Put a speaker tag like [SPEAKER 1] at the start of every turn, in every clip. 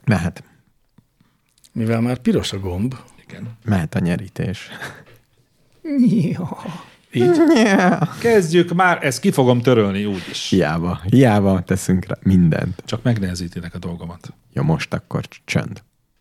[SPEAKER 1] Mehet.
[SPEAKER 2] Mivel már piros a gomb.
[SPEAKER 3] Igen.
[SPEAKER 1] Mehet a nyerítés.
[SPEAKER 2] Ja. Így.
[SPEAKER 3] Kezdjük már, ezt ki fogom törölni úgyis.
[SPEAKER 1] Hiába teszünk rá mindent.
[SPEAKER 3] Csak megnehezítitek a dolgomat.
[SPEAKER 1] Jó, most akkor csönd.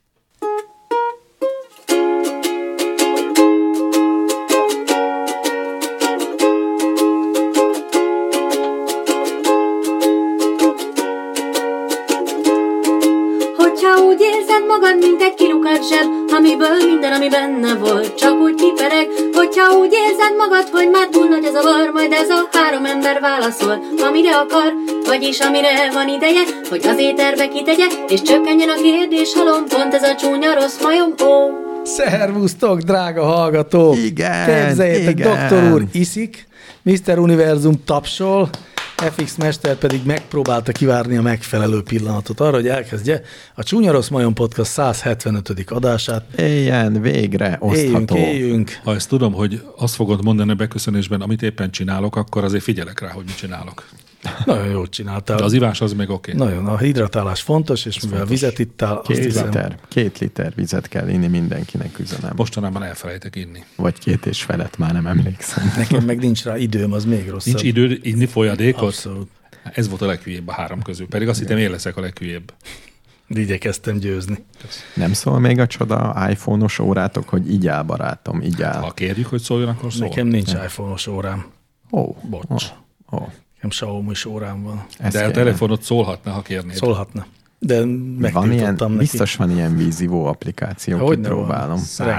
[SPEAKER 4] Úgy érzed magad, mint egy kilukat zseb, amiből minden, ami benne volt, csak úgy kipereg. Hogyha úgy érzed magad, hogy már túl nagy ez a var, majd ez a 3 ember válaszol, amire akar, vagyis amire van ideje, hogy az éterbe kitegye, és csökkenjen a kérdés halom, pont ez a csúnya rossz majom, ó.
[SPEAKER 2] Szervusztok, drága hallgatók!
[SPEAKER 1] Igen,
[SPEAKER 2] Képzeljétek,
[SPEAKER 1] igen.
[SPEAKER 2] doktor úr iszik, Mr. Univerzum tapsol, FX Mester pedig megpróbálta kivárni a megfelelő pillanatot arra, hogy elkezdje a Csúnya Rossz Majom Podcast 175. adását.
[SPEAKER 1] Éljen, végre, osztható.
[SPEAKER 2] Éljünk.
[SPEAKER 3] Ha ezt tudom, hogy azt fogod mondani a beköszönésben, amit éppen csinálok, akkor azért figyelek rá, hogy mit csinálok.
[SPEAKER 2] Nagyon jót csináltál.
[SPEAKER 3] De az ivás az meg oké.
[SPEAKER 2] Nagyon, a hidratálás fontos, és mivel
[SPEAKER 3] fontos.
[SPEAKER 2] vizet ittál, azt hiszem,
[SPEAKER 1] 2 liter vizet kell inni mindenkinek, üzenem.
[SPEAKER 3] Mostanában elfelejtek inni.
[SPEAKER 1] Vagy 2,5, már nem emlékszem.
[SPEAKER 2] nekem meg nincs rá időm, az még rosszabb.
[SPEAKER 3] Nincs idő inni folyadékot?
[SPEAKER 2] Abszolút.
[SPEAKER 3] Ez volt a leghülyébb a 3 közül. Pedig azt hittem, én leszek a leghülyébb.
[SPEAKER 2] De igyekeztem győzni.
[SPEAKER 1] Nem szól még a csoda iPhone-os órátok, hogy így áll, barátom, így áll.
[SPEAKER 3] Ha kérjük, hogy szóljon, akkor szól.
[SPEAKER 2] Nekem nincs iPhone-os órám. Bocs. Nekem Xiaomi-s órám van.
[SPEAKER 3] De a telefonot szólhatna, ha kérnéd.
[SPEAKER 2] Szólhatna. De
[SPEAKER 1] van
[SPEAKER 2] megtiltottam
[SPEAKER 1] ilyen,
[SPEAKER 2] neki.
[SPEAKER 1] biztos van ilyen vízivó applikáció,
[SPEAKER 2] Hogyne
[SPEAKER 1] kipróbálom.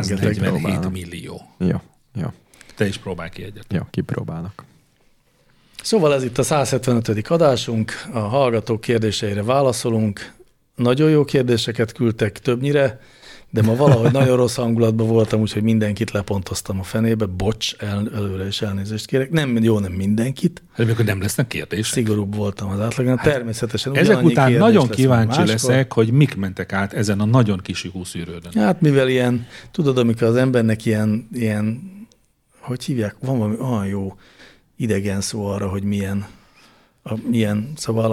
[SPEAKER 3] 147 millió.
[SPEAKER 1] Jó,
[SPEAKER 3] Te is próbálj ki egyet.
[SPEAKER 1] jó, kipróbálok.
[SPEAKER 2] Szóval ez itt a 175. adásunk, a hallgatók kérdéseire válaszolunk. Nagyon jó kérdéseket küldtek többnyire, de ma valahogy nagyon rossz hangulatban voltam, úgyhogy mindenkit lepontoztam a fenébe. Bocs, előre is elnézést kérek. Nem mindenkit.
[SPEAKER 3] Hát akkor nem lesznek kérdések.
[SPEAKER 2] Szigorúbb voltam az átlagnál. Természetesen
[SPEAKER 3] Ezek után nagyon kíváncsi
[SPEAKER 2] máskor.
[SPEAKER 3] leszek, hogy mik mentek át ezen a nagyon kis szűrődön.
[SPEAKER 2] Hát mivel ilyen, tudod, amikor az embernek ilyen hogy hívják, van valami olyan jó idegen szó arra, hogy milyen, szóval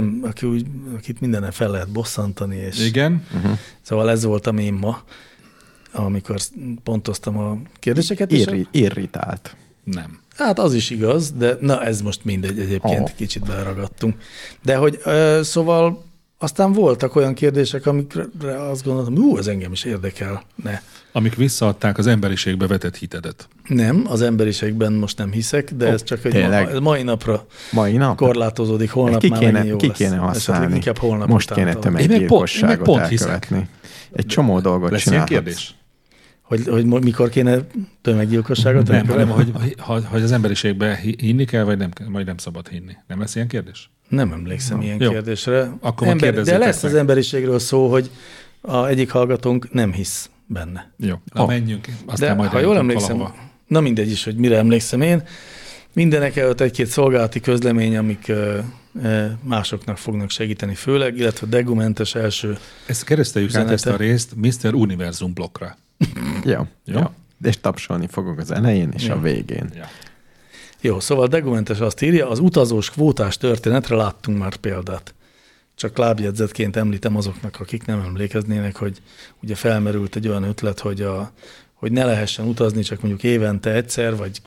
[SPEAKER 2] akit mindenen fel lehet bosszantani. És
[SPEAKER 3] Igen.
[SPEAKER 2] Szóval ez voltam én ma, amikor pontoztam a kérdéseket.
[SPEAKER 1] Irritált.
[SPEAKER 3] Nem.
[SPEAKER 2] Hát az is igaz, de na ez most mindegy, egyébként kicsit beleragadtunk. De hogy szóval aztán voltak olyan kérdések, amikre azt gondoltam, ez engem is érdekelne.
[SPEAKER 3] Amik visszaadták az emberiségbe vetett hitedet.
[SPEAKER 2] Nem, az emberiségben most nem hiszek, de ez csak egy mai napra korlátozódik, holnap már megint jó lesz.
[SPEAKER 1] Ki kéne használni.
[SPEAKER 2] Inkább holnap
[SPEAKER 1] most kéne tömeggyilkosságot elkövetni. Egy csomó dolgot
[SPEAKER 3] lesz
[SPEAKER 1] csinálhatsz.
[SPEAKER 3] Ilyen kérdés?
[SPEAKER 2] Hogy mikor kéne tömeggyilkosságot?
[SPEAKER 3] Nem, hanem, hogy az emberiségbe hinni kell, vagy nem szabad hinni. Nem lesz ilyen kérdés?
[SPEAKER 2] Nem emlékszem ilyen kérdésre.
[SPEAKER 3] Akkor
[SPEAKER 2] de lesz az emberiségről szó, hogy egyik hallgatónk nem hisz benne.
[SPEAKER 3] Jó, menjünk.
[SPEAKER 2] De majd ha jól emlékszem, valahova. Na mindegy is, hogy mire emlékszem én, mindenek előtt egy-két szolgálati közlemény, amik másoknak fognak segíteni főleg, illetve degumentes első
[SPEAKER 3] ezt kereszteljük át ezt a részt Mr. Univerzum blokkra.
[SPEAKER 1] Jó. És tapsolni fogok az elején és a végén.
[SPEAKER 3] Ja.
[SPEAKER 2] Jó, szóval degumentes azt írja, az utazós kvótás történetre láttunk már példát. Csak lábjegyzetként említem azoknak, akik nem emlékeznének, hogy ugye felmerült egy olyan ötlet, hogy ne lehessen utazni, csak mondjuk évente egyszer, vagy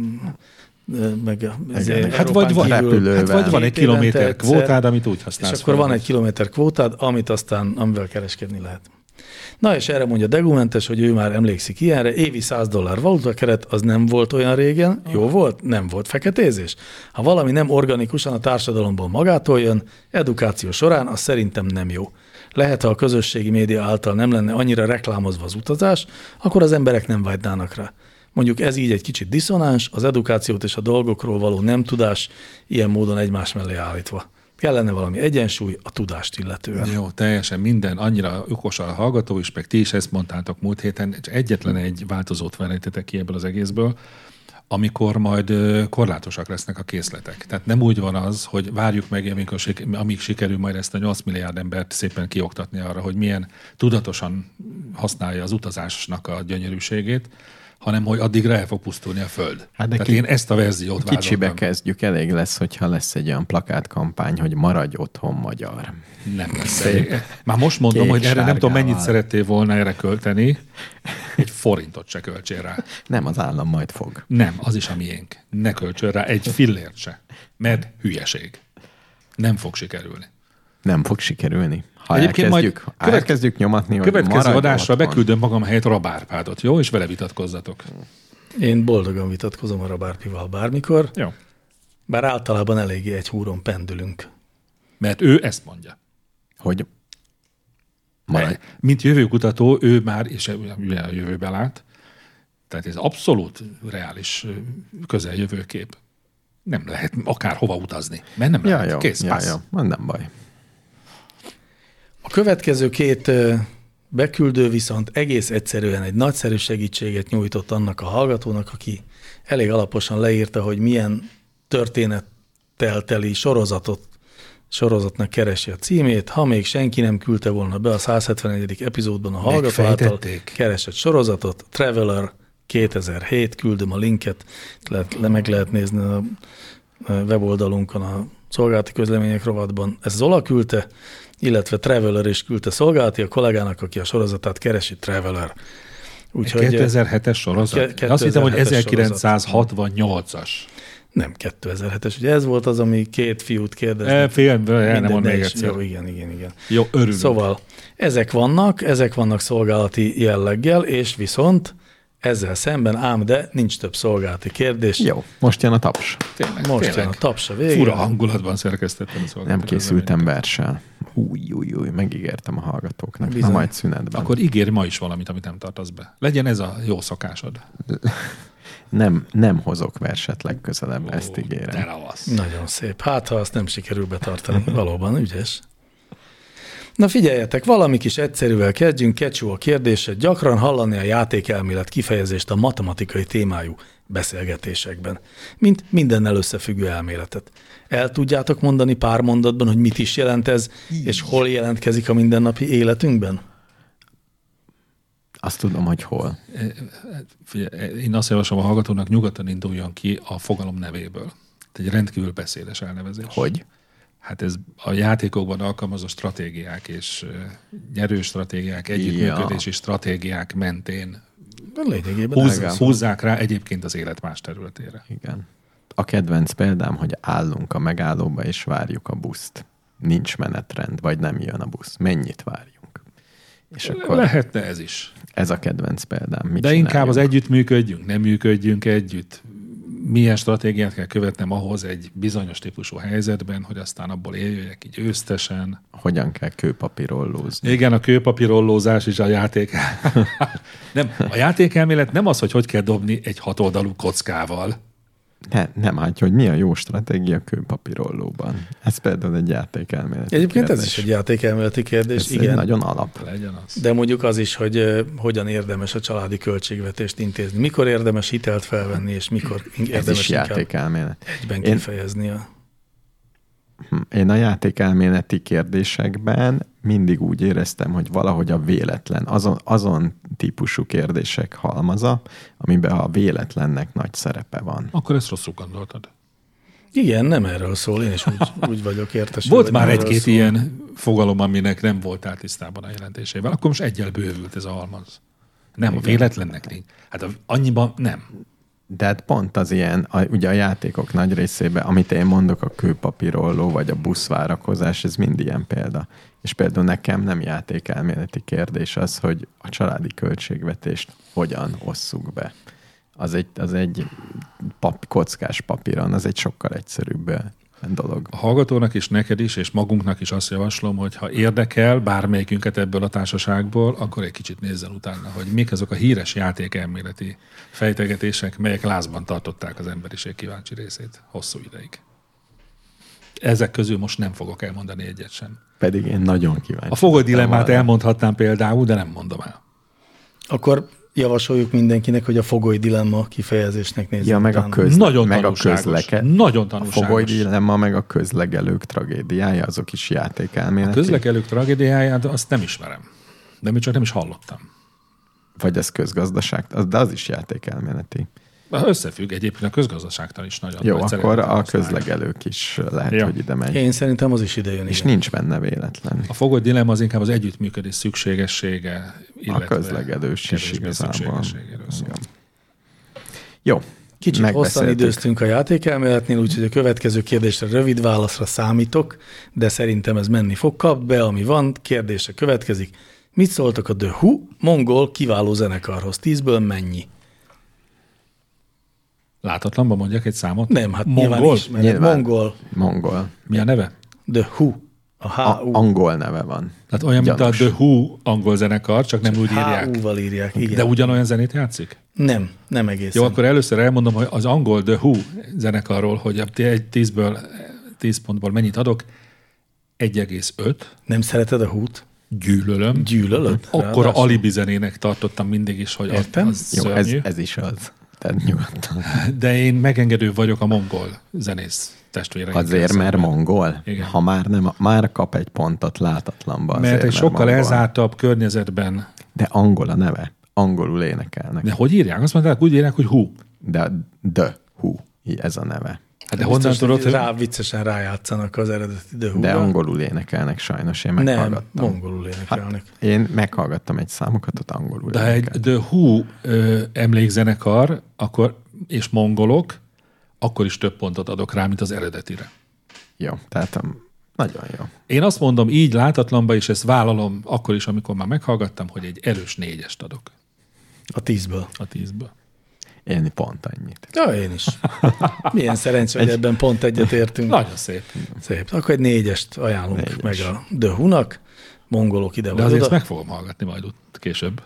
[SPEAKER 2] meg
[SPEAKER 3] vagy van egy kilométer kvótád, amit úgy használsz.
[SPEAKER 2] És akkor van egy kilométer kvótád, amivel kereskedni lehet. Na és erre mondja Degumentes, hogy ő már emlékszik ilyenre, évi $100 valutakeret, az nem volt olyan régen, jó volt, nem volt feketézés. Ha valami nem organikusan a társadalomból magától jön, edukáció során, az szerintem nem jó. Lehet, ha a közösségi média által nem lenne annyira reklámozva az utazás, akkor az emberek nem vágynának rá. Mondjuk ez így egy kicsit diszonáns, az edukációt és a dolgokról való nem tudás ilyen módon egymás mellé állítva. Kellene valami egyensúly a tudást illetően.
[SPEAKER 3] Jó, teljesen minden, annyira okos a hallgató is, meg ti is ezt mondtátok múlt héten, egyetlen egy változót verítetek ki ebből az egészből, amikor majd korlátosak lesznek a készletek. Tehát nem úgy van az, hogy várjuk meg, amíg sikerül majd ezt a 8 milliárd embert szépen kioktatni arra, hogy milyen tudatosan használja az utazásnak a gyönyörűségét, hanem hogy addigra el fog pusztulni a Föld.
[SPEAKER 1] Hát
[SPEAKER 3] tehát én ezt a verziót
[SPEAKER 1] kicsibe
[SPEAKER 3] vázoltam.
[SPEAKER 1] kezdjük, elég lesz, hogyha lesz egy olyan plakátkampány, hogy maradj otthon magyar.
[SPEAKER 3] Nem lesz elég. Már most mondom,
[SPEAKER 1] Kék,
[SPEAKER 3] hogy erre nem tudom, mennyit
[SPEAKER 1] sárgával.
[SPEAKER 3] szerettél volna erre költeni. Egy forintot se költsél rá.
[SPEAKER 1] Nem, az állam majd fog.
[SPEAKER 3] Nem, az is a miénk. Ne költsön rá egy fillért se. Mert hülyeség. Nem fog sikerülni.
[SPEAKER 1] Nem fog sikerülni. Ha
[SPEAKER 3] Egyébként
[SPEAKER 1] elkezdjük nyomatni, hogy
[SPEAKER 3] következő
[SPEAKER 1] maradj
[SPEAKER 3] adásra
[SPEAKER 1] otthon.
[SPEAKER 3] beküldöm magam helyett Rabárpádot, jó? És vele vitatkozzatok.
[SPEAKER 2] Én boldogan vitatkozom a Rabárpival bármikor,
[SPEAKER 3] Jó.
[SPEAKER 2] bár általában eléggé egy húron pendülünk.
[SPEAKER 3] Mert ő ezt mondja.
[SPEAKER 1] Hogy maradj.
[SPEAKER 3] Mint jövőkutató, ő már, és ugye a jövőbe lát, tehát ez abszolút reális közeljövőkép. Nem lehet akár hova utazni, mert nem lehet.
[SPEAKER 1] Jó,
[SPEAKER 3] Kész, passz.
[SPEAKER 1] nem baj.
[SPEAKER 2] A következő két beküldő viszont egész egyszerűen egy nagyszerű segítséget nyújtott annak a hallgatónak, aki elég alaposan leírta, hogy milyen történettel teli sorozatnak keresi a címét. Ha még senki nem küldte volna be a 171. epizódban a hallgató által
[SPEAKER 3] Megfejtették.
[SPEAKER 2] keresett sorozatot, Traveler 2007, küldöm a linket, meg lehet nézni a weboldalunkon a szolgálati közlemények rovatban. Ez Zola küldte, illetve Traveler is küldte szolgálati a kollégának, aki a sorozatát keresi, Traveler.
[SPEAKER 3] Úgyhogy 2007-es sorozat? Azt hittem, hogy 1968-as.
[SPEAKER 2] Nem 2007-es, ugye ez volt az, ami két fiút kérdeznek.
[SPEAKER 3] Nem mond még egyszer.
[SPEAKER 2] Jó, igen.
[SPEAKER 3] Jó, örülünk.
[SPEAKER 2] Szóval ezek vannak szolgálati jelleggel, és viszont ezzel szemben ám, de nincs több szolgálati kérdés.
[SPEAKER 1] Jó, most jön a taps.
[SPEAKER 2] Most jön a taps a végén.
[SPEAKER 3] Fura hangulatban szerkesztettem a szolgálati.
[SPEAKER 1] Nem készültem verssel. Új, megígértem a hallgatóknak.
[SPEAKER 2] Bizony.
[SPEAKER 1] Na majd szünetben.
[SPEAKER 3] Akkor ígérj ma is valamit, amit nem tartasz be. Legyen ez a jó szokásod.
[SPEAKER 1] Nem hozok verset legközelebb, ezt ígérem.
[SPEAKER 3] De ravasz.
[SPEAKER 2] Nagyon szép. Hát, ha azt nem sikerül betartani. Valóban ügyes. Na figyeljetek, valami kis egyszerűvel kezdjünk, kecsú a kérdése. Gyakran hallani a játékelmélet kifejezést a matematikai témájú beszélgetésekben, mint mindennel összefüggő elméletet. El tudjátok mondani pár mondatban, hogy mit is jelent ez, és hol jelentkezik a mindennapi életünkben?
[SPEAKER 1] Azt tudom, hogy hol.
[SPEAKER 3] Figyelj, én azt javaslom a hallgatónak, nyugodtan induljon ki a fogalom nevéből. Egy rendkívül beszédes elnevezés.
[SPEAKER 1] Hogy?
[SPEAKER 3] Hát ez a játékokban alkalmazott stratégiák és nyerő stratégiák, együttműködési stratégiák mentén
[SPEAKER 2] Lényegében
[SPEAKER 3] húzzák rá egyébként az élet más területére.
[SPEAKER 1] Igen. A kedvenc példám, hogy állunk a megállóba és várjuk a buszt. Nincs menetrend, vagy nem jön a busz. Mennyit várjunk? És akkor
[SPEAKER 3] lehetne ez is.
[SPEAKER 1] ez a kedvenc példám. Mit
[SPEAKER 3] De inkább
[SPEAKER 1] csináljunk?
[SPEAKER 3] az együttműködjünk, nem működjünk együtt. Milyen stratégiát kell követnem ahhoz egy bizonyos típusú helyzetben, hogy aztán abból éljöjek így győztesen.
[SPEAKER 1] Hogyan kell kőpapírollózni?
[SPEAKER 3] Igen, a kőpapírollózás is a játék. Nem, a játékelmélet nem az, hogy kell dobni egy hatoldalú kockával.
[SPEAKER 1] Nem, hát, hogy mi a jó stratégia kőpapírollóban. Ez például egy játékelméleti
[SPEAKER 2] Egyébként
[SPEAKER 1] kérdés.
[SPEAKER 2] ez is egy játékelméleti kérdés,
[SPEAKER 1] Ez
[SPEAKER 2] igen.
[SPEAKER 1] egy nagyon alap.
[SPEAKER 3] Legyen az.
[SPEAKER 2] De mondjuk az is, hogy hogyan érdemes a családi költségvetést intézni. Mikor érdemes hitelt felvenni, és mikor
[SPEAKER 1] Ez
[SPEAKER 2] érdemes
[SPEAKER 1] is
[SPEAKER 2] inkább
[SPEAKER 1] játékelmélet.
[SPEAKER 2] egyben kifejezni a...
[SPEAKER 1] Én a játékelméleti kérdésekben mindig úgy éreztem, hogy valahogy a véletlen, azon típusú kérdések halmaza, amiben a véletlennek nagy szerepe van.
[SPEAKER 3] Akkor ezt rosszul gondoltad.
[SPEAKER 2] Igen, nem erről szól, én is úgy vagyok értesülve.
[SPEAKER 3] Volt
[SPEAKER 2] hogy
[SPEAKER 3] már
[SPEAKER 2] nem erről
[SPEAKER 3] egy-két
[SPEAKER 2] szól.
[SPEAKER 3] ilyen fogalom, aminek nem voltál tisztában a jelentésével. Akkor most egyel bővült ez a halmaz. Nem, a véletlennek nincs. Hát annyiban nem.
[SPEAKER 1] De hát pont az ilyen, ugye a játékok nagy részében, amit én mondok, a kőpapírolló vagy a buszvárakozás, ez mind ilyen példa. És például nekem nem játékelméleti kérdés az, hogy a családi költségvetést hogyan osszuk be. Az egy kockás papíron, az egy sokkal egyszerűbb dolog.
[SPEAKER 3] A hallgatónak is, neked is, és magunknak is azt javaslom, hogy ha érdekel bármelyikünket ebből a társaságból, akkor egy kicsit nézzen utána, hogy mik azok a híres játékelméleti fejtegetések, melyek lázban tartották az emberiség kíváncsi részét hosszú ideig. Ezek közül most nem fogok elmondani egyet sem.
[SPEAKER 1] Pedig én nagyon kíváncsi.
[SPEAKER 3] A fogoly dilemmát
[SPEAKER 1] arra.
[SPEAKER 3] elmondhatnám például, de nem mondom el.
[SPEAKER 2] Akkor javasoljuk mindenkinek, hogy a fogoly dilemma kifejezésnek nézzen
[SPEAKER 1] Ja, meg a
[SPEAKER 2] utána.
[SPEAKER 3] Nagyon
[SPEAKER 1] meg a
[SPEAKER 3] tanulságos. Nagyon
[SPEAKER 1] A
[SPEAKER 3] tanulságos.
[SPEAKER 1] fogoly dilemma, meg a közlegelők tragédiája, azok is játékelméleti.
[SPEAKER 3] A közlekelők tragédiáját azt nem ismerem. De még csak nem is hallottam.
[SPEAKER 1] Vagy ez közgazdaság, de az is játékelméleti.
[SPEAKER 3] Összefügg, egyébként a közgazdaságtan is nagyon.
[SPEAKER 1] Jó, akkor a közlegelők is lehet, hogy ide megy.
[SPEAKER 2] Én szerintem az is ide jön.
[SPEAKER 1] És nincs benne véletlen.
[SPEAKER 3] A fogott dilemma az inkább az együttműködés szükségessége, illetve
[SPEAKER 1] a közlegelős is igazából.
[SPEAKER 2] Jó. Kicsit hosszan időztünk a játékelméletnél, úgyhogy a következő kérdésre rövid válaszra számítok, de szerintem ez menni fog. Kapd be, ami van, kérdése következik. Mit szóltak a The Who mongol kiváló zenekarhoz? 10-ből mennyi?
[SPEAKER 3] Látatlanban mondjak egy számot?
[SPEAKER 2] Nem, hát
[SPEAKER 3] mongol?
[SPEAKER 2] Mongol.
[SPEAKER 3] Mi a neve?
[SPEAKER 2] The Who.
[SPEAKER 1] Angol neve van.
[SPEAKER 3] Tehát olyan, mint a The Who angol zenekar, csak nem úgy írják.
[SPEAKER 2] HU-val írják, igen.
[SPEAKER 3] De ugyanolyan zenét játszik?
[SPEAKER 2] Nem egészen.
[SPEAKER 3] Jó, akkor először elmondom, hogy az angol The Who zenekarról, hogy egy 10 pontból mennyit adok? 1,5.
[SPEAKER 2] Nem szereted a Who-t?
[SPEAKER 3] Gyűlölöm.
[SPEAKER 2] Gyűlölöd?
[SPEAKER 3] Akkora alibi zenének tartottam mindig is, hogy az
[SPEAKER 1] jó,
[SPEAKER 3] szörnyű.
[SPEAKER 1] Ez is az. Tehát nyugodtan.
[SPEAKER 3] De én megengedő vagyok a mongol zenész testvéreim.
[SPEAKER 1] Azért, mert mongol?
[SPEAKER 3] Igen.
[SPEAKER 1] Ha már kap egy pontot látatlanban.
[SPEAKER 3] Mert egy sokkal elzártabb környezetben.
[SPEAKER 1] De angol a neve. Angolul énekelnek.
[SPEAKER 3] De hogy írják? Azt mondták, úgy írják, hogy Who.
[SPEAKER 1] De The Who, ez a neve.
[SPEAKER 3] Hát de honnan tudod, hogy...
[SPEAKER 2] Viccesen rájátszanak az eredeti The Who-ra.
[SPEAKER 1] De angolul énekelnek sajnos, én meghallgattam.
[SPEAKER 2] Nem, mongolul énekelnek.
[SPEAKER 1] Hát, én meghallgattam egy számokat, ott angolul
[SPEAKER 3] de egy The Who emlékzenekar akkor, és mongolok, akkor is több pontot adok rá, mint az eredetire.
[SPEAKER 1] Jó, tehát nagyon jó.
[SPEAKER 3] Én azt mondom így látatlanba, és ezt vállalom akkor is, amikor már meghallgattam, hogy egy erős 4-est adok.
[SPEAKER 2] A 10-ből.
[SPEAKER 3] A 10-ből.
[SPEAKER 1] Én pont annyit.
[SPEAKER 2] Ja, én is. Milyen szerencsé, hogy ebben pont egyet értünk.
[SPEAKER 3] Nagyon szép.
[SPEAKER 2] Szép. Akkor egy 4-est ajánlunk meg a The Who-nak. Mongolok ide
[SPEAKER 3] de
[SPEAKER 2] vagy
[SPEAKER 3] azért
[SPEAKER 2] oda.
[SPEAKER 3] ezt meg fogom hallgatni majd később.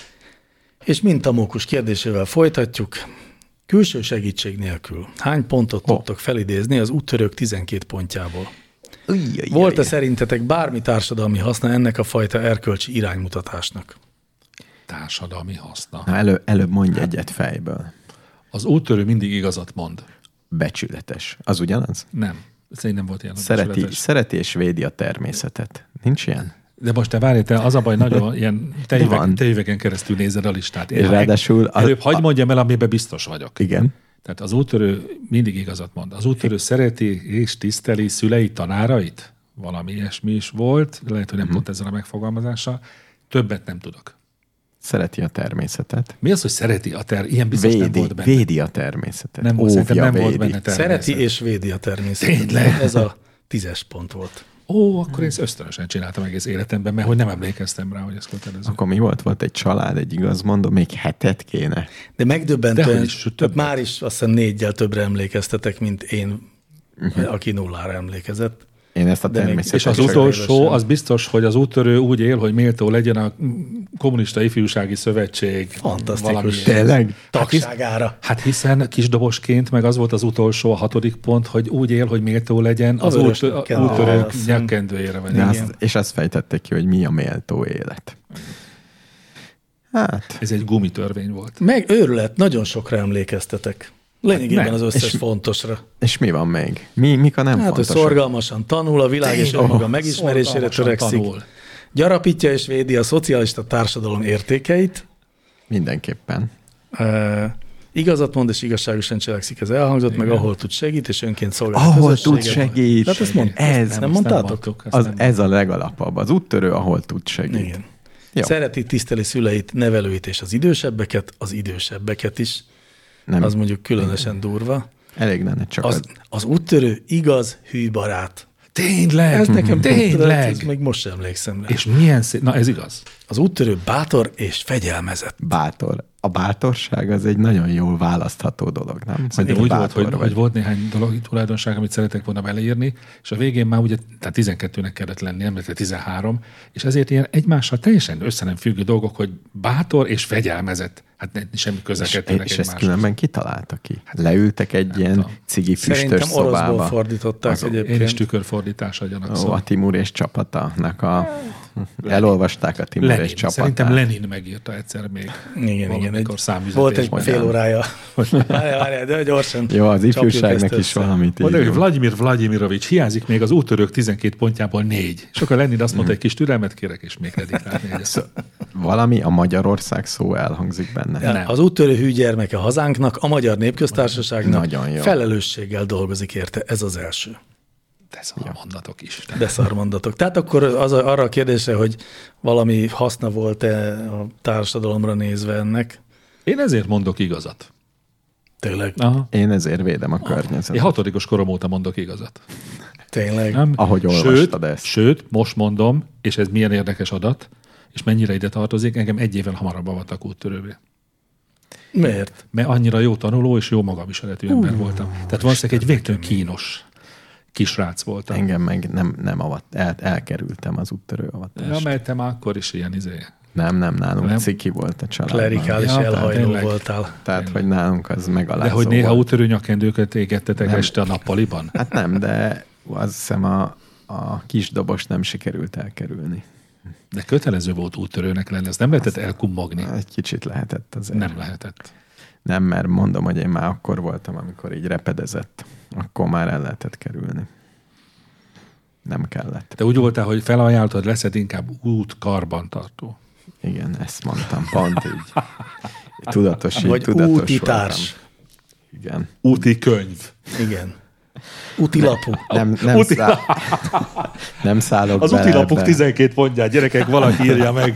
[SPEAKER 2] És mint a mókus kérdésével folytatjuk. Külső segítség nélkül hány pontot tudtok felidézni az úttörők 12 pontjából? Volt-e szerintetek bármi társadalmi haszna ennek a fajta erkölcsi iránymutatásnak?
[SPEAKER 3] Társadalmi haszna.
[SPEAKER 1] Előbb mondj egyet fejből.
[SPEAKER 3] Az úttörő mindig igazat mond.
[SPEAKER 1] Becsületes. Az ugyanaz?
[SPEAKER 3] Nem. Ez nem volt ilyen.
[SPEAKER 1] Szereti és védi a természetet. Nincs ilyen?
[SPEAKER 3] De most te várj, te az a baj, nagyon ilyen te éveken keresztül nézed a listát.
[SPEAKER 1] Ráadásul...
[SPEAKER 3] Előbb hagyd mondjam el, amiben biztos vagyok.
[SPEAKER 1] Igen.
[SPEAKER 3] Tehát az úttörő mindig igazat mond. Az úttörő szereti és tiszteli szülei tanárait? Valami ilyesmi is volt. Lehet, hogy nem pont ezzel a megfogalmazással. Többet nem tudok.
[SPEAKER 1] Szereti a természetet.
[SPEAKER 3] Mi az, hogy szereti a természetet? Ilyen biztos nem volt benne.
[SPEAKER 1] Védi a természetet.
[SPEAKER 3] Nem volt benne természet.
[SPEAKER 2] Szereti és védi a természetet.
[SPEAKER 3] Tényleg?
[SPEAKER 2] Ez a 10-es pont volt.
[SPEAKER 3] Akkor én ezt ösztönösen csináltam egész életemben, mert hogy nem emlékeztem rá, hogy ez kötelező.
[SPEAKER 1] Akkor mi volt? Volt egy család, egy igazmondó, még 7 kéne.
[SPEAKER 2] De megdöbbentően, már is azt hiszem 4-jel többre emlékeztetek, mint én, aki 0-ra emlékezett.
[SPEAKER 1] Én ezt a természetet.
[SPEAKER 3] És az utolsó, az biztos, hogy az úttörő úgy él, hogy méltó legyen a Kommunista Ifjúsági Szövetség.
[SPEAKER 2] Fantasztikus.
[SPEAKER 1] Tényleg?
[SPEAKER 2] Tagságára.
[SPEAKER 3] Hát hiszen kisdobosként, meg az volt az utolsó, a 6. pont, hogy úgy él, hogy méltó legyen az úttörők nyakkendőjére.
[SPEAKER 1] És azt fejtették ki, hogy mi a méltó élet. Hát.
[SPEAKER 3] Ez egy gumitörvény volt.
[SPEAKER 2] Meg őrület, nagyon sokra emlékeztetek. Lényegében az összes fontosra.
[SPEAKER 1] És mi van még? Mik a nem fontosak?
[SPEAKER 2] Hát, hogy szorgalmasan tanul, a világ és önmaga megismerésére törekszik. Tanul. Gyarapítja és védi a szocialista társadalom értékeit.
[SPEAKER 1] Mindenképpen.
[SPEAKER 2] Igazat mond és igazságosan cselekszik, ez elhangzott, meg ahol tud segít, és önként szolgál.
[SPEAKER 1] Ahol tud segít.
[SPEAKER 2] Tehát ezt nem mondtátok?
[SPEAKER 1] Ez a legalapabb. Az úttörő, ahol tud segít.
[SPEAKER 2] Igen. Szereti, tiszteli szüleit, nevelőit és az idősebbeket is. Nem. Az mondjuk különösen durva.
[SPEAKER 1] Elég lenne csak
[SPEAKER 2] az úttörő igaz, hű barát.
[SPEAKER 3] Tényleg?
[SPEAKER 2] Ez nekem tényleg. Még most sem emlékszem rá.
[SPEAKER 3] És milyen szép. Na, ez igaz.
[SPEAKER 2] Az úttörő bátor és fegyelmezett.
[SPEAKER 1] Bátor. A bátorság az egy nagyon jól választható dolog, nem?
[SPEAKER 3] Hogy úgy volt, hogy volt néhány dolog, tulajdonság, amit szeretek volna beleírni, és a végén már ugye, tehát 12-nek kellett lenni, nem lett 13, és ezért ilyen egymással teljesen össze nem függő dolgok, hogy bátor és fegyelmezett. Hát semmi köze kettőnek
[SPEAKER 1] és ezt különben kitalálta ki? Leültek egy ilyen cigi füstös szobába.
[SPEAKER 2] Szerintem oroszból fordították egyébként.
[SPEAKER 3] Én is tükörfordításra gyanakszom.
[SPEAKER 1] A Timur és csapatának elolvasták a Timur és csapatát.
[SPEAKER 3] Szerintem Lenin megírta egyszer még.
[SPEAKER 2] Igen. Volt egy fél órája. Várjál, de gyorsan.
[SPEAKER 1] Jó, az ifjúságnak is valamit
[SPEAKER 3] írjuk. Vladimir Vladimirovics, hiányzik még az úttörők 12 pontjából 4. És akkor Lenin azt mondta, egy kis türelmet kérek, és még eddig rá 4.
[SPEAKER 1] valami, a Magyarország szó elhangzik benne.
[SPEAKER 2] Nem. Az úttörő hű gyermeke hazánknak, a Magyar Népköztársaságnak
[SPEAKER 1] Nagyon jó.
[SPEAKER 2] felelősséggel dolgozik érte. Ez az első.
[SPEAKER 3] De szarmondatok is.
[SPEAKER 2] De szarmondatok. Tehát akkor arra a kérdésre, hogy valami haszna volt-e a társadalomra nézve ennek?
[SPEAKER 3] Én ezért mondok igazat.
[SPEAKER 2] Tényleg?
[SPEAKER 3] Aha.
[SPEAKER 1] Én ezért védem a környezetet.
[SPEAKER 3] Én 6. korom óta mondok igazat.
[SPEAKER 2] Tényleg?
[SPEAKER 3] Nem?
[SPEAKER 1] Ahogy olvastad ezt.
[SPEAKER 3] Sőt, most mondom, és ez milyen érdekes adat, és mennyire ide tartozik, engem 1 évvel hamarabb avattak úttörővé.
[SPEAKER 2] Miért?
[SPEAKER 3] Mert annyira jó tanuló és jó magaviseletű ember voltam. Tehát valószínűleg egy végtelen kínos kisrác voltam.
[SPEAKER 1] Engem meg nem elkerültem az úttörő avatást.
[SPEAKER 3] Ja, mert te már akkor is ilyen
[SPEAKER 1] Nem, nálunk
[SPEAKER 3] Nem?
[SPEAKER 1] ciki volt a családban.
[SPEAKER 2] Klerikális
[SPEAKER 3] Ja,
[SPEAKER 2] elhajló
[SPEAKER 3] tényleg.
[SPEAKER 2] voltál.
[SPEAKER 1] Tehát, hogy nálunk az megalázó
[SPEAKER 3] De hogy néha
[SPEAKER 1] volt.
[SPEAKER 3] úttörő nyakkendőket égettetek este a nappaliban?
[SPEAKER 1] Hát nem, de azt hiszem a kis dobost nem sikerült elkerülni.
[SPEAKER 3] De kötelező volt úttörőnek lenni, ez nem lehetett elkummogni.
[SPEAKER 1] Egy kicsit lehetett azért.
[SPEAKER 3] Nem lehetett.
[SPEAKER 1] Nem, mert mondom, hogy én már akkor voltam, amikor így repedezett. Akkor már el lehetett kerülni. Nem kellett.
[SPEAKER 3] Te úgy voltál, hogy felajánltad, leszed inkább karbantartó.
[SPEAKER 1] Igen, ezt mondtam, pont így. Tudatos
[SPEAKER 2] Vagy úti társ.
[SPEAKER 1] Igen.
[SPEAKER 3] Úti könyv.
[SPEAKER 2] Igen. Útilapú.
[SPEAKER 1] Nem szállok
[SPEAKER 3] Az
[SPEAKER 1] bele
[SPEAKER 3] útilapok
[SPEAKER 1] ebbe.
[SPEAKER 3] 12 pontját, gyerekek, valaki írja meg.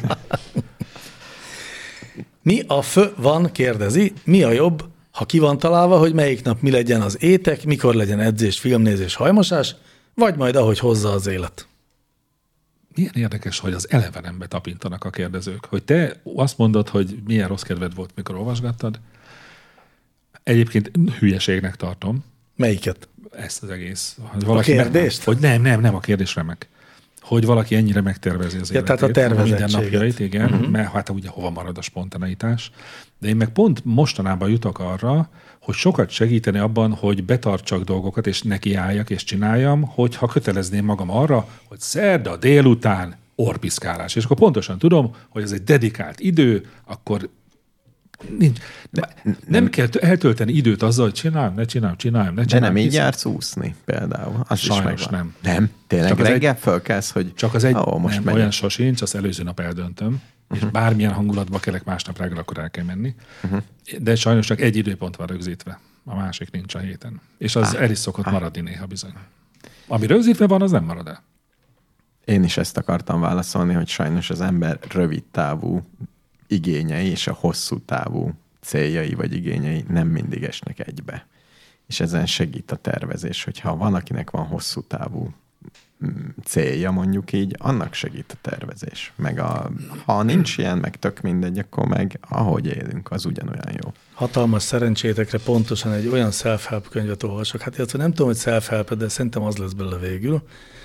[SPEAKER 2] Mi a van, kérdezi, mi a jobb, ha ki van találva, hogy melyik nap mi legyen az étek, mikor legyen edzés, filmnézés, hajmosás, vagy majd ahogy hozza az élet.
[SPEAKER 3] Milyen érdekes, hogy az elevenembe tapintanak a kérdezők. Hogy te azt mondod, hogy milyen rossz kedved volt, mikor olvasgattad. Egyébként hülyeségnek tartom
[SPEAKER 2] Melyiket?
[SPEAKER 3] ezt az egész.
[SPEAKER 2] A kérdést?
[SPEAKER 3] Hogy nem a kérdés remek. Hogy valaki ennyire megtervezi az életét.
[SPEAKER 2] Tehát a tervezettséget.
[SPEAKER 3] Mindennapjait, igen, mert hát ugye hova marad a spontaneitás. De én meg pont mostanában jutok arra, hogy sokat segíteni abban, hogy betartsak dolgokat, és nekiálljak, és csináljam, hogyha kötelezném magam arra, hogy szerda délután orpiszkálás. És akkor pontosan tudom, hogy ez egy dedikált idő, akkor nincs. Nem kell eltölteni időt azzal, hogy csináljam, ne csináljam.
[SPEAKER 1] De nem így jársz úszni például. Az
[SPEAKER 3] Sajnos
[SPEAKER 1] is megvan.
[SPEAKER 3] nem.
[SPEAKER 1] Nem? Tényleg
[SPEAKER 3] Csak az
[SPEAKER 1] reggel fölkelsz, hogy
[SPEAKER 3] Csak az egy,
[SPEAKER 1] most
[SPEAKER 3] nem, olyan sosincs, azt előző nap eldöntöm, és bármilyen hangulatba kelek másnap reggel, akkor el kell menni. De sajnos csak egy időpont van rögzítve, a másik nincs a héten. És az el is szokott maradni néha bizony. Ami rögzítve van, az nem marad el.
[SPEAKER 1] Én is ezt akartam válaszolni, hogy sajnos az ember rövid távú igényei és a hosszú távú céljai vagy igényei nem mindig esnek egybe. És ezen segít a tervezés, hogyha van, akinek van hosszú távú célja, mondjuk így, annak segít a tervezés. Meg ha nincs ilyen, meg tök mindegy, akkor meg ahogy élünk, az ugyanolyan jó. Hatalmas
[SPEAKER 2] szerencsétekre pontosan egy olyan self-help könyvet olvasok, hát illetve nem tudom, hogy self-help, de szerintem az lesz belőle végül,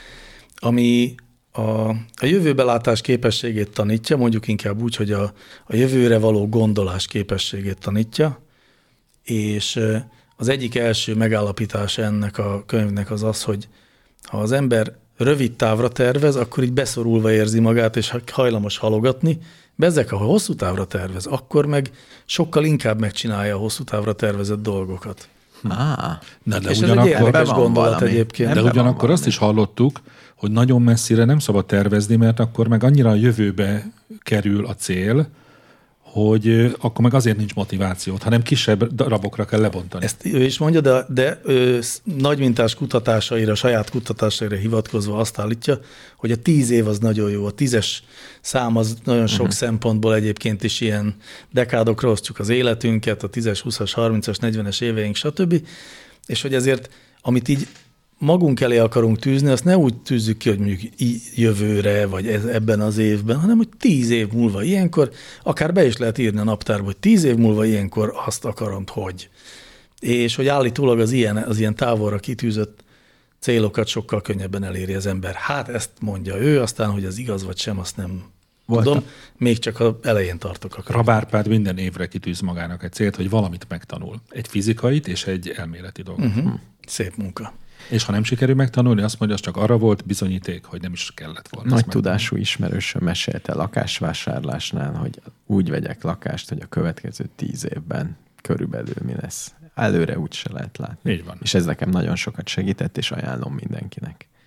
[SPEAKER 2] ami a jövőbelátás képességét tanítja, mondjuk inkább úgy, hogy a jövőre való gondolás képességét tanítja, és az egyik első megállapítás ennek a könyvnek az, hogy ha az ember rövid távra tervez, akkor így beszorulva érzi magát, és hajlamos halogatni, bezzeg, ha hosszú távra tervez, akkor meg sokkal inkább megcsinálja a hosszú távra tervezett dolgokat.
[SPEAKER 3] Na, de
[SPEAKER 2] és ez egy érdekes gondolat valami. Egyébként.
[SPEAKER 3] De ugyanakkor azt is hallottuk, hogy nagyon messzire nem szabad tervezni, mert akkor meg annyira a jövőbe kerül a cél, hogy akkor meg azért nincs motivációt, hanem kisebb darabokra kell lebontani.
[SPEAKER 2] Ezt ő is mondja, de nagymintás kutatásaira, saját kutatásaira hivatkozva azt állítja, hogy a 10 év az nagyon jó. A 10-es szám az nagyon sok szempontból egyébként is ilyen dekádokra osztjuk az életünket, a 10-es, 20-as, 30-as, 40-es éveink, stb. És hogy ezért, amit így magunk elé akarunk tűzni, azt ne úgy tűzzük ki, hogy mondjuk jövőre, vagy ebben az évben, hanem hogy 10 év múlva ilyenkor, akár be is lehet írni a naptárba, hogy 10 év múlva ilyenkor azt akarom, hogy. És hogy állítólag az ilyen távolra kitűzött célokat sokkal könnyebben eléri az ember. Hát ezt mondja ő, aztán, hogy az igaz vagy sem, azt nem tudom. Még csak az elején tartok.
[SPEAKER 3] Rabárpád minden évre kitűz magának egy célt, hogy valamit megtanul. Egy fizikait és egy elméleti dolgot.
[SPEAKER 2] Szép munka.
[SPEAKER 3] És ha nem sikerül megtanulni, azt mondja, az csak arra volt bizonyíték, hogy nem is kellett volna.
[SPEAKER 1] Nagy tudású ismerősöm mesélte lakásvásárlásnál, hogy úgy vegyek lakást, hogy a következő 10 évben körülbelül mi lesz. Előre úgyse lehet látni.
[SPEAKER 3] Így van.
[SPEAKER 1] És ez nekem nagyon sokat segített, és ajánlom mindenkinek.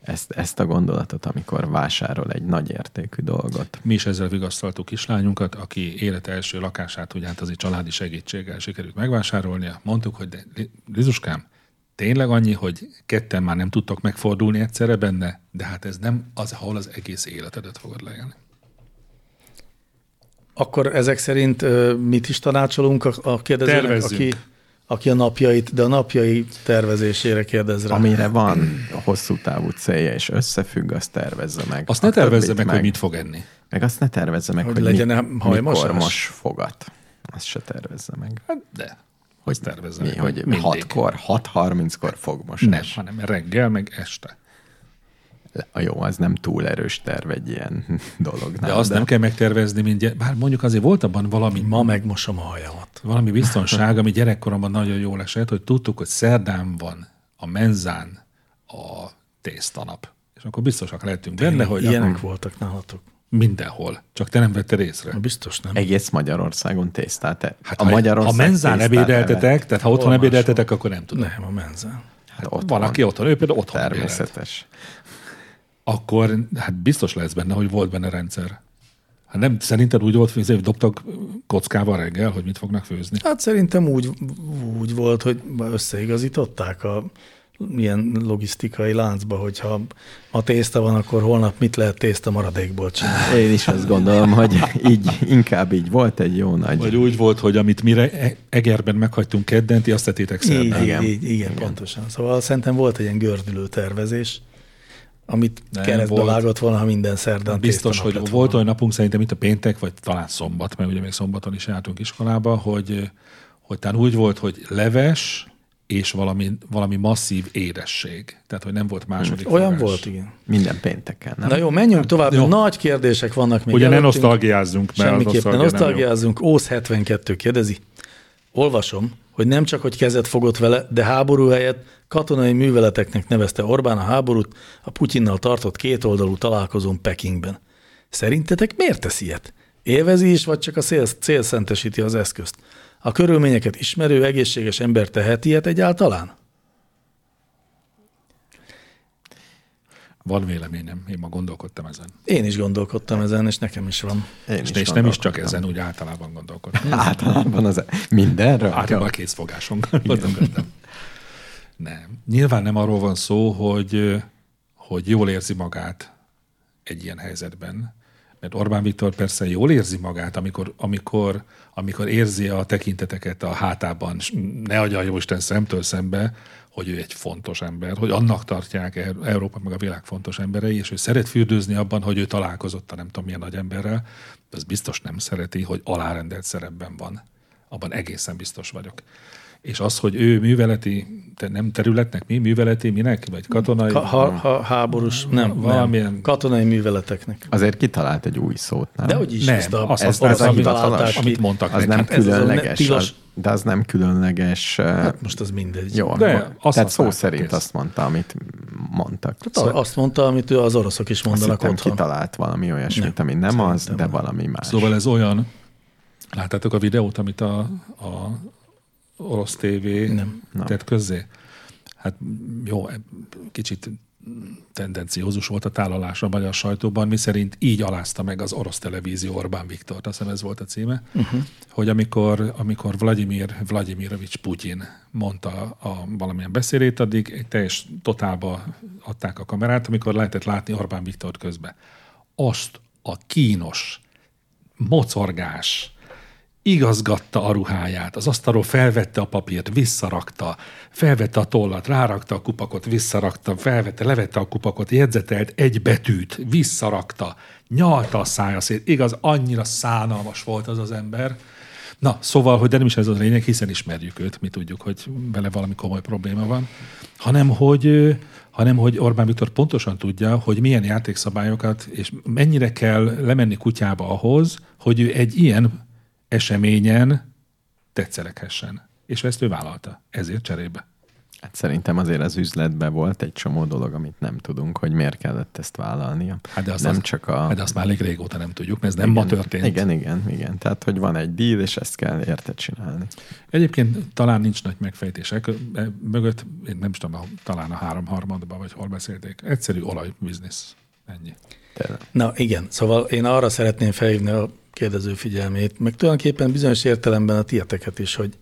[SPEAKER 1] ezt a gondolatot, amikor vásárol egy nagy értékű dolgot.
[SPEAKER 3] Mi is ezzel vigasztaltuk kislányunkat, aki élete első lakását, ugye hát azért családi segítséggel sikerült megvásárolnia. Mondtuk, hogy de Lizuskám, tényleg annyi, hogy ketten már nem tudtok megfordulni egyszerre benne, de hát ez nem az, ahol az egész életedet fogod leélni.
[SPEAKER 2] Akkor ezek szerint mit is tanácsolunk a kérdezőnek, aki a napjait, de a napjai tervezésére kérdez rá.
[SPEAKER 1] Amire van hosszú távú célja, és összefügg, azt tervezze meg.
[SPEAKER 3] Azt ne tervezze meg, hogy mit fog enni.
[SPEAKER 1] Meg azt ne tervezze meg, hogy mikor most fogat. Azt se tervezze meg.
[SPEAKER 3] Hát de. Hogy tervezze meg?
[SPEAKER 1] Hogy 6:30-kor fog most.
[SPEAKER 3] Nem, hanem reggel, meg este.
[SPEAKER 1] Jó, az nem túl erős terv egy ilyen dolognál.
[SPEAKER 3] De azt nem kell megtervezni, bár mondjuk azért volt abban valami...
[SPEAKER 2] Ma megmosom a hajamat.
[SPEAKER 3] Valami biztonság, ami gyerekkoromban nagyon jól esett, hogy tudtuk, hogy szerdán van a menzán a tésztanap. És akkor biztosak lehetünk benne, hogy...
[SPEAKER 2] Ilyenek voltak nálatok.
[SPEAKER 3] Mindenhol. Csak te nem vetted észre.
[SPEAKER 2] Biztos nem.
[SPEAKER 1] Egész Magyarországon tésztát.
[SPEAKER 3] Hát ha menzán ebédeltetek, tehát ha otthon ebédeltetek, akkor nem tudom.
[SPEAKER 2] Nem, a menzán.
[SPEAKER 1] Hát ott
[SPEAKER 3] van, aki otthon, ő például otthon
[SPEAKER 1] természetes.
[SPEAKER 3] Akkor hát biztos lesz benne, hogy volt benne rendszer. Hát nem, szerinted úgy volt, hogy dobtak kockával reggel, hogy mit fognak főzni?
[SPEAKER 2] Hát szerintem úgy volt, hogy összeigazították a ilyen logisztikai láncba, hogyha a tészta van, akkor holnap mit lehet tészta maradékból csinálni.
[SPEAKER 1] Én is azt gondolom, hogy inkább így volt egy jó nagy...
[SPEAKER 3] Vagy úgy volt, hogy amit mire Egerben meghagytunk kedden, ti azt tettétek szerdán.
[SPEAKER 2] Igen, pontosan. Szóval szerintem volt egy ilyen gördülő tervezés, amit keresztbe vágott volna, ha minden szerdán
[SPEAKER 3] biztos, hogy volt olyan napunk szerintem itt a péntek, vagy talán szombat, mert ugye még szombaton is jártunk iskolába, hogy talán úgy volt, hogy leves és valami masszív édesség. Tehát, hogy nem volt második
[SPEAKER 2] olyan
[SPEAKER 3] fogás.
[SPEAKER 2] volt, igen.
[SPEAKER 1] Minden pénteken, nem?
[SPEAKER 2] Na jó, menjünk tovább. Jó. Nagy kérdések vannak még.
[SPEAKER 3] Ugye ne nosztalgiázzunk.
[SPEAKER 2] Semmiképp ne nosztalgiázzunk. Ósz 72 kérdezi. Olvasom, hogy nem csak, hogy kezet fogott vele, de háború helyett katonai műveleteknek nevezte Orbán a háborút a Putyinnal tartott kétoldalú találkozón Pekingben. Szerintetek miért tesz ilyet? Élvezi is, vagy csak a cél szentesíti az eszközt? A körülményeket ismerő, egészséges ember tehet ilyet egyáltalán?
[SPEAKER 3] Van véleményem, én ma gondolkodtam ezen.
[SPEAKER 2] Én is gondolkodtam ezen, és nekem is van.
[SPEAKER 3] És nem is csak ezen, úgy általában gondolkodtam.
[SPEAKER 1] Általában az mindenről?
[SPEAKER 3] Általában a készfogáson gondolkodtam. Nem. Nyilván nem arról van szó, hogy jól érzi magát egy ilyen helyzetben. Mert Orbán Viktor persze jól érzi magát, amikor érzi a tekinteteket a hátában, ne adja a Jóisten szemtől szembe, hogy ő egy fontos ember, hogy annak tartják Európa meg a világ fontos emberei, és ő szeret fürdőzni abban, hogy ő találkozott a nem tudom milyen nagy emberrel, de az biztos nem szereti, hogy alárendelt szerepben van. Abban egészen biztos vagyok. És az, hogy ő műveleti, nem területnek, műveleti, minek? Vagy katonai?
[SPEAKER 2] Háborús, nem. Katonai műveleteknek.
[SPEAKER 1] Azért kitalált egy új szót, nem?
[SPEAKER 2] De hogy is,
[SPEAKER 3] amit mondtak
[SPEAKER 1] az nem különleges, de az nem különleges.
[SPEAKER 2] Hát most az mindegy.
[SPEAKER 1] Jó, tehát szó szerint azt mondta, amit mondtak.
[SPEAKER 2] Azt mondta, amit az oroszok is mondanak otthon.
[SPEAKER 1] Kitalált valami olyasmit, ami nem az, de valami más.
[SPEAKER 3] Szóval ez olyan, láttátok a videót, amit a orosz tévé tett közzé? Hát jó, kicsit tendenciózus volt a tálalás a magyar sajtóban, miszerint így alázta meg az orosz televízió Orbán Viktort, azt hiszem ez volt a címe, hogy amikor Vladimirovics Putyin mondta valamilyen beszédét, addig egy teljes totálba adták a kamerát, amikor lehetett látni Orbán Viktort közben. Azt a kínos mocorgás, igazgatta a ruháját, az asztalról felvette a papírt, visszarakta, felvette a tollat, rárakta a kupakot, visszarakta, levette a kupakot, jegyzetelt egy betűt, visszarakta, nyalta a szája szét. Igaz, annyira szánalmas volt az ember. Na, szóval, hogy de nem is ez az lényeg, hiszen ismerjük őt, mi tudjuk, hogy vele valami komoly probléma van, hanem hogy Orbán Viktor pontosan tudja, hogy milyen játékszabályokat, és mennyire kell lemenni kutyába ahhoz, hogy ő egy ilyen eseményen tetszeleghessen. És ezt ő vállalta. Ezért cserébe.
[SPEAKER 1] Hát szerintem azért az üzletben volt egy csomó dolog, amit nem tudunk, hogy miért kellett ezt vállalnia.
[SPEAKER 3] De azt már elég régóta nem tudjuk, mert ez nem ma történt.
[SPEAKER 1] Igen. Tehát, hogy van egy deal, és ezt kell érte csinálni.
[SPEAKER 3] Egyébként talán nincs nagy megfejtések. Mögött, én nem is tudom, talán a 3/3-ban, vagy hol beszélték. Egyszerű olajbiznisz. Ennyi.
[SPEAKER 2] Na igen, szóval én arra szeretném felhívni a kérdező figyelmét, meg tulajdonképpen bizonyos értelemben a tieteket is, hogy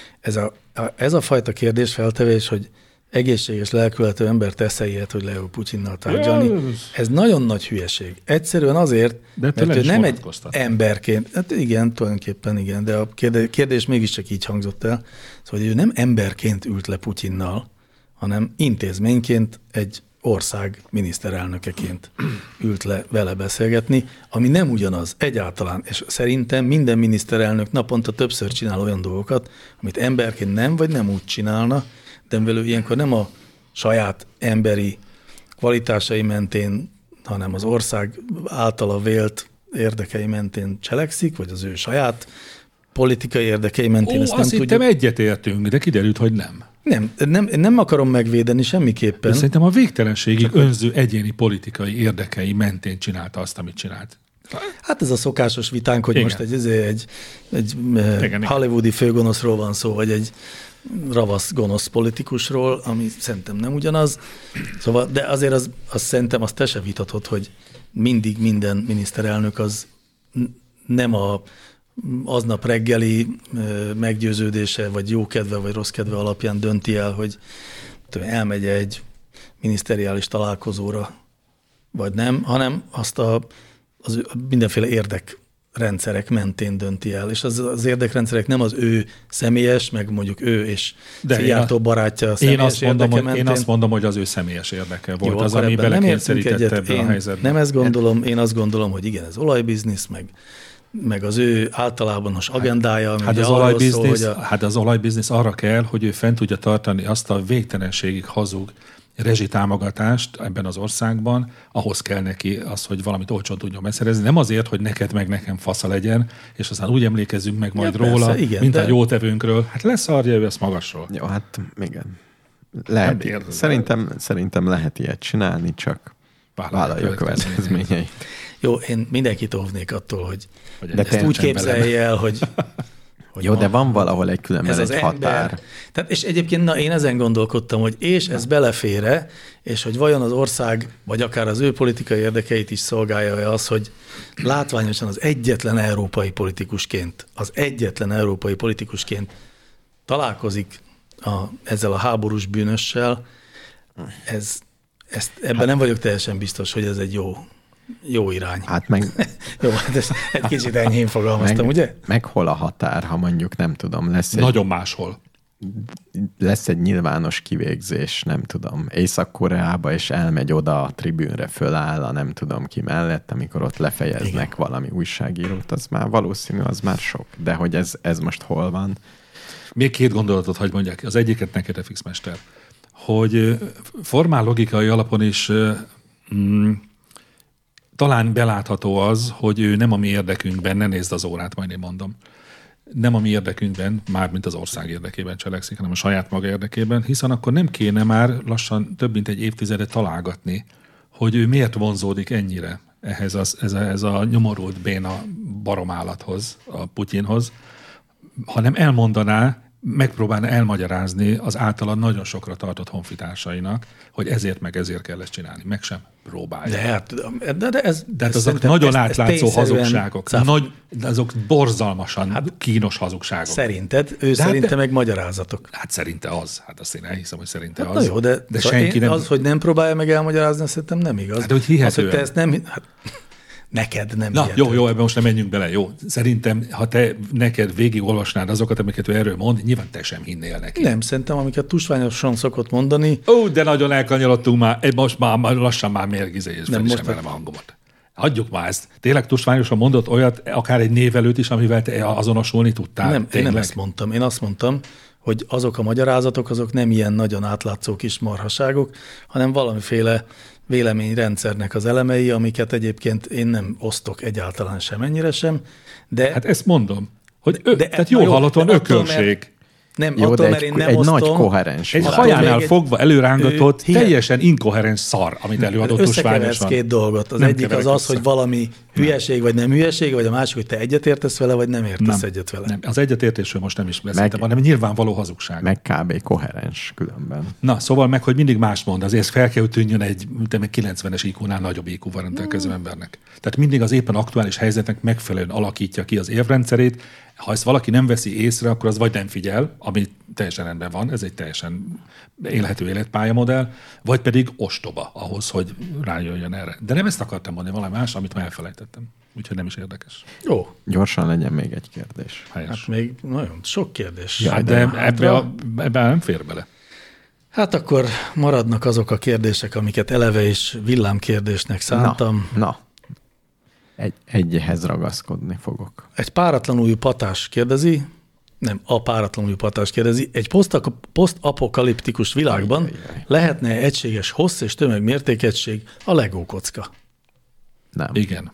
[SPEAKER 2] ez a fajta kérdésfeltevés, hogy egészséges lelkületű ember tesz ilyet, hogy leül Putyinnal tárgyalni, ez nagyon nagy hülyeség. Egyszerűen azért, mert ő nem egy emberként, hát igen, tulajdonképpen igen, de a kérdés mégiscsak így hangzott el, szóval ő nem emberként ült le Putyinnal, hanem intézményként egy ország miniszterelnökeként ült le vele beszélgetni, ami nem ugyanaz egyáltalán, és szerintem minden miniszterelnök naponta többször csinál olyan dolgokat, amit emberként nem, vagy nem úgy csinálna, de mivel ilyenkor nem a saját emberi kvalitásai mentén, hanem az ország általa vélt érdekei mentén cselekszik, vagy az ő saját politikai érdekei mentén, ezt nem tudjuk.
[SPEAKER 3] Azt hittem egyetértünk, de kiderült, hogy nem.
[SPEAKER 2] Nem akarom megvédeni semmiképpen.
[SPEAKER 3] De szerintem a végtelenségig önző egyéni politikai érdekei mentén csinálta azt, amit csinált.
[SPEAKER 2] Hát ez a szokásos vitánk, hogy igen. Most egy hollywoodi főgonoszról van szó, vagy egy ravasz gonosz politikusról, ami szerintem nem ugyanaz. Szóval, de azért az szerintem azt te se vitatod, hogy mindig minden miniszterelnök az nem aznap reggeli meggyőződése, vagy jó kedve, vagy rossz kedve alapján dönti el, hogy elmegy egy miniszteriális találkozóra, vagy nem, hanem azt az mindenféle érdekrendszerek mentén dönti el. És az érdekrendszerek nem az ő személyes, meg mondjuk ő és Szijjártó barátja személyes érdeke mentén.
[SPEAKER 3] Én azt mondom, hogy az ő személyes érdeke volt. Jó, az, ami belekényszerítette ebben a helyzetben.
[SPEAKER 2] Nem ezt gondolom, én azt gondolom, hogy igen, ez olajbiznisz, meg az ő általános agendája.
[SPEAKER 3] Az olajbiznisz arra kell, hogy ő fent tudja tartani azt a végtelenségig hazug rezsitámogatást ebben az országban, ahhoz kell neki az, hogy valamit olcsón tudjon beszerezni. Nem azért, hogy neked meg nekem fasza legyen, és aztán úgy emlékezzünk meg majd róla, persze, igen, mint a jótevőnkről. Hát leszarja ő ezt magasról.
[SPEAKER 1] Jó, hát igen. Lehet, szerintem lehet ilyet csinálni, csak vállalja a következményeit.
[SPEAKER 2] Jó, én mindenkit óvnék attól, hogy ezt úgy képzelje el, hogy
[SPEAKER 1] jó, de van valahol egy különben egy határ.
[SPEAKER 2] Tehát, és egyébként én ezen gondolkodtam, hogy ez belefér-e, és hogy vajon az ország, vagy akár az ő politikai érdekeit is szolgálja-e az, hogy látványosan az egyetlen európai politikusként találkozik ezzel a háborús bűnössel, ebben nem vagyok teljesen biztos, hogy ez egy jó irány.
[SPEAKER 1] Hát meg...
[SPEAKER 2] Jó, hát ezt egy kicsit enyhén fogalmaztam, ugye?
[SPEAKER 1] Meg hol a határ, ha mondjuk nem tudom,
[SPEAKER 3] nagyon máshol.
[SPEAKER 1] Lesz egy nyilvános kivégzés, nem tudom, Észak-Koreába, és elmegy oda a tribűnre, föláll a nem tudom ki mellett, amikor ott lefejeznek valami újságírót, az már valószínű, az már sok. De hogy ez most hol van?
[SPEAKER 3] Még két gondolatot hagy mondják. Az egyiket neked, FX Mester, hogy formál logikai alapon is talán belátható az, hogy ő nem a mi érdekünkben, ne nézd az órát, majd én mondom, nem a mi érdekünkben, mármint az ország érdekében cselekszik, hanem a saját maga érdekében, hiszen akkor nem kéne már lassan több mint egy évtizedet találgatni, hogy ő miért vonzódik ennyire ehhez a nyomorult béna baromállathoz, a Putyinhoz, hanem elmondaná, megpróbálna elmagyarázni az általa nagyon sokra tartott honfitársainak, hogy ezért kell ezt csinálni. Meg sem próbálja.
[SPEAKER 2] De
[SPEAKER 3] azok nagyon átlátszó hazugságok. Azok borzalmasan kínos hazugságok.
[SPEAKER 2] Szerinted? Szerinte meg magyarázatok.
[SPEAKER 3] Hát szerinte az. Hát azt én elhiszem, hogy szerinte
[SPEAKER 2] hát
[SPEAKER 3] az.
[SPEAKER 2] Na jó, de senki nem... Az, hogy nem próbálja meg elmagyarázni, szerintem nem igaz.
[SPEAKER 3] Hát, hogy hihetően.
[SPEAKER 2] Az, hogy te ezt nem... Neked nem
[SPEAKER 3] hihető. Jó, ebben most nem menjünk bele. Jó, szerintem, ha te neked végigolvasnád azokat, amiket ő erről mond, nyilván te sem hinnél neki.
[SPEAKER 2] Nem, szerintem, amiket tusványosan szokott mondani.
[SPEAKER 3] De nagyon elkanyarodtunk már, most már lassan már mérgizé, és fel is emelem a hangomat. Hagyjuk már ezt. Tényleg tusványosan mondott olyat, akár egy névelőt is, amivel te azonosulni tudtál?
[SPEAKER 2] Nem, én nem ezt mondtam. Én azt mondtam, hogy azok a magyarázatok, azok nem ilyen nagyon átlátszó kis marhaságok, hanem valamiféle véleményrendszernek az elemei, amiket egyébként én nem osztok egyáltalán semennyire sem, de...
[SPEAKER 3] Hát ezt mondom, hogy tehát jól hallottan ökörség.
[SPEAKER 2] Nem,
[SPEAKER 1] Jó,
[SPEAKER 2] attól,
[SPEAKER 1] de
[SPEAKER 2] mert én nem
[SPEAKER 1] egy
[SPEAKER 2] osztom.
[SPEAKER 1] nagy koherens
[SPEAKER 3] Egy
[SPEAKER 1] világ.
[SPEAKER 3] hajánál
[SPEAKER 2] még egy-
[SPEAKER 3] fogva előrángatott,
[SPEAKER 2] hihet-
[SPEAKER 3] teljesen inkoherens szar, amit előadott
[SPEAKER 2] Összekeversz
[SPEAKER 3] tusványosan.
[SPEAKER 2] két dolgot. Az
[SPEAKER 3] Nem
[SPEAKER 2] egyik az
[SPEAKER 3] keverek
[SPEAKER 2] az,
[SPEAKER 3] össze.
[SPEAKER 2] hogy valami hülyeség vagy nem hülyeség, vagy a másik, hogy te egyetértesz vele, vagy nem értesz egyet vele.
[SPEAKER 3] Nem, az egyetértésről most nem is beszéltem, hanem nyilvánvaló hazugság.
[SPEAKER 1] Meg kb. Koherens különben.
[SPEAKER 3] Na, szóval meg, hogy mindig más mond, azért fel kell, hogy tűnjön egy 90-es IQ-nál nagyobb IQ-val rendelkező embernek. Tehát mindig az éppen aktuális helyzetnek megfelelően alakítja ki az érvrendszerét. Ha ezt valaki nem veszi észre, akkor az vagy nem figyel, ami teljesen rendben van, ez egy teljesen élhető életpályamodell, vagy pedig ostoba ahhoz, hogy rájöjjön erre. De nem ezt akartam mondani, valami más, amit már elfelejtettem. Úgyhogy nem is érdekes.
[SPEAKER 2] Jó,
[SPEAKER 1] Gyorsan legyen még egy kérdés.
[SPEAKER 3] Helyes.
[SPEAKER 2] hát még nagyon sok kérdés.
[SPEAKER 3] Ja, de ebbe nem fér bele.
[SPEAKER 2] Hát akkor maradnak azok a kérdések, amiket eleve is villámkérdésnek szántam.
[SPEAKER 1] Na. Egyhez ragaszkodni fogok.
[SPEAKER 2] Egy páratlanul patás kérdezi, nem, a páratlanul patás kérdezi, egy posztapokaliptikus világban
[SPEAKER 1] Ajjajjaj.
[SPEAKER 2] lehetne egységes hossz és tömegmértékegység a Lego kocka?
[SPEAKER 1] Nem.
[SPEAKER 3] Igen.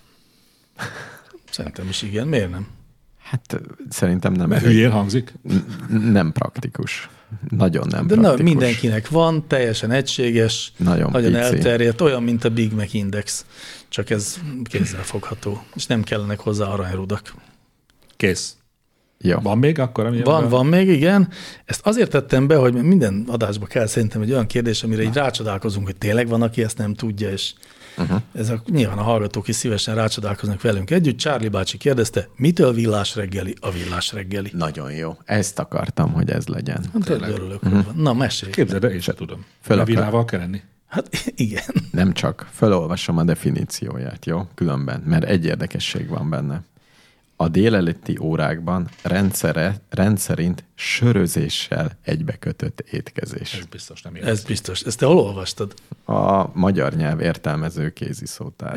[SPEAKER 2] Szerintem is igen, miért nem?
[SPEAKER 1] Hát szerintem nem.
[SPEAKER 3] Mert hülyén hangzik.
[SPEAKER 1] Nem praktikus. Nagyon nem
[SPEAKER 2] De
[SPEAKER 1] praktikus.
[SPEAKER 2] mindenkinek van, teljesen egységes,
[SPEAKER 1] Nagyon pici.
[SPEAKER 2] elterjedt, olyan, mint a Big Mac Index, csak ez kézzelfogható, és nem kellenek hozzá aranyrudak.
[SPEAKER 3] Kész.
[SPEAKER 1] Jó.
[SPEAKER 3] Van még akkor? Ami
[SPEAKER 2] Van még, igen. Ezt azért tettem be, hogy minden adásba kell szerintem egy olyan kérdés, amire így rácsodálkozunk, hogy tényleg van, aki ezt nem tudja, és nyilván a hallgatók is szívesen rácsodálkoznak velünk együtt. Charlie bácsi kérdezte, mitől villás reggeli a villás reggeli?
[SPEAKER 1] Nagyon jó. Ezt akartam, hogy ez legyen.
[SPEAKER 2] Hát örülök, hogy van. Na, mesélj.
[SPEAKER 3] Képzeld el, én sem tudom.
[SPEAKER 1] Föl
[SPEAKER 3] A
[SPEAKER 1] akar-
[SPEAKER 3] villával kell enni.
[SPEAKER 2] Hát igen.
[SPEAKER 1] Nem csak. Felolvasom a definícióját, jó? Különben, mert egy érdekesség van benne. A délelőtti órákban rendszerint sörözéssel egybekötött étkezés.
[SPEAKER 3] Ez biztos nem igaz.
[SPEAKER 2] Ez biztos. Ezt te hol olvastad?
[SPEAKER 1] A magyar nyelv értelmező kéziszótár.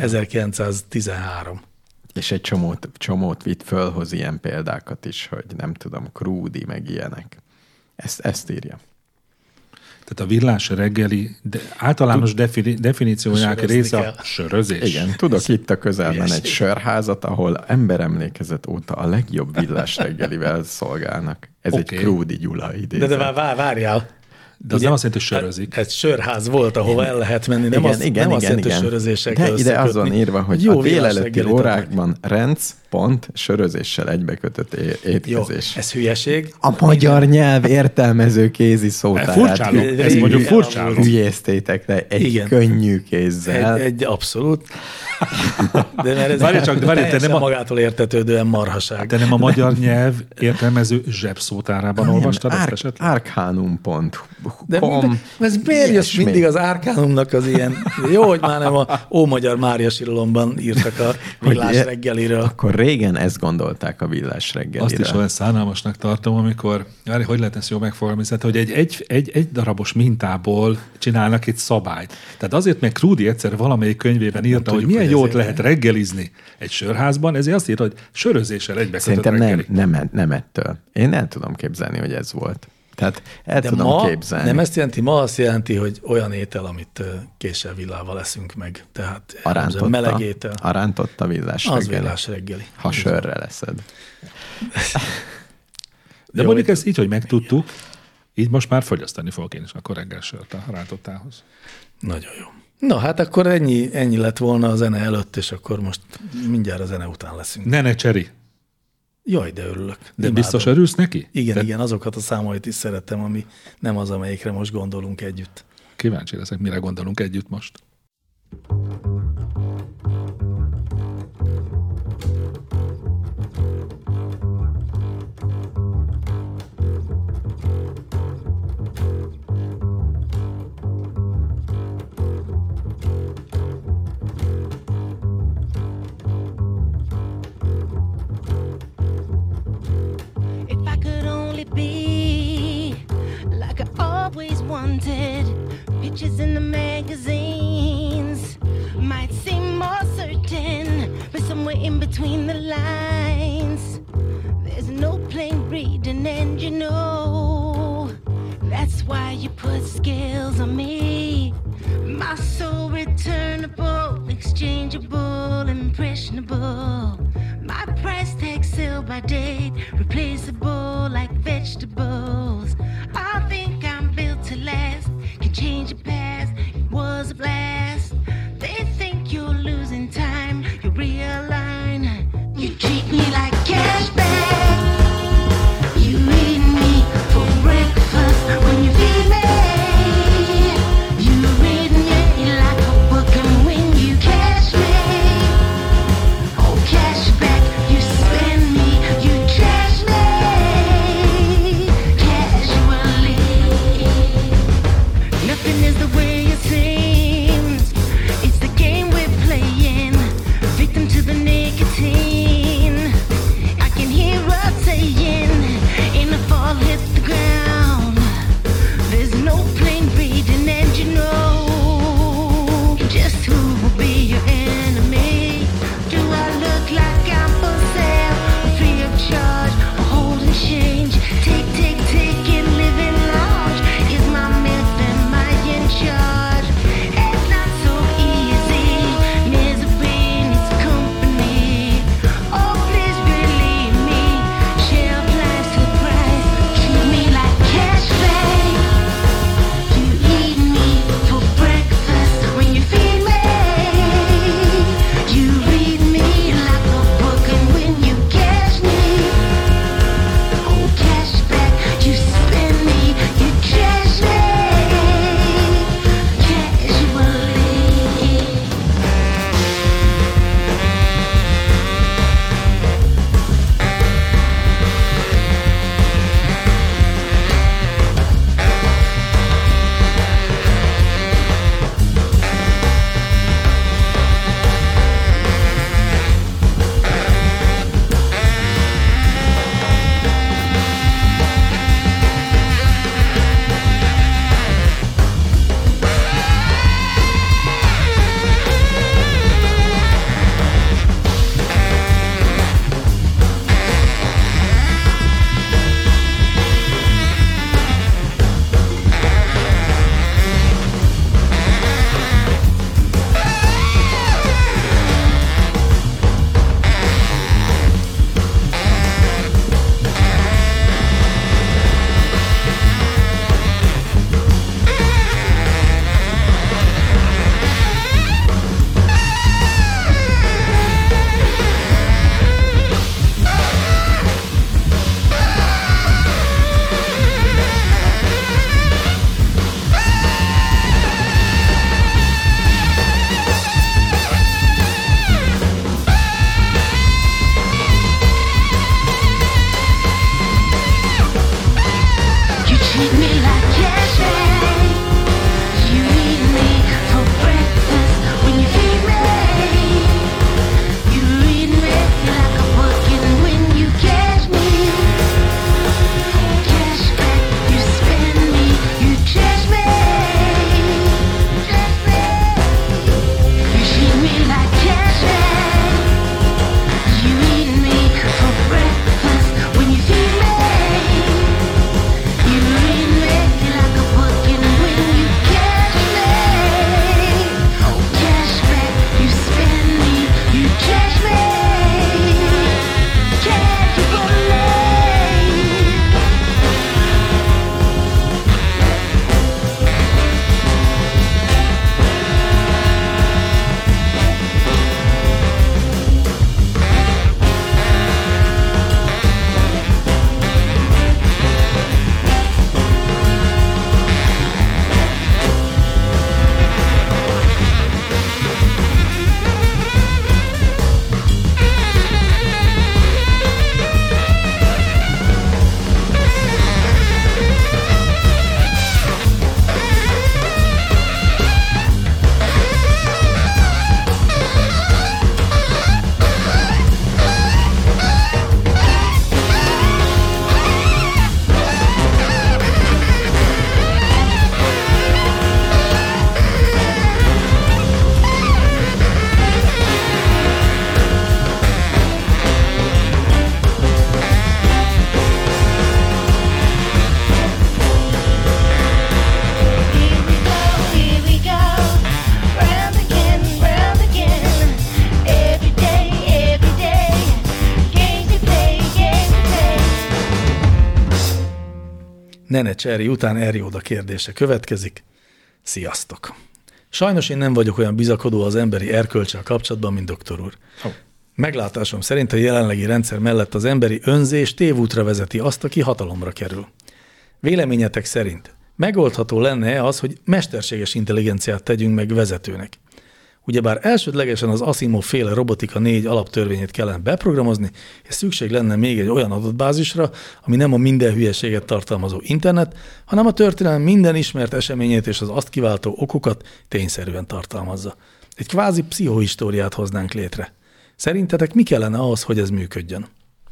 [SPEAKER 2] 1913.
[SPEAKER 1] És egy csomót vitt fölhoz ilyen példákat is, hogy nem tudom, krúdi, meg ilyenek. Ezt írja.
[SPEAKER 3] Tehát a villás reggeli általános definíciójának
[SPEAKER 2] Sörözni
[SPEAKER 3] része
[SPEAKER 2] kell.
[SPEAKER 3] a sörözés.
[SPEAKER 1] Igen, tudok itt a közelben
[SPEAKER 2] Hülyeség.
[SPEAKER 1] egy sörházat, ahol emberemlékezet óta a legjobb villás reggelivel szolgálnak. Ez
[SPEAKER 3] Oké.
[SPEAKER 1] egy Krúdi Gyula idézet.
[SPEAKER 2] De várjál.
[SPEAKER 3] De az nem azt jelenti, hogy sörözik.
[SPEAKER 2] Egy sörház volt, ahova el lehet menni. Nem azt jelenti, hogy sörözéssel
[SPEAKER 1] De
[SPEAKER 2] kell
[SPEAKER 1] ide az van
[SPEAKER 2] összekötni.
[SPEAKER 1] írva, hogy
[SPEAKER 2] Jó
[SPEAKER 1] a
[SPEAKER 2] villás
[SPEAKER 1] délelőtti
[SPEAKER 2] reggelit adnak.
[SPEAKER 1] órákban sörözéssel egybekötött étkezés.
[SPEAKER 2] Ez hülyeség.
[SPEAKER 1] A magyar nyelv értelmező kézi szótárát.
[SPEAKER 3] Furcsálom, ezt mondjuk furcsálom.
[SPEAKER 1] Hülyéztétek le egy
[SPEAKER 2] Igen.
[SPEAKER 1] könnyű kézzel.
[SPEAKER 2] Egy abszolút. De mert ez
[SPEAKER 3] Várj csak,
[SPEAKER 2] teljesen
[SPEAKER 3] te nem a-
[SPEAKER 2] magától értetődően marhaság.
[SPEAKER 3] Te nem a magyar nyelv értelmező zsebszótárában olvastad ezt esetleg?
[SPEAKER 1] Arcanum.com.
[SPEAKER 2] Ez miért jössz
[SPEAKER 1] ilyesmi.
[SPEAKER 2] mindig az Árkánumnak az ilyen... Jó, hogy már nem a Ómagyar Mária síralomban írtak a villás reggeliről.
[SPEAKER 1] Akkor régen ezt gondolták a villás reggelire.
[SPEAKER 3] Azt is olyan szánalmasnak tartom, amikor, hogy lehet ezt jól megfogalmazni, hogy egy darabos mintából csinálnak egy szabályt. Tehát azért, mert Krúdi egyszer valamelyik könyvében írta, hogy
[SPEAKER 2] tudjuk,
[SPEAKER 3] milyen
[SPEAKER 2] hogy
[SPEAKER 3] jót
[SPEAKER 2] ezért
[SPEAKER 3] lehet reggelizni egy sörházban, ezért azt írta, hogy sörözéssel egybekötött
[SPEAKER 1] Szerintem
[SPEAKER 3] reggeli.
[SPEAKER 1] nem ettől. Én el tudom képzelni, hogy ez volt. Tehát el
[SPEAKER 2] De
[SPEAKER 1] tudom
[SPEAKER 2] ma
[SPEAKER 1] képzelni.
[SPEAKER 2] nem ezt jelenti, ma azt jelenti, hogy olyan étel, amit késsel villával eszünk meg. Tehát meleg étel.
[SPEAKER 1] A rántotta villás
[SPEAKER 2] Az
[SPEAKER 1] reggeli.
[SPEAKER 2] villás reggeli.
[SPEAKER 1] Ha sörre leszed.
[SPEAKER 3] De
[SPEAKER 2] Jó,
[SPEAKER 3] mondjuk ezt így, hogy megtudtuk, így most már fogyasztani fogok én is akkor reggel sört a rántottához.
[SPEAKER 2] Nagyon jó. Na, hát akkor ennyi lett volna a zene előtt, és akkor most mindjárt a zene után leszünk.
[SPEAKER 3] Ne Cseri.
[SPEAKER 2] Jaj, de örülök.
[SPEAKER 3] De
[SPEAKER 2] Imádom.
[SPEAKER 3] biztos örülsz neki?
[SPEAKER 2] Igen, azokat a számait is szerettem, ami nem az, amelyikre most gondolunk együtt.
[SPEAKER 3] Kíváncsi leszek, mire gondolunk együtt most.
[SPEAKER 5] If I could only be like I always wanted, pictures in the magazines might seem more certain, but somewhere in between the lines, there's no plain reading, and you know that's why you put scales on me. My soul returnable, exchangeable, impressionable. My price tag sell by date, replaceable like vegetables.
[SPEAKER 2] Nene Cseri után Erjóda kérdése következik. Sziasztok! Sajnos én nem vagyok olyan bizakodó az emberi erkölccsel kapcsolatban, mint doktor úr. Meglátásom szerint a jelenlegi rendszer mellett az emberi önzés tévútra vezeti azt, aki hatalomra kerül. Véleményetek szerint megoldható lenne az, hogy mesterséges intelligenciát tegyünk meg vezetőnek? Ugyebár elsődlegesen az Asimov-féle robotika 4 alaptörvényét kellene beprogramozni, és szükség lenne még egy olyan adatbázisra, ami nem a minden hülyeséget tartalmazó internet, hanem a történelem minden ismert eseményét és az azt kiváltó okokat tényszerűen tartalmazza. Egy kvázi pszichohistóriát hoznánk létre. Szerintetek mi kellene ahhoz, hogy ez működjön?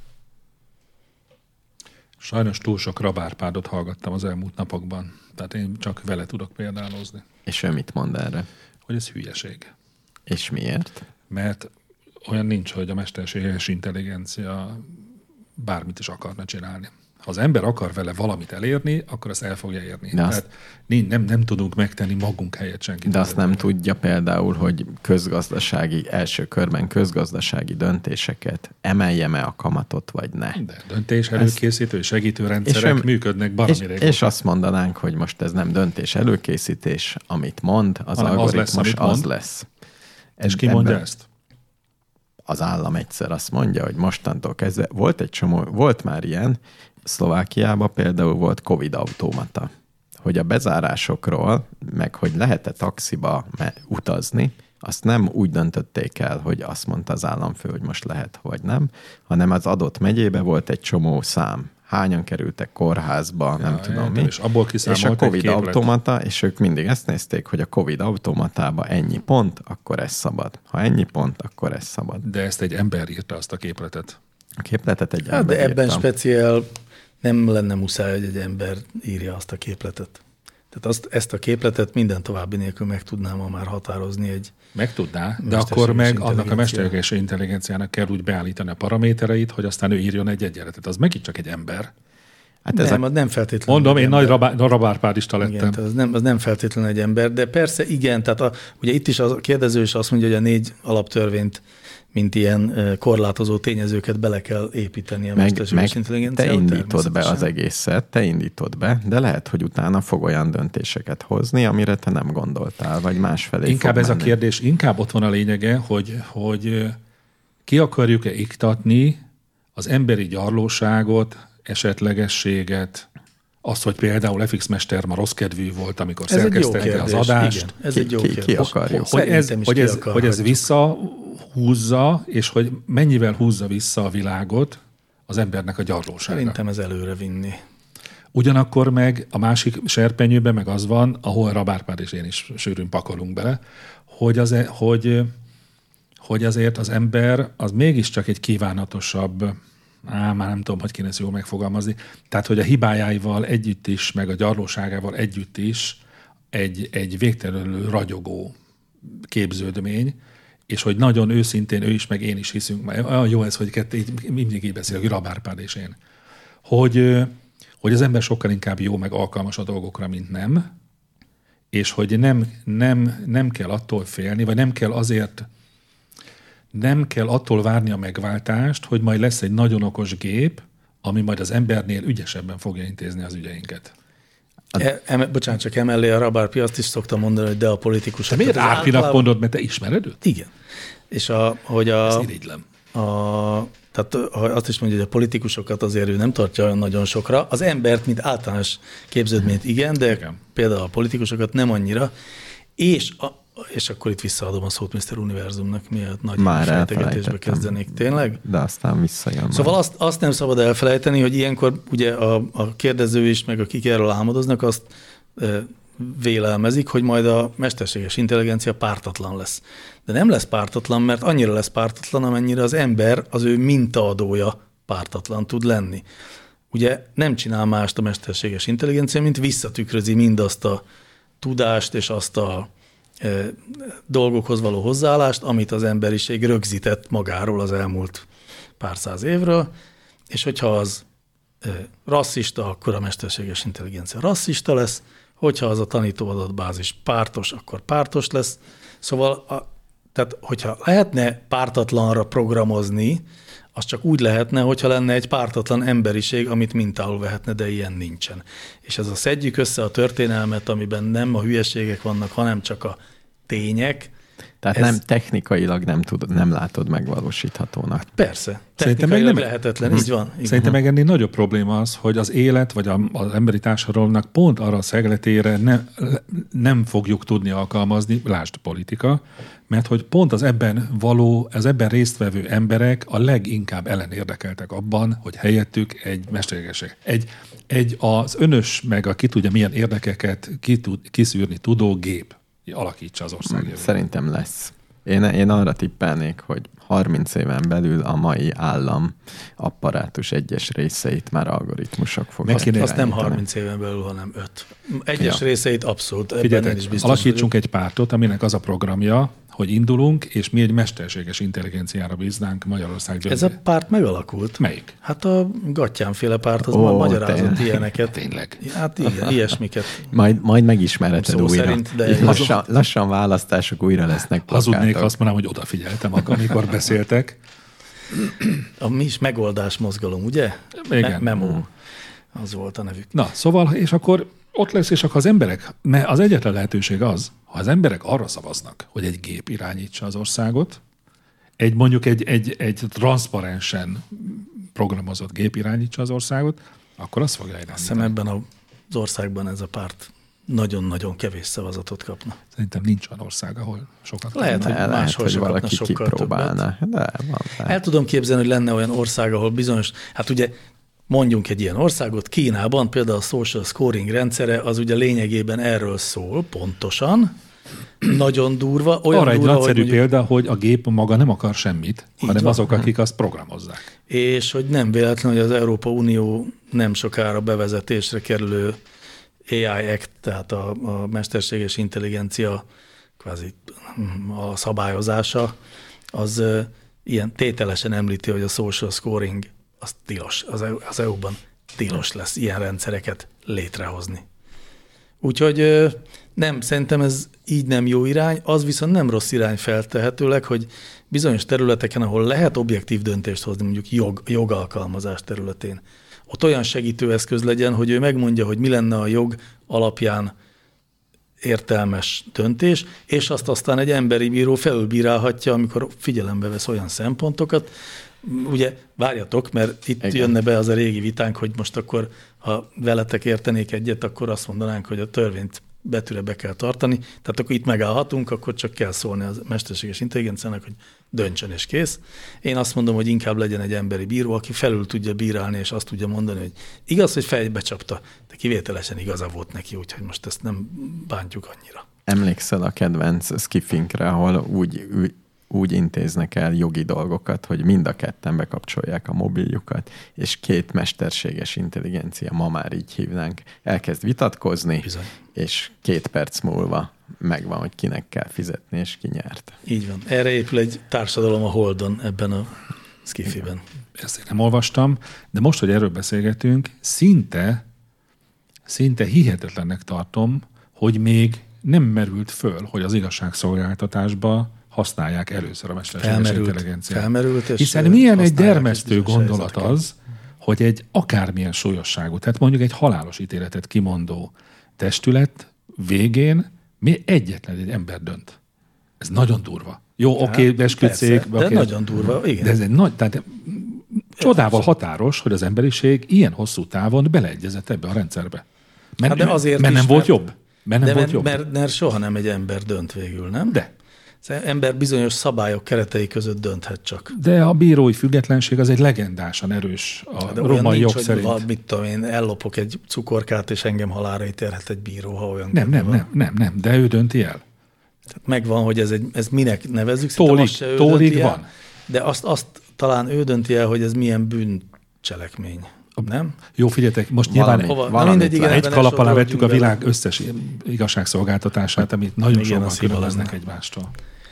[SPEAKER 3] Sajnos túl sok Rabárpádot hallgattam az elmúlt napokban, tehát én csak vele tudok példálozni.
[SPEAKER 1] És ő mit mond erre?
[SPEAKER 3] Hogy ez hülyeség.
[SPEAKER 1] És miért?
[SPEAKER 3] Mert olyan nincs, hogy a mesterséges intelligencia bármit is akarna csinálni. Ha az ember akar vele valamit elérni, akkor azt el fogja érni. Tehát nem tudunk megtenni magunk helyett senkit.
[SPEAKER 1] De azt nem tudja például, hogy első körben közgazdasági döntéseket emeljem-e a kamatot, vagy ne.
[SPEAKER 3] De döntés előkészítő és segítő rendszerek működnek baromi régóta.
[SPEAKER 1] És azt mondanánk, hogy most ez nem döntés előkészítés, amit mond, az algoritmus az lesz.
[SPEAKER 3] És ki mondja ezt?
[SPEAKER 1] Az állam egyszer azt mondja, hogy mostantól kezdve volt már ilyen, Szlovákiában például volt Covid automata, hogy a bezárásokról, meg hogy lehet-e taxiba utazni, azt nem úgy döntötték el, hogy azt mondta az államfő, hogy most lehet, vagy nem, hanem az adott megyébe volt egy csomó szám. Hányan kerültek kórházba, nem tudom mi.
[SPEAKER 3] És abból
[SPEAKER 1] és a Covid automata, és ők mindig ezt nézték, hogy a Covid automatába ennyi pont, akkor ez szabad. Ha ennyi pont, akkor ez szabad.
[SPEAKER 3] De ezt egy ember írta, azt a képletet.
[SPEAKER 1] A képletet egy ember
[SPEAKER 2] de ebben
[SPEAKER 1] írta.
[SPEAKER 2] speciál nem lenne muszáj, hogy egy ember írja azt a képletet. Tehát ezt a képletet minden további nélkül meg tudnám ma már határozni egy...
[SPEAKER 3] Meg tudná, de akkor meg annak a mesterséges intelligenciának kell úgy beállítani a paramétereit, hogy aztán ő írjon egy egyenletet. Az megint csak egy ember.
[SPEAKER 2] Hát nem feltétlenül.
[SPEAKER 3] Mondom, én nagy rabárpádista lettem.
[SPEAKER 2] Igen, az nem feltétlenül egy ember, de persze igen, tehát ugye itt is a kérdező is azt mondja, hogy a 4 alaptörvényt, mint ilyen korlátozó tényezőket bele kell építeni a mesterséges intelligenciába.
[SPEAKER 1] Te indítod be az egészet, de lehet, hogy utána fog olyan döntéseket hozni, amire te nem gondoltál, vagy másfelé
[SPEAKER 3] inkább ez menni. A kérdés, inkább ott van a lényege, hogy ki akarjuk-e iktatni az emberi gyarlóságot, esetlegességet, az, hogy például FX Mester ma rossz kedvű volt, amikor szerkesztette az adást.
[SPEAKER 2] Igen, ez egy jó kérdés.
[SPEAKER 1] Ki akarjuk?
[SPEAKER 3] Hogy ez visszahúzza, és hogy mennyivel húzza vissza a világot az embernek a gyarlósága.
[SPEAKER 2] Szerintem ez előre vinni.
[SPEAKER 3] Ugyanakkor meg a másik serpenyőben meg az van, ahol Rabárpád és én is sűrűn pakolunk bele, hogy azért az ember az mégiscsak egy kívánatosabb, már nem tudom, hogy kéne ezt jól megfogalmazni, tehát, hogy a hibájáival együtt is, meg a gyarlóságával együtt is egy végtelenül ragyogó képződmény, és hogy nagyon őszintén ő is, meg én is hiszünk, olyan jó ez, hogy mindig így beszélünk, Rabárpád és én, hogy az ember sokkal inkább jó, meg alkalmas a dolgokra, mint nem, és hogy nem kell attól félni, vagy nem kell attól várni a megváltást, hogy majd lesz egy nagyon okos gép, ami majd az embernél ügyesebben fogja intézni az ügyeinket.
[SPEAKER 2] Bocsánat, csak emellé a Rabárpi azt is szokta mondani, hogy de a politikusok...
[SPEAKER 3] Te miért Árpinak mondod, mert te ismered őt?
[SPEAKER 2] Igen. És
[SPEAKER 3] ezt irigylem.
[SPEAKER 2] Tehát azt is mondja, hogy a politikusokat azért ő nem tartja olyan nagyon sokra. Az embert, mint általános képződményt igen, de például a politikusokat nem annyira. És akkor itt visszaadom a szót Mr. Univerzumnak, miatt nagy fejtegetésbe kezdenék tényleg.
[SPEAKER 1] De aztán visszajön.
[SPEAKER 2] Szóval azt nem szabad elfelejteni, hogy ilyenkor ugye a kérdező is, meg akik erről álmodoznak, azt vélelmezik, hogy majd a mesterséges intelligencia pártatlan lesz. De nem lesz pártatlan, mert annyira lesz pártatlan, amennyire az ember, az ő mintaadója pártatlan tud lenni. Ugye nem csinál mást a mesterséges intelligencia, mint visszatükrözi mindazt a tudást és azt a dolgokhoz való hozzáállást, amit az emberiség rögzített magáról az elmúlt pár száz évről, és hogyha az rasszista, akkor a mesterséges intelligencia rasszista lesz, hogyha az a tanítóadatbázis pártos, akkor pártos lesz. Szóval Tehát, hogyha lehetne pártatlanra programozni, az csak úgy lehetne, hogyha lenne egy pártatlan emberiség, amit mintául vehetne, de ilyen nincsen. És ez a szedjük össze a történelmet, amiben nem a hülyeségek vannak, hanem csak a tények.
[SPEAKER 1] Tehát nem technikailag nem látod megvalósíthatónak.
[SPEAKER 2] Hát persze.
[SPEAKER 3] Szerintem meg
[SPEAKER 2] Technikailag
[SPEAKER 3] nem
[SPEAKER 2] lehetetlen, így van.
[SPEAKER 3] Szerintem meg ennél nagyobb probléma az, hogy az élet, vagy az emberi társadalomnak pont arra a szegletére nem fogjuk tudni alkalmazni, lásd politika, mert hogy pont az ebben résztvevő emberek a leginkább ellenérdekeltek abban, hogy helyettük egy mesterséges, az önös, meg a ki tudja milyen érdekeket kiszűrni tudó gép alakítsa az ország jövőjét.
[SPEAKER 1] Szerintem lesz. Én arra tippelnék, hogy 30 éven belül a mai állam apparátus egyes részeit már algoritmusok fognak irányítani.
[SPEAKER 2] Azt nem 30 éven belül, hanem 5. Egyes részeit abszolút.
[SPEAKER 3] Figyeljetek, is biztos alakítsunk egy pártot, aminek az a programja, hogy indulunk, és mi egy mesterséges intelligenciára bíznánk Magyarország döntő.
[SPEAKER 2] Ez a párt megalakult.
[SPEAKER 3] Melyik?
[SPEAKER 2] Hát a Gattyánféle párt az magyarázott ilyeneket.
[SPEAKER 3] Tényleg.
[SPEAKER 2] Hát igen, ilyesmiket.
[SPEAKER 1] Majd megismereted újra.
[SPEAKER 2] Szerint, de
[SPEAKER 1] lassan választások újra lesznek plakátok.
[SPEAKER 3] Hazudnék, azt mondanám, hogy odafigyeltem, amikor beszéltek.
[SPEAKER 2] A mi is megoldás mozgalom, ugye?
[SPEAKER 3] Igen.
[SPEAKER 2] Memo. Az volt a nevük.
[SPEAKER 3] Na, szóval, és akkor ott lesz, és akkor az emberek, mert az egyetlen lehetőség az, ha az emberek arra szavaznak, hogy egy gép irányítsa az országot, mondjuk egy transzparensen programozott gép irányítsa az országot, akkor azt fogja irányítani.
[SPEAKER 2] Azt hiszem ebben az országban ez a párt nagyon-nagyon kevés szavazatot kapna.
[SPEAKER 3] Szerintem nincs olyan ország, ahol sokat
[SPEAKER 2] lehet, hogy máshol
[SPEAKER 1] hogy
[SPEAKER 2] kapna
[SPEAKER 1] valaki
[SPEAKER 2] sokkal
[SPEAKER 1] kipróbálna.
[SPEAKER 2] többet. El tudom képzelni, hogy lenne olyan ország, ahol bizonyos, hát ugye mondjunk egy ilyen országot, Kínában például a social scoring rendszere az ugye lényegében erről szól pontosan, nagyon durva. Olyan
[SPEAKER 3] arra
[SPEAKER 2] durva,
[SPEAKER 3] egy nagyszerű
[SPEAKER 2] hogy mondjuk,
[SPEAKER 3] példa, hogy a gép maga nem akar semmit, hanem
[SPEAKER 2] van.
[SPEAKER 3] azok, akik azt programozzák.
[SPEAKER 2] És hogy nem véletlen, hogy az Európa Unió nem sokára bevezetésre kerülő AI Act, tehát a mesterséges intelligencia kvázi a szabályozása, az ilyen tételesen említi, hogy a social scoring az tilos. Az EU-ban tilos lesz ilyen rendszereket létrehozni. Úgyhogy nem, szerintem ez így nem jó irány, az viszont nem rossz irány feltehetőleg, hogy bizonyos területeken, ahol lehet objektív döntést hozni, mondjuk jogalkalmazás területén, ott olyan segítőeszköz legyen, hogy ő megmondja, hogy mi lenne a jog alapján értelmes döntés, és azt aztán egy emberi bíró felülbírálhatja, amikor figyelembe vesz olyan szempontokat. Ugye várjatok, mert itt jönne be az a régi vitánk, hogy most akkor, ha veletek értenék egyet, akkor azt mondanánk, hogy a törvényt betűre be kell tartani, tehát akkor itt megállhatunk, akkor csak kell szólni a mesterséges intelligenciának, hogy döntsön és kész. Én azt mondom, hogy inkább legyen egy emberi bíró, aki felül tudja bírálni, és azt tudja mondani, hogy igaz, hogy fejbe csapta, de kivételesen igaza volt neki, úgyhogy most ezt nem bántjuk annyira.
[SPEAKER 1] Emlékszel a kedvenc skifinkre, ahol úgy intéznek el jogi dolgokat, hogy mind a ketten bekapcsolják a mobiljukat, és két mesterséges intelligencia, ma már így hívnánk, elkezd vitatkozni,
[SPEAKER 2] Bizony.
[SPEAKER 1] és 2 perc múlva megvan, hogy kinek kell fizetni, és ki nyert.
[SPEAKER 2] Így van. Erre épül egy társadalom a Holdon ebben a skifiben.
[SPEAKER 3] Ezt én nem olvastam, de most, hogy erről beszélgetünk, szinte hihetetlennek tartom, hogy még nem merült föl, hogy az igazságszolgáltatásba használják először a mesterséges intelligenciát.
[SPEAKER 2] Felmerült, és
[SPEAKER 3] hiszen milyen egy dermesztő gondolat az, hogy egy akármilyen súlyosságú, tehát mondjuk egy halálos ítéletet kimondó testület végén egyetlen egy ember dönt. Ez nagyon durva. Jó, oké, esküdszék.
[SPEAKER 2] De nagyon durva, igen.
[SPEAKER 3] De ez egy tehát csodával határos, hogy az emberiség ilyen hosszú távon beleegyezett ebbe a rendszerbe. Mert nem volt jobb.
[SPEAKER 2] Mert soha nem egy ember dönt végül, nem?
[SPEAKER 3] De.
[SPEAKER 2] Az ember bizonyos szabályok keretei között dönthet csak.
[SPEAKER 3] De a bírói függetlenség az egy legendásan erős a római jog szerint.
[SPEAKER 2] Hogy mit tudom én, ellopok egy cukorkát, és engem halálra ítélhet egy bíró, ha olyan.
[SPEAKER 3] Nem, de ő dönti el.
[SPEAKER 2] Tehát megvan, hogy ez minek nevezzük.
[SPEAKER 3] Tólig van.
[SPEAKER 2] De azt talán ő dönti el, hogy ez milyen bűncselekmény. Nem?
[SPEAKER 3] Jó, figyeljetek, most nyilván egy kalap alá vettük a világ összes igazságszolgáltatását, amit nagyon sokan különböznek egymástól.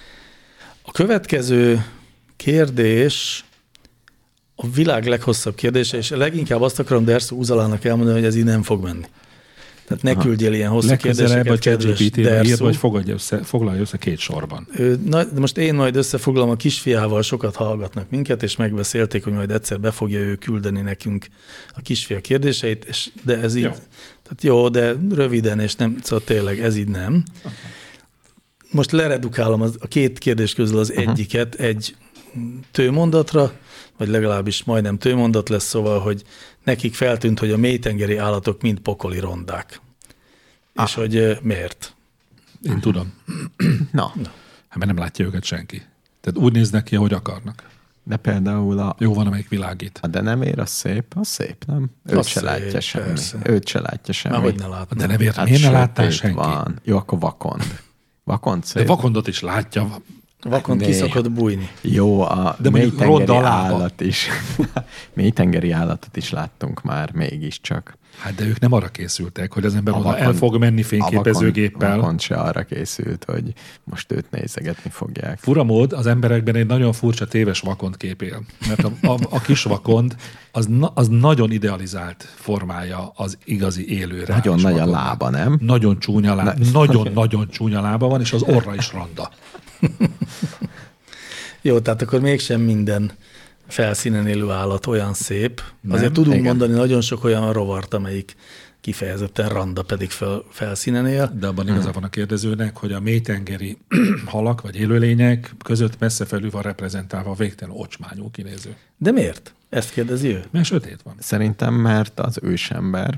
[SPEAKER 2] A következő kérdés a világ leghosszabb kérdése, és leginkább azt akarom Derszó Uzalának elmondani, hogy ez így nem fog menni. Tehát ne küldjél ilyen hosszú
[SPEAKER 3] legközelebb a
[SPEAKER 2] kérdéseket, kedves
[SPEAKER 3] ChatGPT-re írd,
[SPEAKER 2] Derszó.
[SPEAKER 3] vagy foglalja össze 2 sorban.
[SPEAKER 2] De most én majd összefoglalom, a kisfiával sokat hallgatnak minket, és megbeszélték, hogy majd egyszer be fogja ő küldeni nekünk a kisfia kérdéseit, de ez így, tehát jó, de röviden, és nem, szóval tényleg ez így nem. Okay. Most leredukálom a 2 kérdés közül az egyiket egy tőmondatra, vagy legalábbis majdnem tőmondat lesz, szóval, hogy nekik feltűnt, hogy a mélytengeri állatok mind pokoli rondák. És hogy miért?
[SPEAKER 3] Én tudom.
[SPEAKER 1] Na.
[SPEAKER 3] Hát mert nem látja őket senki. Tehát úgy néznek ki, ahogy akarnak.
[SPEAKER 1] De például
[SPEAKER 3] Jó van, amelyik világít.
[SPEAKER 1] A denevér az szép, nem? Őt se látja semmi. Őt se látja semmi.
[SPEAKER 2] Már hogy ne látna.
[SPEAKER 3] A denevér miért ne láttál senki?
[SPEAKER 1] Van. Jó, akkor vakond. Vakond szép.
[SPEAKER 3] De vakondot is látja.
[SPEAKER 2] Vakond ki szokott bújni.
[SPEAKER 1] Jó, a mélytengeri állat is. Mélytengeri állatot is láttunk már, mégiscsak.
[SPEAKER 3] Hát de ők nem arra készültek, hogy az ember oda el fog menni fényképezőgéppel.
[SPEAKER 1] A vakond se arra készült, hogy most őt nézegetni fogják.
[SPEAKER 3] Fura mód, az emberekben egy nagyon furcsa téves vakond kép él. Mert a kis vakond az nagyon idealizált formája az igazi élő.
[SPEAKER 1] Nagyon nagy a lába, nem?
[SPEAKER 3] Nagyon csúnya lába. Nagyon-nagyon csúnya lába van, és az orra is ronda.
[SPEAKER 2] Jó, tehát akkor mégsem minden felszínen élő állat olyan szép.
[SPEAKER 1] Nem?
[SPEAKER 2] Azért tudunk
[SPEAKER 1] Igen.
[SPEAKER 2] mondani nagyon sok olyan rovart, amelyik kifejezetten randa, pedig felszínen él.
[SPEAKER 3] De abban igaza van a kérdezőnek, hogy a mélytengeri halak vagy élőlények között messze felül van reprezentálva a végtelen ocsmányú kinéző.
[SPEAKER 2] De miért? Ezt kérdezi ő?
[SPEAKER 3] Mert sötét van.
[SPEAKER 1] Szerintem, mert az ősember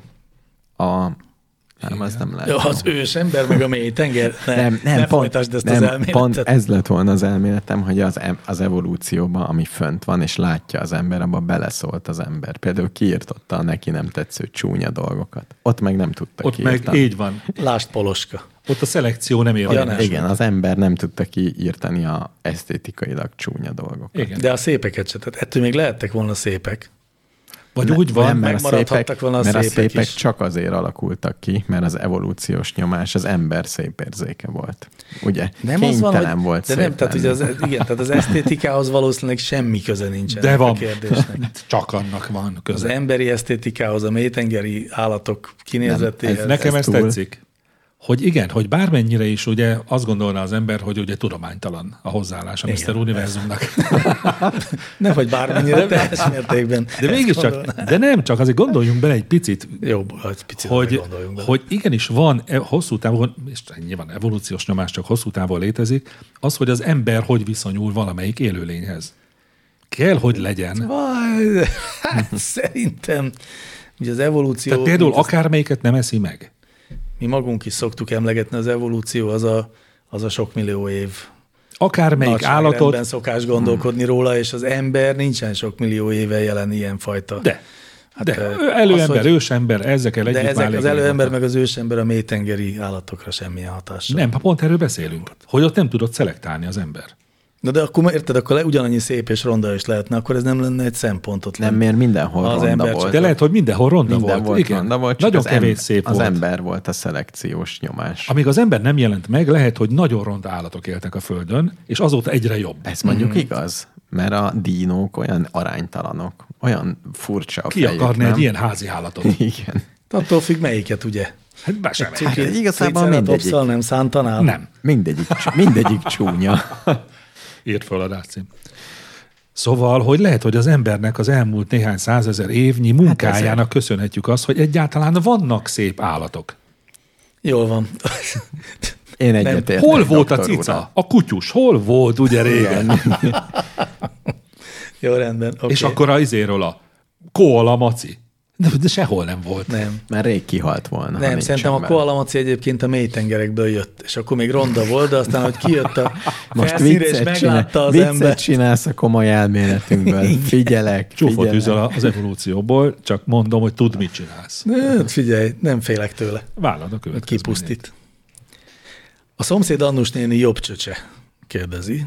[SPEAKER 1] nem, az nem lehet.
[SPEAKER 2] Ja, az ősember, meg a mélytenger.
[SPEAKER 1] Nem,
[SPEAKER 2] pont, folytasd ezt az elméletet.
[SPEAKER 1] Pont ez lett volna az elméletem, hogy az evolúcióban, ami fönt van, és látja az ember, abban beleszólt az ember. Például kiirtotta a neki nem tetsző csúnya dolgokat. Ott meg nem tudta
[SPEAKER 3] ott kiírtani. Meg így van.
[SPEAKER 2] Lásd Poloska.
[SPEAKER 3] Ott a szelekció nem érvényes.
[SPEAKER 1] Igen, az ember nem tudta kiírtani a esztétikailag csúnya dolgokat.
[SPEAKER 2] Igen. De a szépeket se. Tehát ettől még lehettek volna szépek.
[SPEAKER 3] Vagy úgy van,
[SPEAKER 2] megmaradhattak volna a
[SPEAKER 1] szépek
[SPEAKER 2] is.
[SPEAKER 1] Csak azért alakultak ki, mert az evolúciós nyomás az ember szép érzéke volt. Ugye?
[SPEAKER 2] Nem
[SPEAKER 1] kénytelen
[SPEAKER 2] az van,
[SPEAKER 1] volt
[SPEAKER 2] de nem, tehát, ugye tehát az esztétikához valószínűleg semmi köze nincsen
[SPEAKER 3] de van.
[SPEAKER 2] A kérdésnek.
[SPEAKER 3] Csak annak van köze.
[SPEAKER 2] Az emberi esztétikához, a mélytengeri állatok kinézetéhez.
[SPEAKER 3] Nekem ez tetszik. Hogy igen, hogy bármennyire is ugye azt gondolná az ember, hogy ugye tudománytalan a hozzáállás a Mr. Univerzumnak.
[SPEAKER 2] Nem, hogy bármennyire, teljes mértékben.
[SPEAKER 3] De mégiscsak, de nem csak, azért gondoljunk bele egy picit,
[SPEAKER 2] jó, egy picit gondoljunk bele.
[SPEAKER 3] Hogy igenis van hosszú távon, és nyilván evolúciós nyomás csak hosszú távon létezik, az, hogy az ember hogy viszonyul valamelyik élőlényhez. Kell, hogy legyen.
[SPEAKER 2] Hát szerintem, ugye az evolúció...
[SPEAKER 3] Tehát például akármelyiket nem eszi meg.
[SPEAKER 2] Mi magunk is szoktuk emlegetni, az evolúció az a sok millió év.
[SPEAKER 3] Akármelyik állatot...
[SPEAKER 2] szokás gondolkodni róla, és az ember nincsen sok millió éve jelen ilyenfajta.
[SPEAKER 3] De előember, ősember, ezekkel együtt.
[SPEAKER 2] De ezek az előember meg az ősember a mélytengeri állatokra semmilyen hatással.
[SPEAKER 3] Nem, pont erről beszélünk. Hogy ott nem tudott szelektálni az ember.
[SPEAKER 2] Na de akkor érted, akkor ugyanannyi szép és ronda is lehetne, akkor ez nem lenne egy szempontot.
[SPEAKER 1] Nem, miért mindenhol
[SPEAKER 2] az
[SPEAKER 1] ronda volt.
[SPEAKER 3] De lehet, hogy mindenhol ronda volt.
[SPEAKER 1] Igen. Ronda volt,
[SPEAKER 3] nagyon kevés szép
[SPEAKER 1] az
[SPEAKER 3] volt.
[SPEAKER 1] Az ember volt a szelekciós nyomás.
[SPEAKER 3] Amíg az ember nem jelent meg, lehet, hogy nagyon ronda állatok éltek a Földön, és azóta egyre jobb.
[SPEAKER 1] Ez mondjuk igaz, mert a dínók olyan aránytalanok, olyan furcsa a fejük.
[SPEAKER 3] Ki akarna egy ilyen házi állatot?
[SPEAKER 1] Igen.
[SPEAKER 2] Attól függ melyiket, ugye?
[SPEAKER 3] Hát be sem.
[SPEAKER 1] Igazából mindegyik.
[SPEAKER 2] Nem szántanál?
[SPEAKER 3] Nem.
[SPEAKER 1] Mindegyik csúnya.
[SPEAKER 3] Írt fel a rácím. Szóval, hogy lehet, hogy az embernek az elmúlt néhány százezer évnyi munkájának köszönhetjük azt, hogy egyáltalán vannak szép állatok.
[SPEAKER 2] Jól van.
[SPEAKER 1] Én egyetértek.
[SPEAKER 3] Hol volt a cica? A kutyus. Hol volt, ugye régen?
[SPEAKER 2] Jó, rendben. Okay.
[SPEAKER 3] És akkor a izéről a koala maci. De sehol nem volt.
[SPEAKER 2] Nem.
[SPEAKER 1] Már rég kihalt volna.
[SPEAKER 2] Nem, szerintem a koalamaci egyébként a mélytengerekből jött, és akkor még ronda volt, de aztán, hogy kijött a felszínre, és meglátta az ember.
[SPEAKER 1] Viccet csinálsz a komoly elméletünkből. Figyelek.
[SPEAKER 3] Csúfot üzöl az evolúcióból, csak mondom, hogy tudd, mit csinálsz.
[SPEAKER 2] Figyelj, nem félek tőle.
[SPEAKER 3] Vállad a következményét.
[SPEAKER 2] Kipusztít. A szomszéd Annus néni jobb csöcse, kérdezi.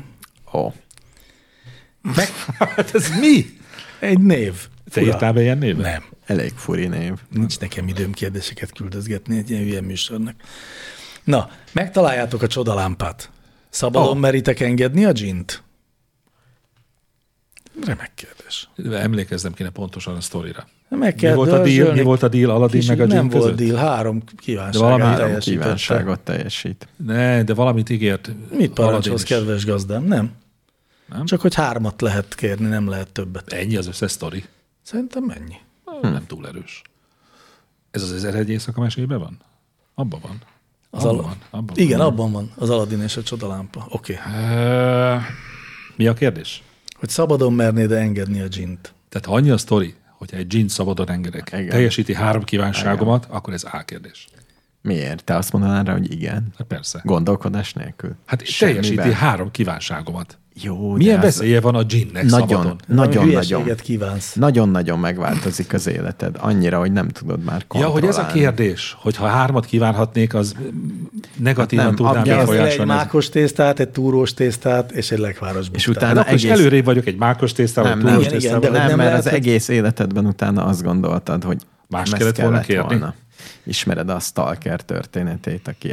[SPEAKER 3] Hát ez mi?
[SPEAKER 2] Egy név.
[SPEAKER 3] Te írtál be ilyen névet?
[SPEAKER 2] Nem.
[SPEAKER 1] Elég furi név.
[SPEAKER 2] Nincs nekem időm kérdéseket küldözgetni egy ilyen hülye műsornak. Na, megtaláljátok a csodalámpát. Szabadon meritek engedni a dzsint? Remek kérdés.
[SPEAKER 3] Emlékeznem kéne pontosan a sztorira.
[SPEAKER 2] Meg
[SPEAKER 3] Mi
[SPEAKER 2] kell
[SPEAKER 3] volt a deal?
[SPEAKER 2] dörzsölni.
[SPEAKER 3] Mi volt a deal Aladdin meg a
[SPEAKER 2] Nem
[SPEAKER 3] Jinn
[SPEAKER 2] volt
[SPEAKER 3] között?
[SPEAKER 2] deal, 3
[SPEAKER 3] De
[SPEAKER 2] kívánságát
[SPEAKER 3] valami
[SPEAKER 1] Három
[SPEAKER 2] teljesítette.
[SPEAKER 1] kívánságot teljesít.
[SPEAKER 3] Ne, de valamit ígért.
[SPEAKER 2] Mit
[SPEAKER 3] Aladdin
[SPEAKER 2] parancsolsz,
[SPEAKER 3] is.
[SPEAKER 2] kedves gazdám? Nem.
[SPEAKER 3] Nem?
[SPEAKER 2] Csak hogy 3 lehet kérni, nem lehet többet.
[SPEAKER 3] Ennyi az összes sztori.
[SPEAKER 2] Szerintem mennyi?
[SPEAKER 3] Nem túl erős. Ez az 1001 éjszaka mesében van? Abban van. Abban
[SPEAKER 2] Igen,
[SPEAKER 3] van.
[SPEAKER 2] abban van az Aladdin és a csodalámpa. Oké.
[SPEAKER 3] Mi a kérdés?
[SPEAKER 2] Hogy szabadon mernéd engedni a dzsint?
[SPEAKER 3] Tehát ha annyi a sztori, hogyha egy dzsint szabadon engedek,
[SPEAKER 1] Igen.
[SPEAKER 3] teljesíti 3 kívánságomat, akkor ez A kérdés.
[SPEAKER 1] Miért? Te azt mondanád rá, hogy igen?
[SPEAKER 3] Hát persze.
[SPEAKER 1] Gondolkodás nélkül?
[SPEAKER 3] Hát
[SPEAKER 1] Semmiben.
[SPEAKER 3] teljesíti 3 kívánságomat.
[SPEAKER 1] Jó,
[SPEAKER 3] Milyen
[SPEAKER 1] de az
[SPEAKER 3] veszélye van a dzsinnek szabadon?
[SPEAKER 2] Hülyeséget kívánsz.
[SPEAKER 1] Nagyon-nagyon megváltozik az életed. Annyira, hogy nem tudod már
[SPEAKER 3] Ja,
[SPEAKER 1] kontrollálni.
[SPEAKER 3] hogy ez a kérdés, hogy ha 3 kívánhatnék, az negatívan
[SPEAKER 1] Hát nem,
[SPEAKER 3] tudnám
[SPEAKER 1] abja-
[SPEAKER 2] Egy
[SPEAKER 3] befolyásolni.
[SPEAKER 2] mákos tésztát, egy túrós tésztát és egy lekváros
[SPEAKER 1] És
[SPEAKER 2] buktát.
[SPEAKER 1] utána
[SPEAKER 3] Akkor is
[SPEAKER 1] egész...
[SPEAKER 3] előrébb vagyok egy mákos tésztával,
[SPEAKER 1] Nem,
[SPEAKER 3] túlós
[SPEAKER 1] nem,
[SPEAKER 2] igen,
[SPEAKER 3] tésztával.
[SPEAKER 2] de
[SPEAKER 1] Nem,
[SPEAKER 2] nem
[SPEAKER 1] mert
[SPEAKER 2] lehet,
[SPEAKER 1] az
[SPEAKER 2] hogy-
[SPEAKER 1] egész életedben utána azt gondoltad, hogy
[SPEAKER 3] Más
[SPEAKER 1] ezt
[SPEAKER 3] kellett volna kérni?
[SPEAKER 1] Ismered a stalker történetét, aki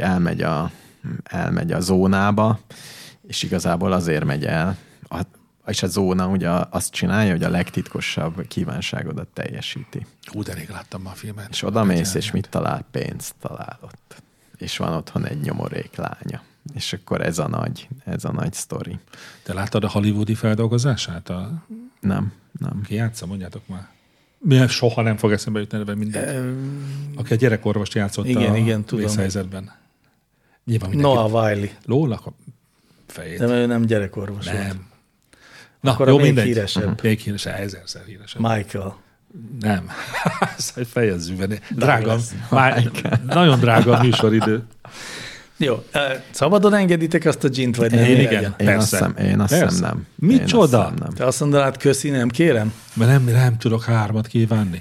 [SPEAKER 1] elmegy a zónába, és igazából azért megy el, és a zóna ugye azt csinálja, hogy a legtitkosabb kívánságodat teljesíti.
[SPEAKER 3] Hú, de rég láttam már a filmet.
[SPEAKER 1] És oda mész, és mit talál? Pénzt talál ott. És van otthon egy nyomorék lánya. És akkor ez a nagy sztori.
[SPEAKER 3] Te láttad a hollywoodi feldolgozását?
[SPEAKER 1] Nem.
[SPEAKER 3] Ki játsza? Mondjátok már. Milyen soha nem fog eszembe jutni neve minden. Aki a gyerekorvost játszott
[SPEAKER 2] Igen,
[SPEAKER 3] a
[SPEAKER 2] tudom.
[SPEAKER 3] vészhelyzetben. Nyilván mindenki
[SPEAKER 2] Noah Wiley.
[SPEAKER 3] lólak a fejét.
[SPEAKER 2] De ő nem gyerekorvos volt.
[SPEAKER 3] Nem. Na,
[SPEAKER 2] Akkor
[SPEAKER 3] jó,
[SPEAKER 2] még
[SPEAKER 3] mindegy.
[SPEAKER 2] híresebb.
[SPEAKER 3] Még híresebb, 1000-szer híresebb.
[SPEAKER 2] Michael.
[SPEAKER 3] Nem. Fejezzük. Drága. Nagyon drága a műsoridő.
[SPEAKER 2] Jó, szabadon engeditek azt a dzsint, vagy nem?
[SPEAKER 3] Én
[SPEAKER 2] Legyen?
[SPEAKER 3] igen.
[SPEAKER 1] Én azt
[SPEAKER 3] Persze.
[SPEAKER 1] hiszem
[SPEAKER 3] Persze.
[SPEAKER 1] nem.
[SPEAKER 3] Micsoda?
[SPEAKER 1] Én azt hiszem nem.
[SPEAKER 2] Te azt mondanád, köszi, nem kérem?
[SPEAKER 3] Mert nem tudok 3 kívánni.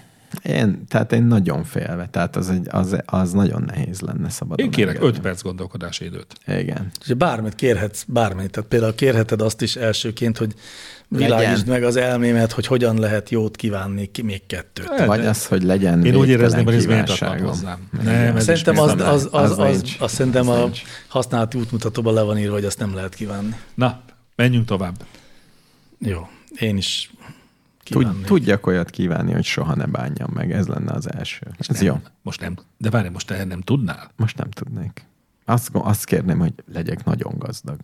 [SPEAKER 1] Én nagyon félve, tehát az nagyon nehéz lenne szabadon
[SPEAKER 3] Én kérek
[SPEAKER 1] engedni.
[SPEAKER 3] 5 perc gondolkodási időt.
[SPEAKER 1] Igen.
[SPEAKER 2] És bármit kérhetsz, bármit. Tehát például kérheted azt is elsőként, hogy világítsd meg az elmémet, hogy hogyan lehet jót kívánni még 2.
[SPEAKER 1] Vagy az, hogy legyen
[SPEAKER 3] Én úgy
[SPEAKER 1] végtelen
[SPEAKER 3] érezném, hogy ez méltatlan
[SPEAKER 1] kívánságom.
[SPEAKER 3] hozzám.
[SPEAKER 1] Igen.
[SPEAKER 3] Nem, ez
[SPEAKER 2] Szerintem
[SPEAKER 3] is
[SPEAKER 2] az
[SPEAKER 1] nincs.
[SPEAKER 2] szerintem
[SPEAKER 1] Az
[SPEAKER 2] a
[SPEAKER 1] nincs.
[SPEAKER 2] használati útmutatóban le van írva, hogy azt nem lehet kívánni.
[SPEAKER 3] Na, menjünk tovább.
[SPEAKER 2] Jó, én is kívánnék.
[SPEAKER 1] Tudjak olyat kívánni, hogy soha ne bánjam meg. Ez lenne az első. Ez
[SPEAKER 3] nem,
[SPEAKER 1] jó.
[SPEAKER 3] Most nem. De várj, most te nem tudnál?
[SPEAKER 1] Most nem tudnék. Azt kérném, hogy legyek nagyon gazdag.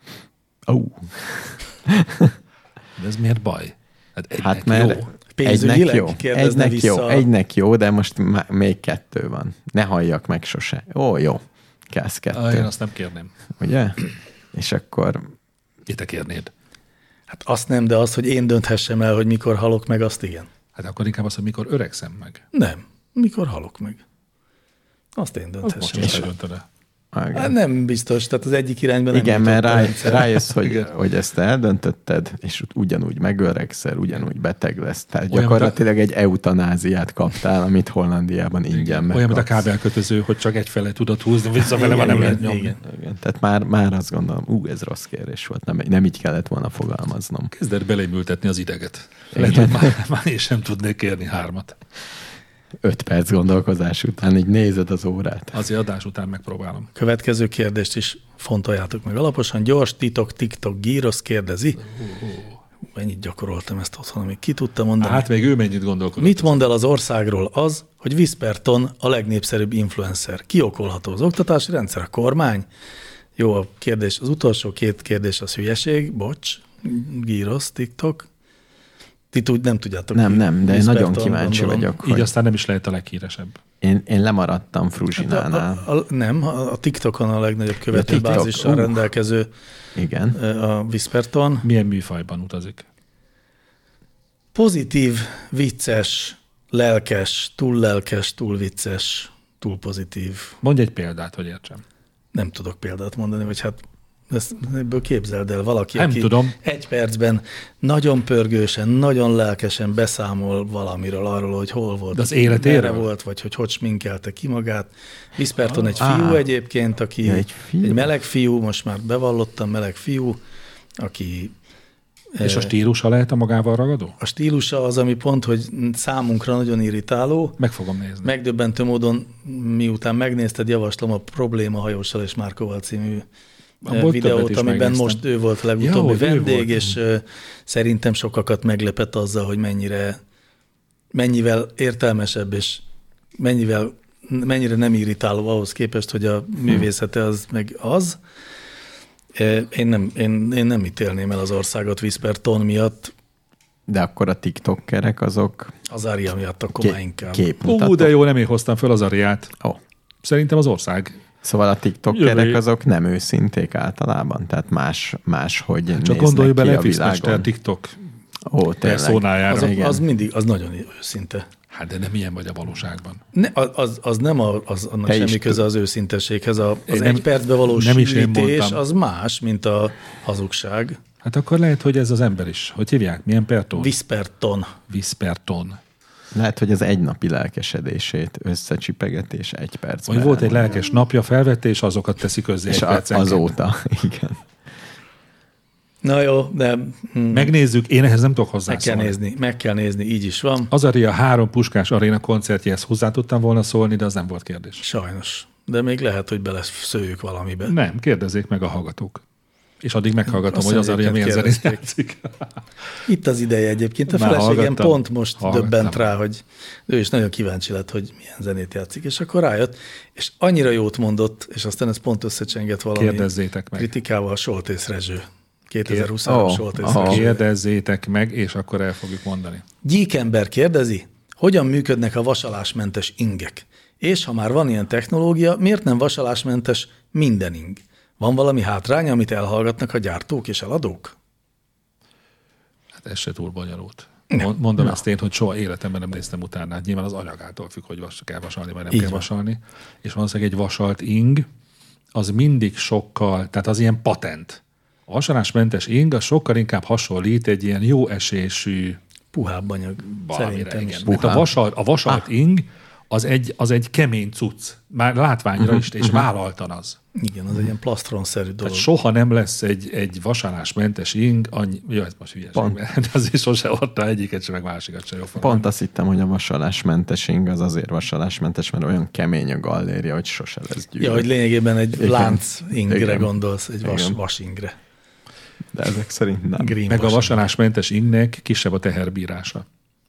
[SPEAKER 3] De ez miért baj? Hát
[SPEAKER 1] mert
[SPEAKER 3] jó.
[SPEAKER 2] Pénzügyileg
[SPEAKER 1] egynek jó.
[SPEAKER 2] kérdezne vissza.
[SPEAKER 1] Egynek jó, de most még 2 van. Ne halljak meg sose. Jó. Kezd 2.
[SPEAKER 3] Én azt nem kérném.
[SPEAKER 1] Ugye? És akkor
[SPEAKER 3] Te kérnéd.
[SPEAKER 2] Hát azt nem, de az, hogy én dönthessem el, hogy mikor halok meg, azt igen.
[SPEAKER 3] Hát akkor inkább az, hogy mikor öregszem meg.
[SPEAKER 2] Nem. Mikor halok meg. Azt én
[SPEAKER 3] Most
[SPEAKER 2] dönthessem
[SPEAKER 3] is
[SPEAKER 2] el.
[SPEAKER 3] döntöd.
[SPEAKER 2] Hát nem biztos, tehát az egyik irányban nem
[SPEAKER 1] igen,
[SPEAKER 2] jutott
[SPEAKER 1] mert
[SPEAKER 2] a rendszer.
[SPEAKER 1] rájössz, hogy ezt eldöntötted, és ugyanúgy megöregszel, ugyanúgy beteg lesz. Tehát
[SPEAKER 3] Olyan,
[SPEAKER 1] gyakorlatilag egy eutanáziát kaptál, amit Hollandiában ingyen megkapsz.
[SPEAKER 3] Olyan, mint a kábelkötöző, hogy csak egyfele tudod húzni, visszafele már nem lehet nyomni.
[SPEAKER 2] Igen.
[SPEAKER 1] Tehát már azt gondolom, ez rossz kérés volt, nem így kellett volna fogalmaznom.
[SPEAKER 3] Kezdett belémültetni az ideget. Lehet, hogy már én sem tudnék kérni 3.
[SPEAKER 1] 5 perc gondolkozás után így nézed az órát.
[SPEAKER 3] Azért adás után megpróbálom.
[SPEAKER 2] Következő kérdést is fontoljátok meg alaposan. Gyors TikTok Gyrosz kérdezi. Mennyit gyakoroltam ezt otthon, amíg ki tudta mondani.
[SPEAKER 3] Hát még ő mennyit gondolkodott.
[SPEAKER 2] Mit mond el az országról az, hogy Whisperton a legnépszerűbb influencer? Ki okolható? Az oktatási rendszer, a kormány? Jó, a kérdés, az utolsó 2 kérdés az hülyeség, bocs, Gyrosz, TikTok. Ti nem tudjátok.
[SPEAKER 1] Nem, de én
[SPEAKER 2] Whisperton,
[SPEAKER 1] nagyon kíváncsi
[SPEAKER 2] gondolom.
[SPEAKER 1] vagyok,
[SPEAKER 3] Így
[SPEAKER 1] hogy
[SPEAKER 3] aztán nem is lehet a leghíresebb.
[SPEAKER 1] én lemaradtam Fruzsinánál.
[SPEAKER 2] Nem, a TikTokon a legnagyobb
[SPEAKER 1] TikTok,
[SPEAKER 2] követőbázissal rendelkező
[SPEAKER 1] Igen.
[SPEAKER 2] a Whisperton.
[SPEAKER 3] Milyen műfajban utazik?
[SPEAKER 2] Pozitív, vicces, lelkes, túl vicces, túl pozitív.
[SPEAKER 3] Mondj egy példát, hogy értsem.
[SPEAKER 2] Nem tudok példát mondani, vagy hát ebből képzeld el valaki,
[SPEAKER 3] Nem
[SPEAKER 2] aki
[SPEAKER 3] tudom.
[SPEAKER 2] 1 percben nagyon pörgősen, nagyon lelkesen beszámol valamiről, arról, hogy hol volt.
[SPEAKER 3] De az életéről?
[SPEAKER 2] merre volt, vagy hogy sminkelte ki magát. Whisperton egy fiú egyébként, aki egy meleg fiú, most már bevallottam, meleg fiú, aki...
[SPEAKER 3] És a stílusa lehet a magával ragadó?
[SPEAKER 2] A stílusa az, ami pont, hogy számunkra nagyon irritáló.
[SPEAKER 3] Meg fogom nézni.
[SPEAKER 2] Megdöbbentő módon, miután megnézted, javaslom a Probléma Hajóssal és Márkóval című videót, amiben most ő volt a legutóbbi vendég,
[SPEAKER 3] volt.
[SPEAKER 2] és szerintem sokakat meglepett azzal, hogy mennyivel értelmesebb, és mennyire nem irritáló ahhoz képest, hogy a művészete az meg az. Én nem ítélném el az országot Whisper Tone miatt.
[SPEAKER 1] De akkor a tiktokerek azok
[SPEAKER 2] Az Ária miatt akkor már inkább.
[SPEAKER 1] képmutatók.
[SPEAKER 3] De jó, nem én hoztam fel az Ariát. Szerintem az ország.
[SPEAKER 1] Szóval a tiktokerek azok nem őszinték általában, tehát máshogy
[SPEAKER 3] Csak
[SPEAKER 1] néznek
[SPEAKER 3] gondolj
[SPEAKER 1] ki
[SPEAKER 3] bele
[SPEAKER 1] a
[SPEAKER 3] Fiszmester
[SPEAKER 1] világon.
[SPEAKER 3] TikTok
[SPEAKER 1] Tényleg.
[SPEAKER 3] personájára.
[SPEAKER 2] Az mindig, az nagyon őszinte.
[SPEAKER 3] Hát de nem ilyen vagy a valóságban.
[SPEAKER 2] Az nem annak
[SPEAKER 1] Te
[SPEAKER 2] semmi
[SPEAKER 1] is
[SPEAKER 2] köze az őszintességhez. Az
[SPEAKER 3] Én
[SPEAKER 2] egy percbe való
[SPEAKER 3] nem is én
[SPEAKER 2] sűrítés
[SPEAKER 3] mondtam.
[SPEAKER 2] az más, mint a hazugság.
[SPEAKER 3] Hát akkor lehet, hogy ez az ember is. Hogy hívják? Milyen perton?
[SPEAKER 2] Whisper Tone.
[SPEAKER 3] Whisperton.
[SPEAKER 1] Lehet, hogy az egynapi lelkesedését összecsipegetés egy percben.
[SPEAKER 3] Vagy volt egy lelkes napja, felvette, és azokat teszi közzé
[SPEAKER 1] és
[SPEAKER 3] egy percenként.
[SPEAKER 1] azóta, igen.
[SPEAKER 2] Na jó, de
[SPEAKER 3] Megnézzük, én ehhez nem tudok hozzászólni.
[SPEAKER 2] meg kell nézni, így is van.
[SPEAKER 3] Az Aria 3 Puskás Aréna koncertjehez hozzá tudtam volna szólni, de az nem volt kérdés.
[SPEAKER 2] Sajnos. De még lehet, hogy beleszőjük valamibe.
[SPEAKER 3] Nem, kérdezzék meg a hallgatók. És addig meghallgatom,
[SPEAKER 2] Azt
[SPEAKER 3] hogy az Aria milyen zenét
[SPEAKER 2] kérdezték.
[SPEAKER 3] játszik.
[SPEAKER 2] Itt az ideje egyébként. A
[SPEAKER 3] Már
[SPEAKER 2] feleségem
[SPEAKER 3] hallgattam.
[SPEAKER 2] pont most
[SPEAKER 3] Hallgattam.
[SPEAKER 2] döbbent rá, hogy ő is nagyon kíváncsi lett, hogy milyen zenét játszik, és akkor rájött, és annyira jót mondott, és aztán ez pont összecsengett valami
[SPEAKER 3] Kérdezzétek meg.
[SPEAKER 2] kritikával. Soltész Rezső. 2023 Soltész Rezső.
[SPEAKER 3] Kérdezzétek meg, és akkor el fogjuk mondani.
[SPEAKER 2] Gyíkember kérdezi, hogyan működnek a vasalásmentes ingek? És ha már van ilyen technológia, miért nem vasalásmentes minden ing? Van valami hátránya, amit elhallgatnak a gyártók és eladók?
[SPEAKER 3] Hát ez se túl bonyolult. Mondom ezt én, hogy soha életemben nem néztem utána. Nyilván az anyagától függ, hogy kell vasalni, vagy nem
[SPEAKER 2] Így
[SPEAKER 3] kell
[SPEAKER 2] van.
[SPEAKER 3] vasalni. És valószínűleg egy vasalt ing, az mindig sokkal, tehát az ilyen patent. A vasalásmentes ing az sokkal inkább hasonlít egy ilyen jó esésű
[SPEAKER 2] Puhább anyag.
[SPEAKER 3] valamire.
[SPEAKER 2] Szerintem is.
[SPEAKER 3] Igen. Mert a vasalt ing az egy kemény cucc. Már látványra is, és vállaltan az.
[SPEAKER 2] Igen, az egy ilyen plastronszerű dolog.
[SPEAKER 3] Tehát soha nem lesz egy vasalásmentes ing, jó, ez most hülyeség, mert azért sose adta egyiket sem, meg másikat sem.
[SPEAKER 1] Pont azt hittem, hogy a vasalásmentes ing az azért vasalásmentes, mert olyan kemény a galléria, hogy sose lesz gyűrű.
[SPEAKER 2] Ja, hogy lényegében egy
[SPEAKER 1] Igen.
[SPEAKER 2] lánc ingre
[SPEAKER 1] Igen.
[SPEAKER 2] gondolsz, egy
[SPEAKER 1] Igen.
[SPEAKER 2] vasingre.
[SPEAKER 1] De ezek szerint nem.
[SPEAKER 2] Green
[SPEAKER 3] Meg a
[SPEAKER 2] vasing.
[SPEAKER 3] vasalásmentes ingnek kisebb a teherbírása.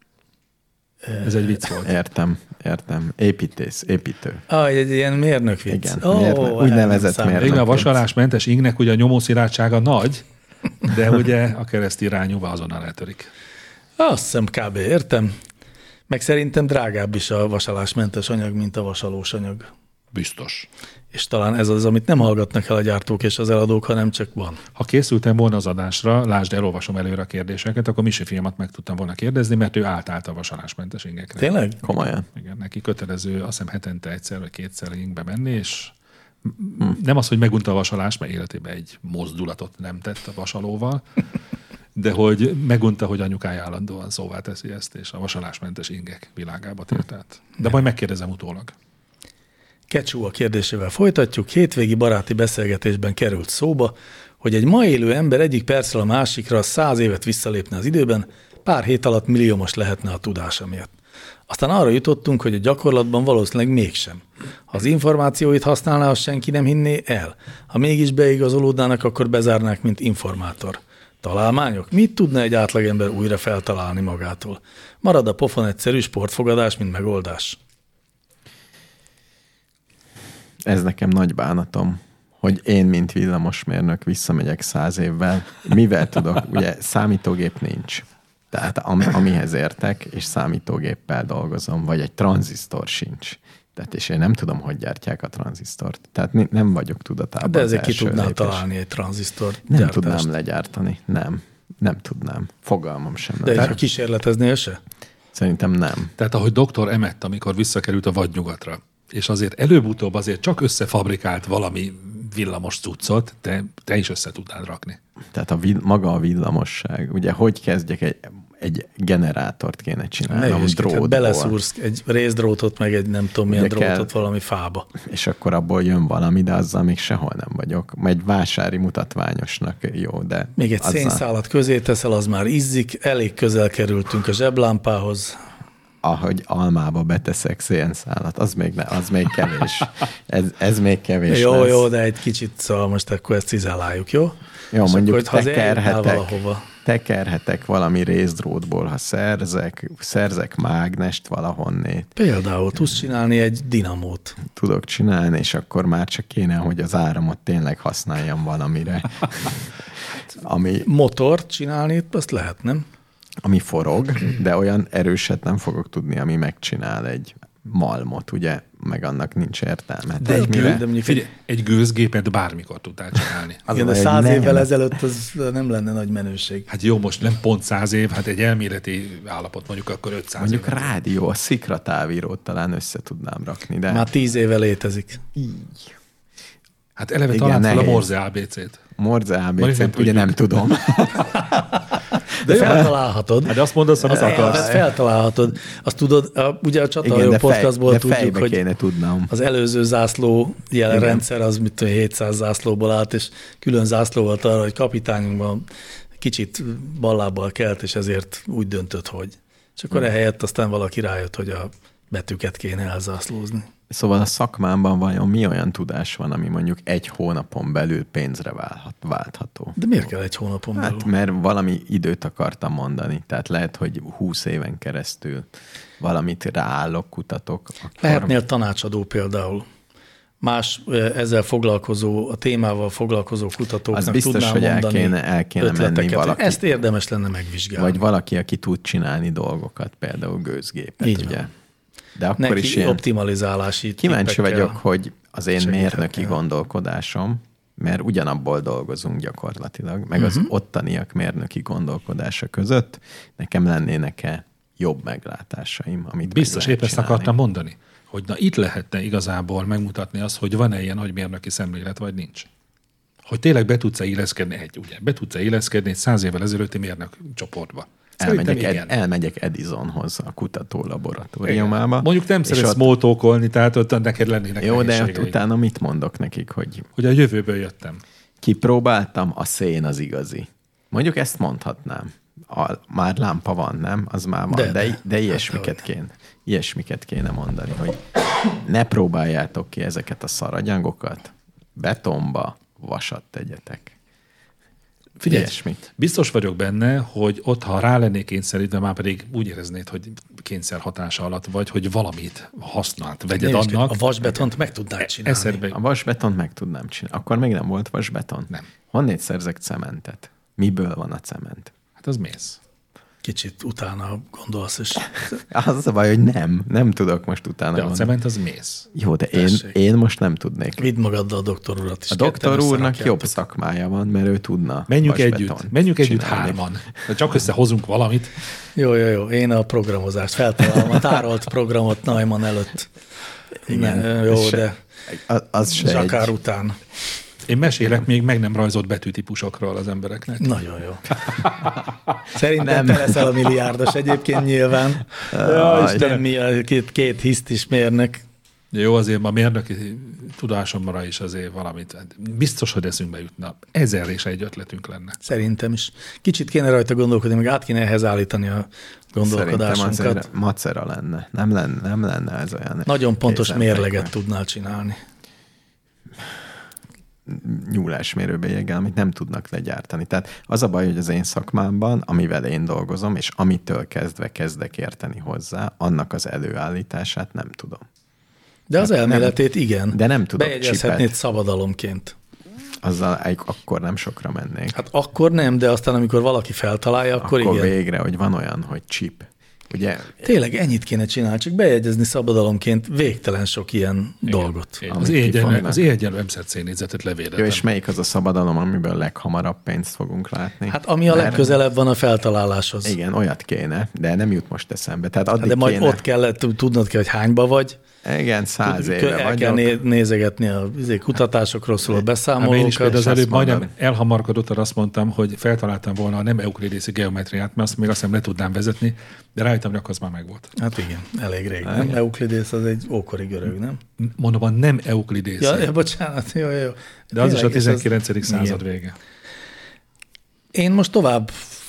[SPEAKER 3] Ez egy vicc volt.
[SPEAKER 1] Értem. Építő.
[SPEAKER 2] Egy ilyen mérnök vicc.
[SPEAKER 1] Igen, úgynevezett mérnök.
[SPEAKER 3] Igen, a vasalásmentes ingnek ugye a nyomószilátsága nagy, de ugye a keresztirányúba azonnal eltörik.
[SPEAKER 2] Azt hiszem kb. Értem. Meg szerintem drágább is a vasalásmentes anyag, mint a vasalós anyag.
[SPEAKER 3] Biztos.
[SPEAKER 2] És talán ez az, amit nem hallgatnak el a gyártók és az eladók, hanem csak van.
[SPEAKER 3] Ha készültem volna az adásra, lásd, elolvasom előre a kérdéseket, akkor Misi filmet meg tudtam volna kérdezni, mert ő állt a vasalásmentes ingekre.
[SPEAKER 2] Tényleg?
[SPEAKER 1] Komolyan.
[SPEAKER 3] Igen, neki kötelező, azt hiszem hetente egyszer vagy kétszer ingbe menni, és nem az, hogy megunta a vasalás, mert életében egy mozdulatot nem tett a vasalóval, de hogy megunta, hogy anyukája állandóan szóvá teszi ezt, és a vasalásmentes ingek világába tért át. De majd megkérdezem utólag.
[SPEAKER 2] Kecsú a kérdésével folytatjuk. Hétvégi baráti beszélgetésben került szóba, hogy egy ma élő ember egyik percről a másikra 100 évet visszalépne az időben, pár hét alatt milliómos lehetne a tudása miatt. Aztán arra jutottunk, hogy a gyakorlatban valószínűleg mégsem. Ha az információit használná, azt senki nem hinné el. Ha mégis beigazolódnának, akkor bezárnák, mint informátor. Találmányok? Mit tudna egy átlagember újra feltalálni magától? Marad a pofon egyszerű sportfogadás, mint megoldás.
[SPEAKER 1] Ez nekem nagy bánatom, hogy én, mint villamosmérnök visszamegyek 100 évvel. Mivel tudok? Ugye számítógép nincs. Tehát amihez értek, és számítógéppel dolgozom, vagy egy tranzisztor sincs. Tehát és én nem tudom, hogy gyártják a tranzisztort. Tehát nem vagyok tudatában.
[SPEAKER 2] De ezért ki
[SPEAKER 1] első
[SPEAKER 2] tudnál
[SPEAKER 1] lépés.
[SPEAKER 2] találni egy tranzisztor
[SPEAKER 1] Nem
[SPEAKER 2] gyártást.
[SPEAKER 1] tudnám legyártani. Nem tudnám. Fogalmam sem.
[SPEAKER 2] De ha kísérleteznél se?
[SPEAKER 1] Szerintem nem.
[SPEAKER 3] Tehát ahogy Dr. Emmett, amikor visszakerült a vadnyugatra, és azért előbb-utóbb azért csak összefabrikált valami villamos cuccot, te is össze tudnád rakni.
[SPEAKER 1] Tehát maga a villamosság. Ugye hogy kezdjek egy generátort kéne csinálnom drótból.
[SPEAKER 2] Beleszúrsz egy részdrótot, meg egy nem tudom milyen
[SPEAKER 1] Ugye
[SPEAKER 2] drótot valami fába.
[SPEAKER 1] És akkor abból jön valami, de azzal még sehol nem vagyok. Egy vásári mutatványosnak jó, de...
[SPEAKER 2] Még egy
[SPEAKER 1] azzal...
[SPEAKER 2] szénszálat közé teszel, az már izzik, elég közel kerültünk a zseblámpához.
[SPEAKER 1] ahogy almába beteszek szénszálat, az még kevés. Ez még kevés
[SPEAKER 2] Jó,
[SPEAKER 1] lesz.
[SPEAKER 2] jó, de egy kicsit, szóval most akkor ezt cizáláljuk, jó?
[SPEAKER 1] Jó,
[SPEAKER 2] és
[SPEAKER 1] mondjuk
[SPEAKER 2] akkor,
[SPEAKER 1] tekerhetek valami részdrótból, ha szerzek mágnest valahonnét.
[SPEAKER 2] Például tudsz csinálni egy dinamót.
[SPEAKER 1] Tudok csinálni, és akkor már csak kéne, hogy az áramot tényleg használjam valamire.
[SPEAKER 2] Motort csinálni, azt lehet, nem?
[SPEAKER 1] Ami forog, de olyan erőset nem fogok tudni, ami megcsinál egy malmot, ugye, meg annak nincs értelme.
[SPEAKER 3] Egy gőzgépet bármikor tudtál csinálni.
[SPEAKER 2] Igen, de 100 évvel ezelőtt az nem lenne nagy menőség.
[SPEAKER 3] Hát jó, most nem pont 100 év, hát egy elméleti állapot mondjuk akkor 500
[SPEAKER 1] mondjuk
[SPEAKER 3] év.
[SPEAKER 1] rádió, a szikratávírót talán össze tudnám rakni, de...
[SPEAKER 2] Már 10 éve létezik.
[SPEAKER 1] Így.
[SPEAKER 3] Hát eleve talált fel a Morse ABC-t.
[SPEAKER 1] Morse ABC-t ugye nem tudom.
[SPEAKER 2] De feltalálhatod.
[SPEAKER 3] Hát azt mondasz, amit akarsz.
[SPEAKER 2] Feltalálhatod. Azt tudod, ugye a Csatornajó podcastból tudjuk, hogy
[SPEAKER 1] kéne tudnom.
[SPEAKER 2] Az előző zászló jelenrendszer az 700 zászlóból állt, és külön zászló volt arra, hogy kapitányunkban kicsit ballábbal kelt, és ezért úgy döntött, hogy. És akkor ehelyett aztán valaki rájött, hogy a betűket kéne elzászlózni.
[SPEAKER 1] Szóval a szakmámban vajon mi olyan tudás van, ami mondjuk egy hónapon belül pénzre váltható?
[SPEAKER 2] De miért kell egy hónapon belül?
[SPEAKER 1] Hát mert valami időt akartam mondani. Tehát lehet, hogy 20 éven keresztül valamit ráállok, kutatok. Akkor...
[SPEAKER 2] Lehetnél tanácsadó például. Más ezzel foglalkozó, a témával foglalkozó kutatóknak
[SPEAKER 1] az biztos,
[SPEAKER 2] tudnám
[SPEAKER 1] hogy
[SPEAKER 2] mondani
[SPEAKER 1] el kéne menni valaki.
[SPEAKER 2] Ezt érdemes lenne megvizsgálni.
[SPEAKER 1] Vagy valaki, aki tud csinálni dolgokat, például gőzgépet,
[SPEAKER 2] így
[SPEAKER 1] ugye?
[SPEAKER 2] Van.
[SPEAKER 1] De akkor
[SPEAKER 2] neki
[SPEAKER 1] is ilyen
[SPEAKER 2] optimalizálási
[SPEAKER 1] kíváncsi vagyok, hogy az én mérnöki gondolkodásom, mert ugyanabból dolgozunk gyakorlatilag, meg az ottaniak mérnöki gondolkodása között nekem lennének-e jobb meglátásaim, amit
[SPEAKER 3] biztos épp ezt akartam mondani, hogy na itt lehetne igazából megmutatni azt, hogy van-e ilyen nagymérnöki szemlélet, vagy nincs. Hogy tényleg be tudsz-e illeszkedni egy 100 évvel ezelőtti mérnök csoportba.
[SPEAKER 1] Elmegyek Edisonhoz, a kutató laboratóriumába.
[SPEAKER 3] Mondjuk nem szeretsz smalltalkolni, tehát ott neked lennének
[SPEAKER 1] jó, de utána mit mondok nekik, hogy
[SPEAKER 3] a jövőből jöttem.
[SPEAKER 1] Kipróbáltam, a szén az igazi. Mondjuk ezt mondhatnám. Már lámpa van, nem? Az már van, de ilyesmiket kéne mondani, hogy ne próbáljátok ki ezeket a szaranyagokat, betonba vasat tegyetek.
[SPEAKER 3] Figyelj, biztos vagyok benne, hogy ott, ha rá lennék kényszerítve, már pedig úgy éreznéd, hogy kényszer hatása alatt vagy, hogy valamit használt vegyed annak.
[SPEAKER 2] A vasbetont meg tudnád csinálni.
[SPEAKER 1] A vasbetont meg tudnám csinálni. Akkor még nem volt vasbeton?
[SPEAKER 3] Nem.
[SPEAKER 1] Honnét szerzek cementet? Miből van a cement?
[SPEAKER 3] Hát az mész.
[SPEAKER 2] Kicsit utána gondolsz, és...
[SPEAKER 1] Az a baj, hogy nem tudok most utána
[SPEAKER 3] gondolni. De a cement az mész.
[SPEAKER 1] Jó, de én most nem tudnék.
[SPEAKER 2] Vidd magaddal a doktor urat is.
[SPEAKER 1] A doktor úrnak jobb szakmája van, mert ő tudna.
[SPEAKER 3] Menjünk együtt hárman. Csak összehozunk valamit.
[SPEAKER 2] Jó. Én a programozást feltalálom, a tárolt programot Neumann előtt.
[SPEAKER 1] Igen.
[SPEAKER 2] Jó, de
[SPEAKER 1] az se
[SPEAKER 2] Zsakár után.
[SPEAKER 3] Én mesélek még meg nem rajzolt betűtípusokról az embereknek.
[SPEAKER 2] Nagyon jó. Szerintem te leszel a milliárdos egyébként nyilván. Nem mi a két hisztis mérnök.
[SPEAKER 3] Jó, azért a mérnöki tudásomra is azért valamit. Biztos, hogy eszünkbe jutna. 1000 és egy ötletünk lenne.
[SPEAKER 2] Szerintem is. Kicsit kéne rajta gondolkodni, meg át kéne ehhez állítani a gondolkodásunkat.
[SPEAKER 1] Szerintem azért macera lenne. Nem lenne ez olyan.
[SPEAKER 2] Nagyon pontos mérleget tudnál csinálni.
[SPEAKER 1] Nyúlásmérőbélyeggel, amit nem tudnak legyártani. Tehát az a baj, hogy az én szakmámban, amivel én dolgozom, és amitől kezdve kezdek érteni hozzá, annak az előállítását nem tudom.
[SPEAKER 2] De az elméletét igen.
[SPEAKER 1] De nem tudok
[SPEAKER 2] bejegyezhetnéd szabadalomként.
[SPEAKER 1] Azzal akkor nem sokra mennék.
[SPEAKER 2] Hát akkor nem, de aztán amikor valaki feltalálja, akkor igen.
[SPEAKER 1] Akkor végre, hogy van olyan, hogy chip. Ugye,
[SPEAKER 2] tényleg ennyit kéne csinálni, csak bejegyezni szabadalomként végtelen sok ilyen dolgot.
[SPEAKER 3] Az E-egyenlő M/C négyzetet levédetem.
[SPEAKER 1] Jó, és melyik az a szabadalom, amiből leghamarabb pénzt fogunk látni?
[SPEAKER 2] Hát ami a legközelebb van a feltaláláshoz.
[SPEAKER 1] Igen, olyat kéne, de nem jut most eszembe. Tehát addig
[SPEAKER 2] de majd ott kellett, tudnod kell, hogy hányba vagy.
[SPEAKER 1] Igen, 100 éve
[SPEAKER 2] el kell nézegetni a kutatásokról szóló beszámolókat.
[SPEAKER 3] Én is az előbb majdnem elhamarkodottan azt mondtam, hogy feltaláltam volna a nem euklidészi geometriát, mert azt még azt hiszem le tudnám vezetni, de rájöttem, hogy akkor az már megvolt.
[SPEAKER 2] Hát igen, elég rég. Nem? Euklidész az egy ókori görög, nem?
[SPEAKER 3] Mondom, a nem euklidészi.
[SPEAKER 2] Ja, bocsánat, jó.
[SPEAKER 3] De az is a 19. század vége.
[SPEAKER 2] Én most tovább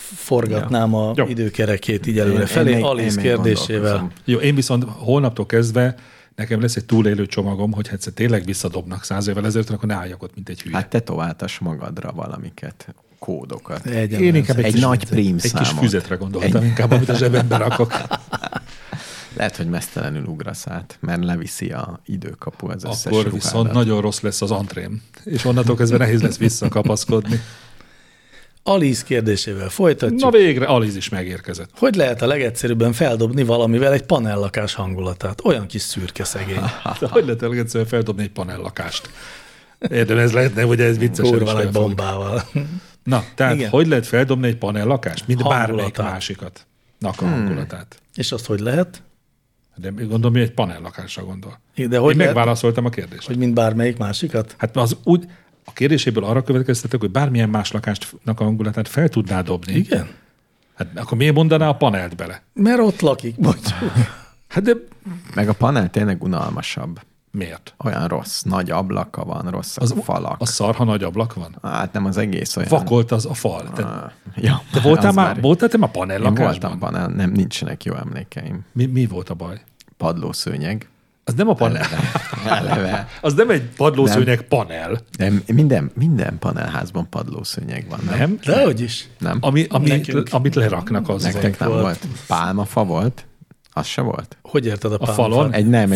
[SPEAKER 2] forgatnám a
[SPEAKER 3] Jó.
[SPEAKER 2] időkerekét így előre felé, Alice kérdésével.
[SPEAKER 3] Jó, én viszont holnaptól kezdve nekem lesz egy túlélő csomagom, hogy egyszer tényleg visszadobnak 100 évvel ezelőtt, akkor ne álljak ott, mint egy hülye.
[SPEAKER 1] Hát tetováltass magadra valamiket, kódokat.
[SPEAKER 3] Én inkább
[SPEAKER 1] egy nagy
[SPEAKER 3] egy
[SPEAKER 1] prímszámot.
[SPEAKER 3] kis füzetre gondoltam, inkább, amit a zsebembe rakok.
[SPEAKER 1] Lehet, hogy mesztelenül ugrasz át, mert leviszi a időkapu az összes
[SPEAKER 3] Akkor
[SPEAKER 1] ruhádat.
[SPEAKER 3] viszont nagyon rossz lesz az antrém, és onnantól kezdve nehéz lesz visszakapaszkodni.
[SPEAKER 2] Alice kérdésével folytatjuk.
[SPEAKER 3] Na végre, Alice is megérkezett.
[SPEAKER 2] Hogy lehet a legegyszerűbben feldobni valamivel egy panellakás hangulatát? Olyan kis szürke szegény.
[SPEAKER 3] De hogy lehet egyszerűen feldobni egy panellakást? Érde, ez lehetne, hogy ez viccesen is
[SPEAKER 2] Kurva nagy
[SPEAKER 3] felfog.
[SPEAKER 2] bombával.
[SPEAKER 3] Na, tehát
[SPEAKER 2] Igen.
[SPEAKER 3] hogy lehet feldobni egy panellakást? Mint bármelyik
[SPEAKER 2] Hangulatát.
[SPEAKER 3] másikat. A hangulatát.
[SPEAKER 2] És azt hogy lehet?
[SPEAKER 3] De gondolom, hogy egy panellakásra gondol.
[SPEAKER 2] De hogy
[SPEAKER 3] Én
[SPEAKER 2] lehet,
[SPEAKER 3] megválaszoltam a kérdést.
[SPEAKER 2] hogy mint bármelyik másikat?
[SPEAKER 3] Hát az úgy, a kérdéséből arra következtetek, hogy bármilyen más lakásnak a hangulatát fel tudná dobni.
[SPEAKER 2] Igen?
[SPEAKER 3] Hát akkor miért mondaná a panelt bele?
[SPEAKER 2] Mert ott lakik, mondjuk.
[SPEAKER 3] Hát de
[SPEAKER 1] Meg a panel tényleg unalmasabb.
[SPEAKER 3] miért?
[SPEAKER 1] Olyan rossz, nagy ablaka van, rosszak a falak.
[SPEAKER 3] A szar, ha nagy ablak van?
[SPEAKER 1] Hát nem az egész olyan.
[SPEAKER 3] Vakolt az a fal.
[SPEAKER 1] Ja,
[SPEAKER 3] Te voltál
[SPEAKER 1] az
[SPEAKER 3] már, voltál te már
[SPEAKER 1] Én
[SPEAKER 3] panellakásban?
[SPEAKER 1] voltam panel, nem, nincsenek jó emlékeim.
[SPEAKER 3] Mi volt a baj?
[SPEAKER 1] Padlószőnyeg.
[SPEAKER 3] Az nem a panel.
[SPEAKER 1] Eleve.
[SPEAKER 3] Az nem egy padlószőnyeg panel.
[SPEAKER 1] De minden panelházban padlószőnyeg van, nem?
[SPEAKER 3] Nem?
[SPEAKER 2] Dehogy is.
[SPEAKER 1] Nem?
[SPEAKER 2] Nekünk.
[SPEAKER 3] Amit leraknak, az
[SPEAKER 1] Nektek nem
[SPEAKER 2] volt.
[SPEAKER 1] volt. Pálmafa volt? Az se volt?
[SPEAKER 2] Hogy érted a
[SPEAKER 3] falon?
[SPEAKER 2] pálmafát?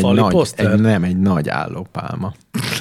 [SPEAKER 1] Egy nagy állópálma.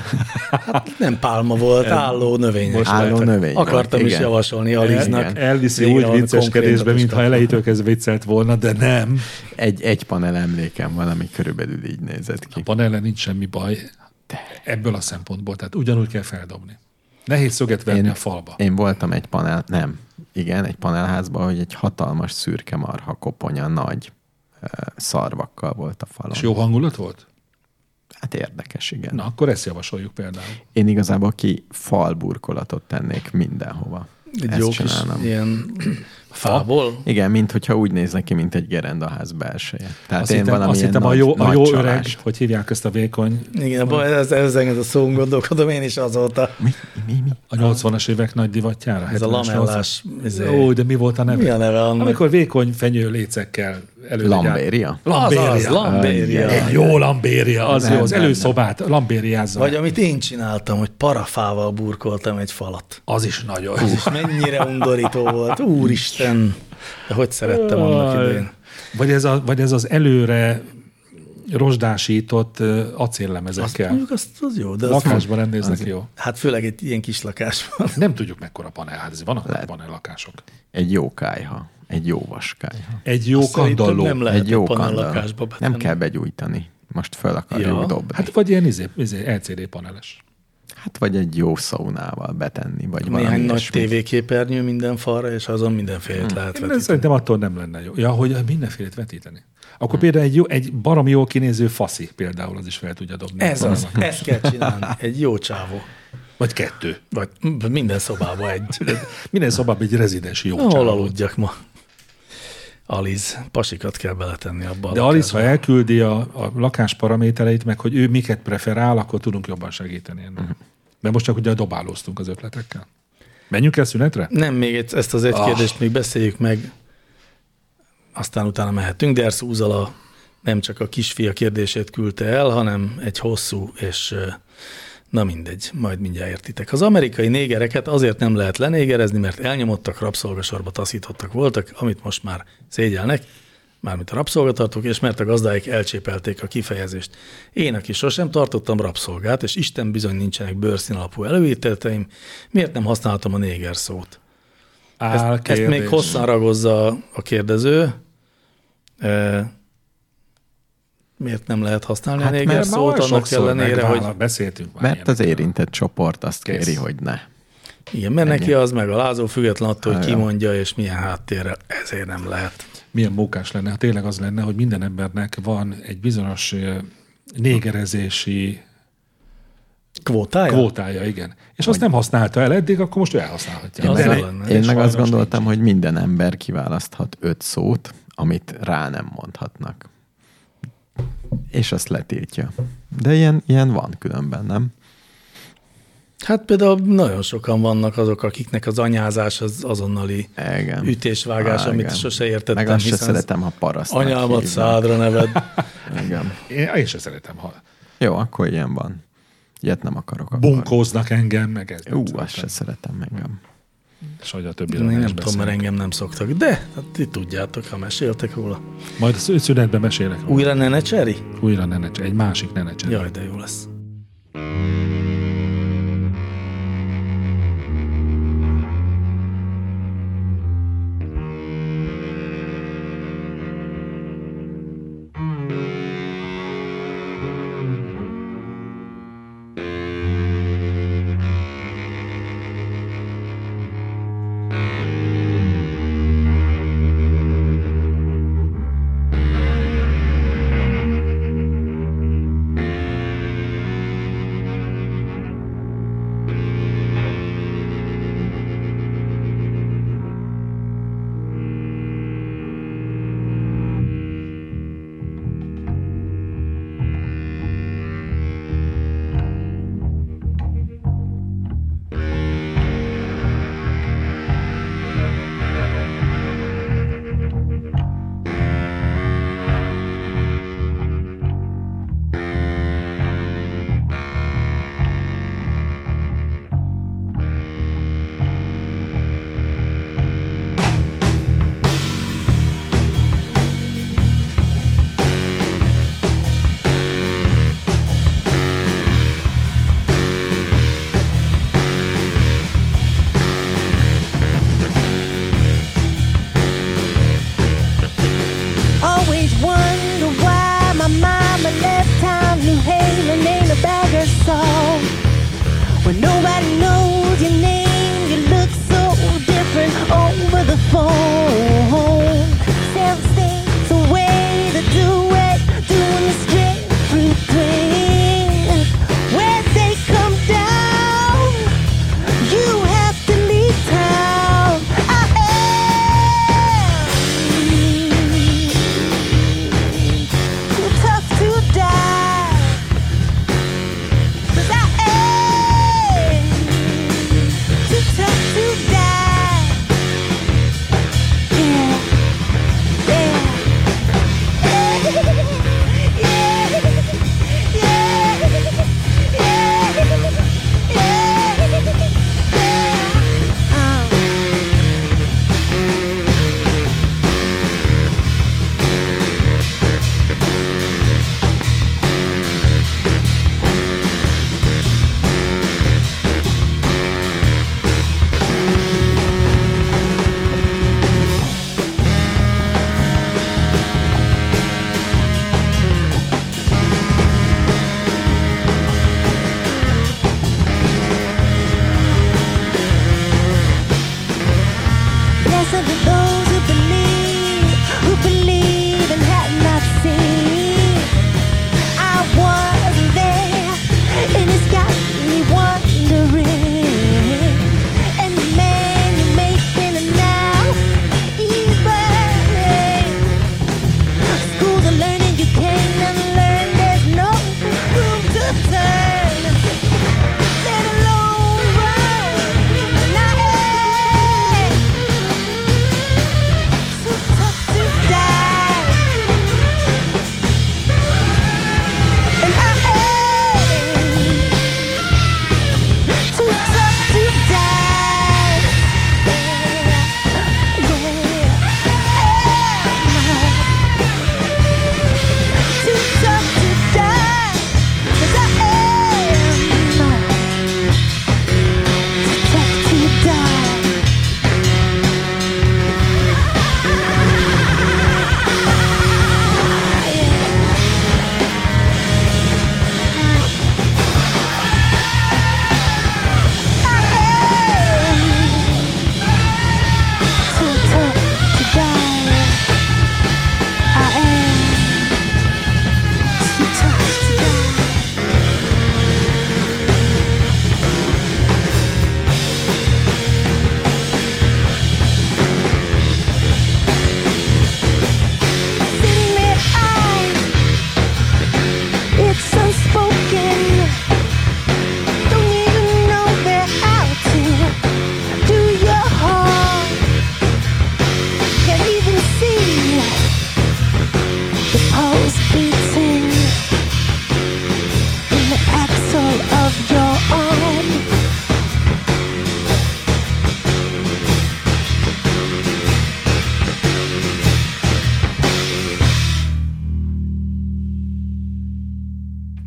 [SPEAKER 2] Nem pálma volt, álló növény.
[SPEAKER 1] Álló növény volt,
[SPEAKER 2] Akartam is
[SPEAKER 1] igen.
[SPEAKER 2] javasolni Aliznak.
[SPEAKER 3] Elviszi
[SPEAKER 2] Végre
[SPEAKER 3] úgy
[SPEAKER 2] valami
[SPEAKER 3] vicceskedésbe,
[SPEAKER 2] konkrétat is
[SPEAKER 3] mintha
[SPEAKER 2] kaptam.
[SPEAKER 3] elejétől kezdve viccelt volna, de nem.
[SPEAKER 1] Egy panel emlékem van, ami körülbelül így nézett ki.
[SPEAKER 3] A panellen nincs semmi baj ebből a szempontból, tehát ugyanúgy kell feldobni. Nehéz szöget venni a falba.
[SPEAKER 1] Én voltam egy egy panelházban, hogy egy hatalmas szürke marha koponya nagy szarvakkal volt a falon.
[SPEAKER 3] És jó hangulat volt?
[SPEAKER 1] Hát érdekes, igen.
[SPEAKER 3] Na, akkor ezt javasoljuk például.
[SPEAKER 1] Én igazából falburkolatot tennék mindenhova.
[SPEAKER 2] Egy
[SPEAKER 1] Ezt
[SPEAKER 2] jó kis
[SPEAKER 1] csinálnám.
[SPEAKER 2] ilyen fából.
[SPEAKER 1] Igen, mint hogyha úgy néz neki, mint egy gerendaház belseje. Tehát
[SPEAKER 3] Azt
[SPEAKER 1] én
[SPEAKER 3] hittem,
[SPEAKER 1] valamilyen
[SPEAKER 3] a
[SPEAKER 1] nagy,
[SPEAKER 3] jó
[SPEAKER 1] nagy
[SPEAKER 3] öreg,
[SPEAKER 1] csalást.
[SPEAKER 3] hogy hívják ezt a vékony,
[SPEAKER 2] Igen, ez enged a szón gondolkodom, én is azóta.
[SPEAKER 1] Mi?
[SPEAKER 3] a 80-as évek nagy divatjára.
[SPEAKER 2] Ez a
[SPEAKER 3] 70-es,
[SPEAKER 2] lamellás.
[SPEAKER 3] 80-as. Ó, de mi volt a neve?
[SPEAKER 2] Mi a neve annak?
[SPEAKER 3] Amikor vékony fenyő lécekkel előre
[SPEAKER 1] Lambéria?
[SPEAKER 2] Azaz, lambéria.
[SPEAKER 3] Egy jó lambéria, az
[SPEAKER 1] Nem,
[SPEAKER 3] jó, az
[SPEAKER 1] nem,
[SPEAKER 3] előszobát lambériázza.
[SPEAKER 2] Vagy amit én csináltam, hogy parafával burkoltam egy falat.
[SPEAKER 3] Az is nagyon.
[SPEAKER 2] És mennyire undorító volt. Úristen! De hogy szerettem annak idején.
[SPEAKER 3] Vagy ez az előre rozsdásított
[SPEAKER 2] Azt
[SPEAKER 3] acéllemezekkel.
[SPEAKER 2] mondjuk az jó. De
[SPEAKER 3] Lakásban nem néznek jó.
[SPEAKER 2] Hát főleg egy ilyen kis lakásban.
[SPEAKER 3] Nem tudjuk mekkora panel, hát vannak panellakások.
[SPEAKER 1] Egy jó kályha. Egy jó vaskályha.
[SPEAKER 3] Egy jó
[SPEAKER 2] Szerintem
[SPEAKER 3] kandalló.
[SPEAKER 2] nem lehet
[SPEAKER 1] Egy jó
[SPEAKER 2] panellakásba
[SPEAKER 1] kandall.
[SPEAKER 2] betenni.
[SPEAKER 1] Nem kell begyújtani. Most fel akarjuk
[SPEAKER 2] Ja.
[SPEAKER 1] dobni.
[SPEAKER 3] Hát vagy ilyen LCD paneles.
[SPEAKER 1] Hát vagy egy jó szaunával betenni, vagy
[SPEAKER 2] Néhány
[SPEAKER 1] valami
[SPEAKER 2] nagy
[SPEAKER 1] ilyesmi.
[SPEAKER 2] tévéképernyő minden falra, és azon mindenfélét lehet
[SPEAKER 3] De
[SPEAKER 2] vetíteni.
[SPEAKER 3] szerintem attól nem lenne jó. Ja, hogy mindenfélét vetíteni. Akkor például egy barom jól kinéző faszi például az is fel tudja dobni.
[SPEAKER 2] Ez az, ezt kell csinálni. Egy jó csávó.
[SPEAKER 3] Vagy kettő.
[SPEAKER 2] Vagy minden szobában egy.
[SPEAKER 3] Minden szobában egy rezidens jó
[SPEAKER 2] Hol
[SPEAKER 3] csávó.
[SPEAKER 2] aludjak ma? Alice, pasikat kell beletenni abba. a
[SPEAKER 3] De Alice,
[SPEAKER 2] lakásba.
[SPEAKER 3] ha elküldi a lakás paramétereit, meg hogy ő miket preferál, akkor tudunk jobban segíteni ennek. Mert most csak ugye dobálóztunk az ötletekkel. Menjünk el szünetre?
[SPEAKER 2] Nem, még ezt az egy kérdést még beszéljük meg, aztán utána mehetünk. Dersz Úzala nem csak a kisfia kérdését küldte el, hanem egy hosszú, és na mindegy, majd mindjárt értitek. Az amerikai négereket azért nem lehet lenégerezni, mert elnyomottak, rabszolgasorba taszítottak voltak, amit most már szégyelnek, mármint a rabszolgatartók, és mert a gazdáik elcsépelték a kifejezést. Én, aki sosem tartottam rabszolgát, és Isten bizony nincsenek bőrszín alapú előítéleteim, miért nem használhatom a néger szót? Ezt még hosszan ragozza a kérdező. Miért nem lehet használni
[SPEAKER 1] Hát
[SPEAKER 2] a néger
[SPEAKER 1] mert
[SPEAKER 2] szót, annak ellenére, hogy
[SPEAKER 3] beszéltünk már
[SPEAKER 1] Mert az
[SPEAKER 3] ilyenekről.
[SPEAKER 1] érintett csoport azt
[SPEAKER 3] Kész.
[SPEAKER 1] kéri, hogy ne.
[SPEAKER 2] igen, mert neki az meg a lázó, független attól, hogy
[SPEAKER 1] Ah,
[SPEAKER 2] ki
[SPEAKER 1] ja.
[SPEAKER 2] mondja, és milyen háttérrel, ezért nem lehet.
[SPEAKER 3] Milyen mókás lenne, ha tényleg az lenne, hogy minden embernek van egy bizonyos négerezési kvótája, igen. És azt nem használta el eddig, akkor most ő elhasználhatja.
[SPEAKER 2] Az
[SPEAKER 3] De
[SPEAKER 2] jó
[SPEAKER 3] ne-
[SPEAKER 2] lenne.
[SPEAKER 1] Én meg
[SPEAKER 3] sajnos
[SPEAKER 1] azt gondoltam,
[SPEAKER 3] nincs.
[SPEAKER 1] hogy minden ember kiválaszthat 5 szót, amit rá nem mondhatnak. És azt letiltja. De ilyen van különben, nem?
[SPEAKER 2] Hát például nagyon sokan vannak azok, akiknek az anyázás az azonnali
[SPEAKER 1] Igen.
[SPEAKER 2] ütésvágás, amit
[SPEAKER 1] Igen.
[SPEAKER 2] sose értettem.
[SPEAKER 1] Meg azt se
[SPEAKER 2] hiszen
[SPEAKER 1] szeretem, ha parasztnak
[SPEAKER 2] anyámat
[SPEAKER 1] hívnak.
[SPEAKER 2] szádra neved.
[SPEAKER 1] Igen.
[SPEAKER 3] Én sem szeretem, ha
[SPEAKER 1] Jó, akkor ilyen van. Ilyet nem akarok. Akkor.
[SPEAKER 3] bunkóznak engem, meg ez.
[SPEAKER 1] Azt se szeretem engem.
[SPEAKER 3] És hogy a többi
[SPEAKER 2] Én nem tudom, mert engem nem szoktak. De, hát ti tudjátok, ha meséltek róla.
[SPEAKER 3] Majd szünetben mesélek róla.
[SPEAKER 2] Újra Nene Cherry?
[SPEAKER 3] Újra Nenecseri, egy másik Nenecseri.
[SPEAKER 2] Jaj, de jó lesz.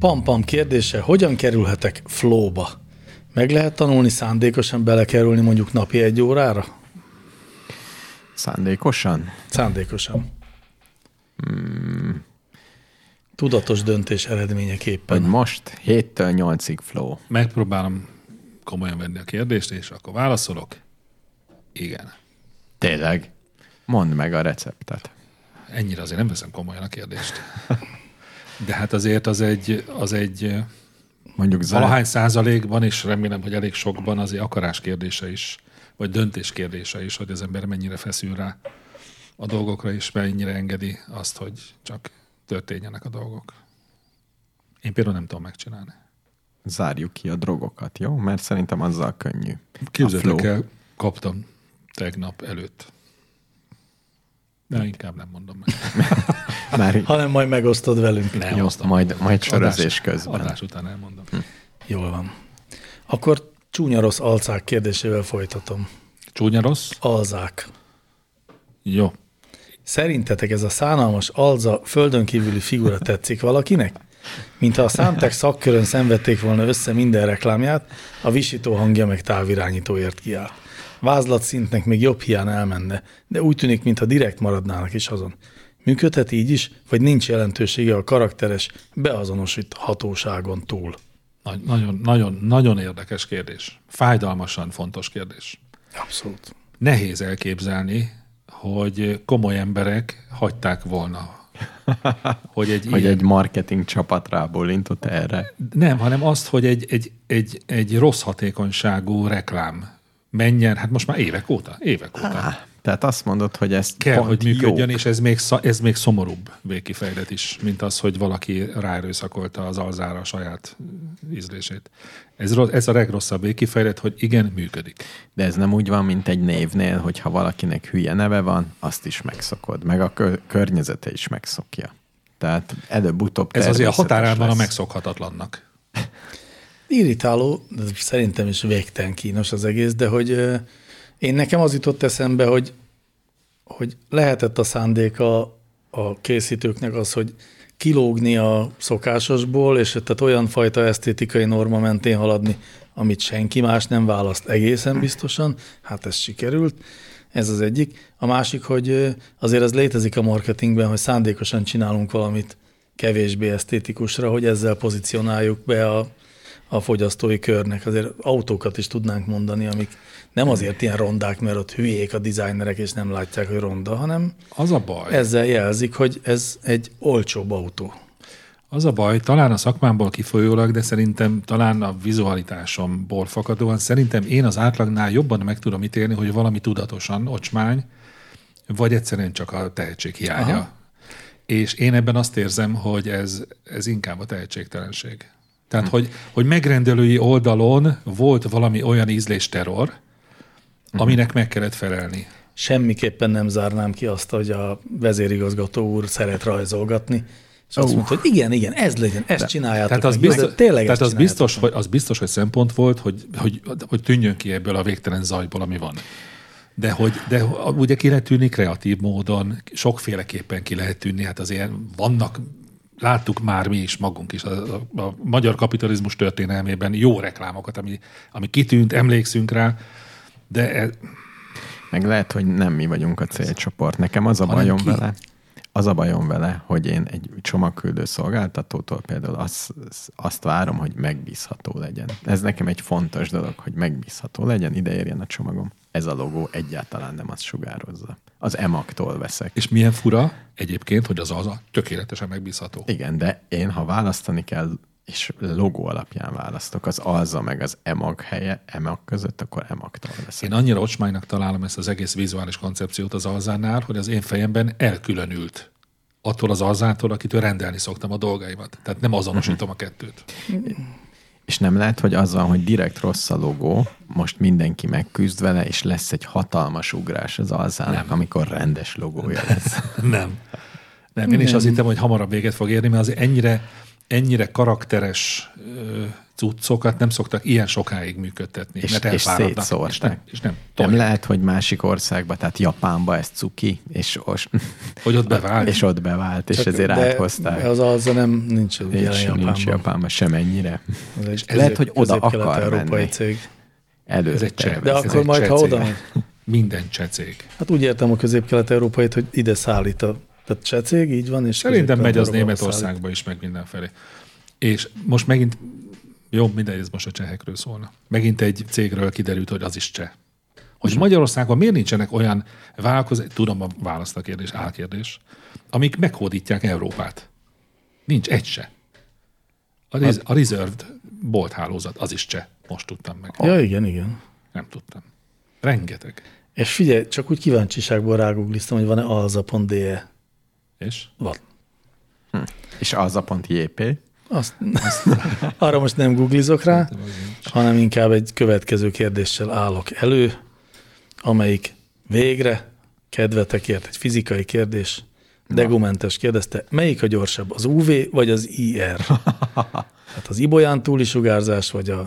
[SPEAKER 2] Pam kérdése, hogyan kerülhetek flowba? Meg lehet tanulni szándékosan belekerülni mondjuk napi 1 órára?
[SPEAKER 1] Szándékosan?
[SPEAKER 2] Szándékosan. Tudatos döntés eredményeképpen.
[SPEAKER 1] Hogy most 7-től 8-ig flow.
[SPEAKER 3] Megpróbálom komolyan venni a kérdést, és akkor válaszolok. Igen.
[SPEAKER 1] Tényleg? Mondd meg a receptet.
[SPEAKER 3] Ennyire azért nem veszem komolyan a kérdést. De hát azért az egy
[SPEAKER 1] Mondjuk
[SPEAKER 3] valahány százalékban, és remélem, hogy elég sokban azért akarás kérdése is, vagy döntés kérdése is, hogy az ember mennyire feszül rá a dolgokra, és mennyire engedi azt, hogy csak történjenek a dolgok. Én például nem tudom megcsinálni.
[SPEAKER 1] Zárjuk ki a drogokat, jó? Mert szerintem azzal könnyű.
[SPEAKER 3] Képzeljétek el, kaptam tegnap előtt. De inkább nem mondom meg.
[SPEAKER 2] Hanem majd megosztod velünk.
[SPEAKER 3] Nem,
[SPEAKER 1] jó, majd sörözés
[SPEAKER 3] adás,
[SPEAKER 1] közben.
[SPEAKER 3] Adás után elmondom.
[SPEAKER 2] Jól van. Akkor csúnya rossz alcák kérdésével folytatom.
[SPEAKER 3] Csúnya rossz?
[SPEAKER 2] Alzák.
[SPEAKER 3] Jó.
[SPEAKER 2] Szerintetek ez a szánalmas alza földön kívüli figura tetszik valakinek? Mintha a Számtek szakkörön szenvedték volna össze minden reklámját, a visító hangja meg távirányítóért kiáll. Vázlatszintnek még jobb hiány elmenne, de úgy tűnik, mintha direkt maradnának is azon. Működhet így is, vagy nincs jelentősége a karakteres, beazonosíthatóságon túl?
[SPEAKER 3] Nagyon érdekes kérdés. Fájdalmasan fontos kérdés.
[SPEAKER 2] Abszolút.
[SPEAKER 3] Nehéz elképzelni, hogy komoly emberek hagyták volna, hogy
[SPEAKER 1] egy marketing csapat rábólintott erre.
[SPEAKER 3] Nem, hanem azt, hogy egy rossz hatékonyságú reklám menjen, hát most már évek óta.
[SPEAKER 1] Tehát azt mondod, hogy ez
[SPEAKER 3] kell,
[SPEAKER 1] pont
[SPEAKER 3] hogy működjön,
[SPEAKER 1] jók.
[SPEAKER 3] és ez még szomorúbb végkifejlet is, mint az, hogy valaki ráerőszakolta az alzára a saját ízlését. Ez a legrosszabb végkifejlet, hogy igen, működik.
[SPEAKER 1] De ez nem úgy van, mint egy névnél, hogyha valakinek hülye neve van, azt is megszokod, meg a környezete is megszokja. Tehát előbb-utóbb
[SPEAKER 3] ez azért a határán van a
[SPEAKER 1] lesz.
[SPEAKER 3] megszokhatatlannak.
[SPEAKER 2] Irritáló, de szerintem is végtelen kínos az egész, de hogy én nekem az jutott eszembe, hogy lehetett a szándéka a készítőknek az, hogy kilógni a szokásosból, és tehát olyan fajta esztétikai norma mentén haladni, amit senki más nem választ egészen biztosan. Hát ez sikerült. Ez az egyik. A másik, hogy azért ez létezik a marketingben, hogy szándékosan csinálunk valamit kevésbé esztétikusra, hogy ezzel pozícionáljuk be a fogyasztói körnek. Azért autókat is tudnánk mondani, amik nem azért ilyen rondák, mert ott hülyék a designerek, és nem látják, hogy ronda, hanem
[SPEAKER 3] az a baj.
[SPEAKER 2] Ezzel jelzik, hogy ez egy olcsóbb autó.
[SPEAKER 3] Az a baj, talán a szakmámból kifolyólag, de szerintem talán a vizualitásomból fakadóan, szerintem én az átlagnál jobban meg tudom ítélni, hogy valami tudatosan ocsmány, vagy egyszerűen csak a tehetség hiánya. Aha. És én ebben azt érzem, hogy ez inkább a tehetségtelenség. Tehát, hogy megrendelői oldalon volt valami olyan ízlésterror, aminek meg kellett felelni.
[SPEAKER 2] Semmiképpen nem zárnám ki azt, hogy a vezérigazgató úr szeret rajzolgatni, és azt mondta, hogy igen, ez legyen, ezt csináljátok.
[SPEAKER 3] Tehát az, biztos, hogy szempont volt, hogy tűnjön ki ebből a végtelen zajból, ami van. De ugye ki lehet tűnni kreatív módon, sokféleképpen ki lehet tűnni, hát azért vannak, láttuk már mi is magunk is a magyar kapitalizmus történelmében jó reklámokat, ami kitűnt, emlékszünk rá, de...
[SPEAKER 1] Meg lehet, hogy nem mi vagyunk a célcsoport. Nekem az a bajom vele, hogy én egy csomagküldő szolgáltatótól például azt várom, hogy megbízható legyen. Ez nekem egy fontos dolog, hogy megbízható legyen, ide érjen a csomagom. Ez a logó egyáltalán nem azt sugározza. Az EMAG-tól veszek.
[SPEAKER 3] És milyen fura egyébként, hogy az alza tökéletesen megbízható.
[SPEAKER 1] Igen, de én, ha választani kell, és logó alapján választok, az alza meg az EMAG között, akkor EMAG-tól veszek.
[SPEAKER 3] Én annyira ocsmánynak találom ezt az egész vizuális koncepciót az alzánál, hogy az én fejemben elkülönült attól az alzától, akitől rendelni szoktam a dolgaimat. Tehát nem azonosítom a kettőt.
[SPEAKER 1] És nem lehet, hogy azzal, hogy direkt rossz a logó, most mindenki megküzd vele, és lesz egy hatalmas ugrás az alzának, amikor rendes logója lesz.
[SPEAKER 3] Nem. Én is azt hittem, hogy hamarabb véget fog érni, mert azért ennyire karakteres cuccokat nem szoktak ilyen sokáig működtetni,
[SPEAKER 1] És
[SPEAKER 3] mert elfáradnak.
[SPEAKER 1] szétszórták.
[SPEAKER 3] És nem
[SPEAKER 1] Nem lehet, hogy másik országba, tehát Japánba ez cuki, és
[SPEAKER 3] hogy ott bevált.
[SPEAKER 1] És ott bevált, és
[SPEAKER 2] Csak
[SPEAKER 1] ezért
[SPEAKER 2] de
[SPEAKER 1] áthozták.
[SPEAKER 2] Az nem nincs jelen Japánban.
[SPEAKER 1] Nincs Japánban semennyire.
[SPEAKER 2] Ez egy
[SPEAKER 1] Lehet, hogy oda akar
[SPEAKER 2] közép-kelet-európai
[SPEAKER 1] menni.
[SPEAKER 2] cég.
[SPEAKER 3] Ez
[SPEAKER 1] Előre
[SPEAKER 3] egy cseh.
[SPEAKER 2] De
[SPEAKER 3] Ez
[SPEAKER 2] akkor
[SPEAKER 3] egy
[SPEAKER 2] majd,
[SPEAKER 3] cseh
[SPEAKER 2] ha
[SPEAKER 3] cég.
[SPEAKER 2] oda megy.
[SPEAKER 3] Minden cseh cég.
[SPEAKER 2] Hát úgy értem a közép-kelet-európait, hogy ide szállít a tehát cseh cég, így van, és
[SPEAKER 3] Szerintem megy az
[SPEAKER 2] Közép-Kelet-Európába
[SPEAKER 3] Németországba is, meg mindenfelé. És most megint, jó, mindegy, ez most a csehekről szólna. Megint egy cégről kiderült, hogy az is cseh. Hogy Magyarországon miért nincsenek olyan vállalkozások, tudom a választ a kérdés, álkérdés, amik meghódítják Európát. Nincs egy se. A Reserved bolthálózat, az is cseh. Most tudtam meg.
[SPEAKER 2] Ja, igen.
[SPEAKER 3] Nem tudtam. Rengeteg.
[SPEAKER 2] És figyelj, csak úgy kíváncsiságból rágugliztam, hogy van-e alza.de.
[SPEAKER 3] És?
[SPEAKER 2] Van.
[SPEAKER 1] És alza.jp.
[SPEAKER 2] Arra most nem googlizok rá, hanem inkább egy következő kérdéssel állok elő, amelyik végre kedvetekért egy fizikai kérdés. Degumentes kérdezte, melyik a gyorsabb, az UV vagy az IR? Hát az ibolyán túli sugárzás, vagy a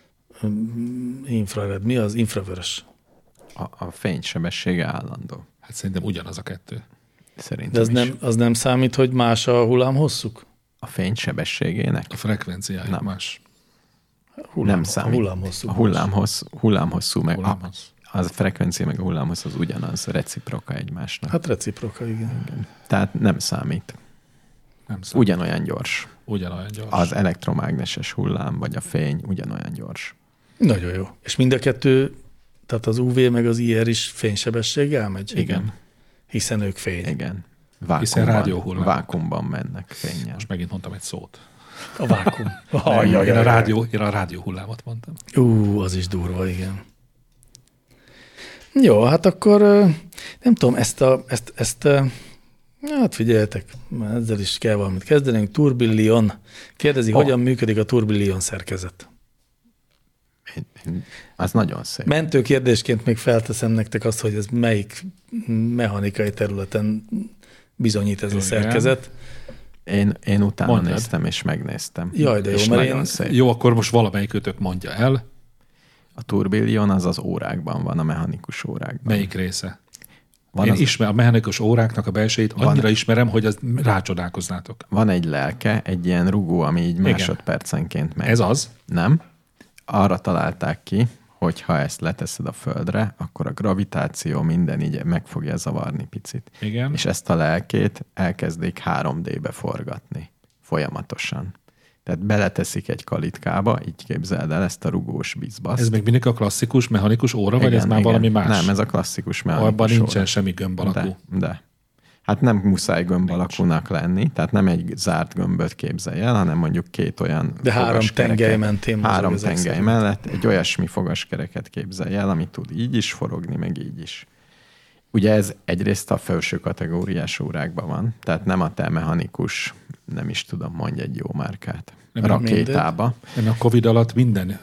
[SPEAKER 2] infrared, mi az? Infravörös.
[SPEAKER 1] A fénysebessége állandó.
[SPEAKER 3] Hát szerintem ugyanaz a kettő.
[SPEAKER 1] Szerintem
[SPEAKER 2] De
[SPEAKER 1] is.
[SPEAKER 2] az nem számít, hogy más a hullámhosszuk?
[SPEAKER 1] A fénysebességének
[SPEAKER 3] A frekvenciája
[SPEAKER 1] Nem.
[SPEAKER 3] más.
[SPEAKER 1] nem számít.
[SPEAKER 2] A hullámhosszuk.
[SPEAKER 1] A hullámhosszú meg
[SPEAKER 3] Hullámhossz.
[SPEAKER 1] az frekvencia meg a hullámhossz az ugyanaz, reciproka egymásnak.
[SPEAKER 2] Hát reciproka, igen.
[SPEAKER 1] Tehát nem számít.
[SPEAKER 3] Nem számít.
[SPEAKER 1] Ugyanolyan gyors.
[SPEAKER 3] Ugyanolyan gyors.
[SPEAKER 1] Az elektromágneses hullám vagy a fény ugyanolyan gyors.
[SPEAKER 2] Nagyon jó. És mind a kettő, tehát az UV meg az IR is fénysebességgel megy?
[SPEAKER 1] Igen.
[SPEAKER 2] Hiszen ők fény.
[SPEAKER 1] Igen.
[SPEAKER 3] Hiszen rádióhullám.
[SPEAKER 1] Vákumban mennek fénnyel.
[SPEAKER 3] Most megint mondtam egy szót.
[SPEAKER 2] A vákum.
[SPEAKER 3] Én a rádió hullámot mondtam.
[SPEAKER 2] Az is durva, igen. Jó, hát akkor nem tudom, ezt hát figyeljetek, ezzel is kell valamit kezdenünk. Turbillion. Kérdezi, hogyan működik a turbillion szerkezet?
[SPEAKER 1] Az nagyon szép.
[SPEAKER 2] Mentő kérdésként még felteszem nektek azt, hogy ez melyik mechanikai területen bizonyít ez a szerkezet.
[SPEAKER 1] Én utána
[SPEAKER 3] Mondjad.
[SPEAKER 1] néztem, és megnéztem.
[SPEAKER 2] Jaj, de jó,
[SPEAKER 1] és
[SPEAKER 2] mert
[SPEAKER 1] nagyon
[SPEAKER 2] én-
[SPEAKER 1] szép.
[SPEAKER 3] Jó, akkor most valamelyikőtök mondja el,
[SPEAKER 1] A turbillion az az órákban van, a mechanikus órákban.
[SPEAKER 3] melyik része.
[SPEAKER 1] Van,
[SPEAKER 3] Én
[SPEAKER 1] az,
[SPEAKER 3] ismerem a mechanikus óráknak a belsejét, annyira ismerem, hogy az rácsodálkoznátok.
[SPEAKER 1] van egy lelke, egy ilyen rugó, ami így másodpercenként megy.
[SPEAKER 3] Ez az?
[SPEAKER 1] Nem. Arra találták ki, hogy ha ezt leteszed a földre, akkor a gravitáció minden így meg fogja zavarni picit.
[SPEAKER 3] Igen.
[SPEAKER 1] És ezt a lelkét elkezdik 3D-be forgatni folyamatosan. Tehát beleteszik egy kalitkába, így képzeld el ezt a rugós bizbaszt.
[SPEAKER 3] Ez még mindig a klasszikus mechanikus óra, vagy ez már
[SPEAKER 1] igen.
[SPEAKER 3] valami más?
[SPEAKER 1] Nem, ez a klasszikus mechanikus
[SPEAKER 3] Abban nincsen
[SPEAKER 1] óra.
[SPEAKER 3] semmi gömb alakú.
[SPEAKER 1] De. Hát nem muszáj gömb alakúnak lenni, tehát nem egy zárt gömböt képzelj el, hanem mondjuk két olyan
[SPEAKER 2] De 3
[SPEAKER 1] fogaskereket.
[SPEAKER 2] tengely mentén mozog
[SPEAKER 1] 3
[SPEAKER 2] ezek
[SPEAKER 1] tengely
[SPEAKER 2] szerint.
[SPEAKER 1] mellett egy olyasmi fogaskereket képzelj el, ami tud így is forogni, meg így is. Ugye ez egyrészt a felső kategóriás órákban van, tehát nem a te mechanikus, nem is tudom, mondj egy jó márkát,
[SPEAKER 3] Nem,
[SPEAKER 1] rakétába.
[SPEAKER 3] Én a Covid alatt minden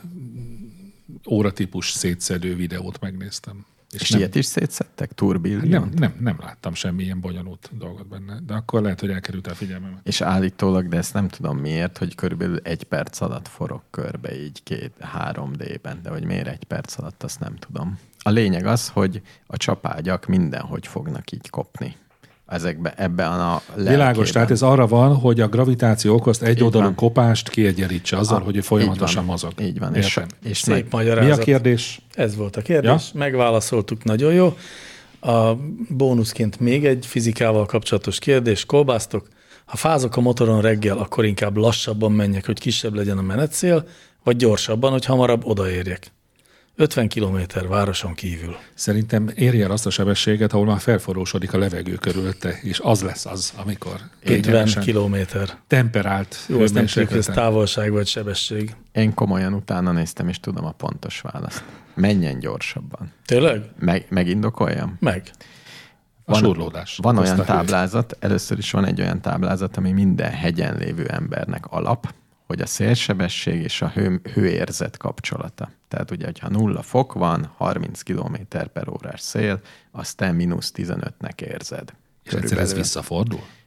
[SPEAKER 3] óratípus szétszedő videót megnéztem.
[SPEAKER 1] És ilyet is szétszedtek? Turbillion?
[SPEAKER 3] Nem láttam semmi ilyen bonyolult dolgot benne, de akkor lehet, hogy elkerült a figyelmemet.
[SPEAKER 1] És állítólag, de ezt nem tudom miért, hogy körülbelül 1 perc alatt forog körbe így 3D-ben, de hogy miért 1 perc alatt, azt nem tudom. A lényeg az, hogy a csapágyak mindenhogy fognak így kopni. Ebben a lelkében.
[SPEAKER 3] Világos, tehát ez arra van, hogy a gravitáció okozt egy
[SPEAKER 1] Így
[SPEAKER 3] oldalú
[SPEAKER 1] van.
[SPEAKER 3] kopást kiegyenlítse azzal, hogy ő folyamatosan
[SPEAKER 1] így van.
[SPEAKER 3] mozog.
[SPEAKER 1] Így van.
[SPEAKER 3] Értem.
[SPEAKER 1] És
[SPEAKER 2] Szép
[SPEAKER 1] meg,
[SPEAKER 2] magyarázat.
[SPEAKER 3] Mi a kérdés?
[SPEAKER 2] Ez volt a kérdés. Ja? Megválaszoltuk, nagyon jó. A bónuszként még egy fizikával kapcsolatos kérdés. Kolbásztok, ha fázok a motoron reggel, akkor inkább lassabban menjek, hogy kisebb legyen a menetszél, vagy gyorsabban, hogy hamarabb odaérjek. 50 kilométer városon kívül.
[SPEAKER 3] Szerintem érje el azt a sebességet, ahol már felforrósodik a levegő körülötte, és az lesz az, amikor
[SPEAKER 2] 50
[SPEAKER 3] kényelmesen
[SPEAKER 2] kilométer.
[SPEAKER 3] temperált
[SPEAKER 2] Jó, azt nem tudjuk, hogy ez
[SPEAKER 3] hőmérsékleten.
[SPEAKER 2] távolság vagy sebesség.
[SPEAKER 1] én komolyan utána néztem, és tudom a pontos választ. Menjen gyorsabban.
[SPEAKER 2] Tényleg?
[SPEAKER 1] Megindokoljam?
[SPEAKER 2] Meg.
[SPEAKER 3] A surlódás.
[SPEAKER 1] Van
[SPEAKER 3] Okozta
[SPEAKER 1] olyan
[SPEAKER 3] hőt.
[SPEAKER 1] táblázat, először is van egy olyan táblázat, ami minden hegyen lévő embernek alap, hogy a szélsebesség és a hőérzet kapcsolata. Tehát ugye, hogyha 0 fok van, 30 km/h szél, azt te -15-nek érzed.
[SPEAKER 3] És egyszer ez visszafordul?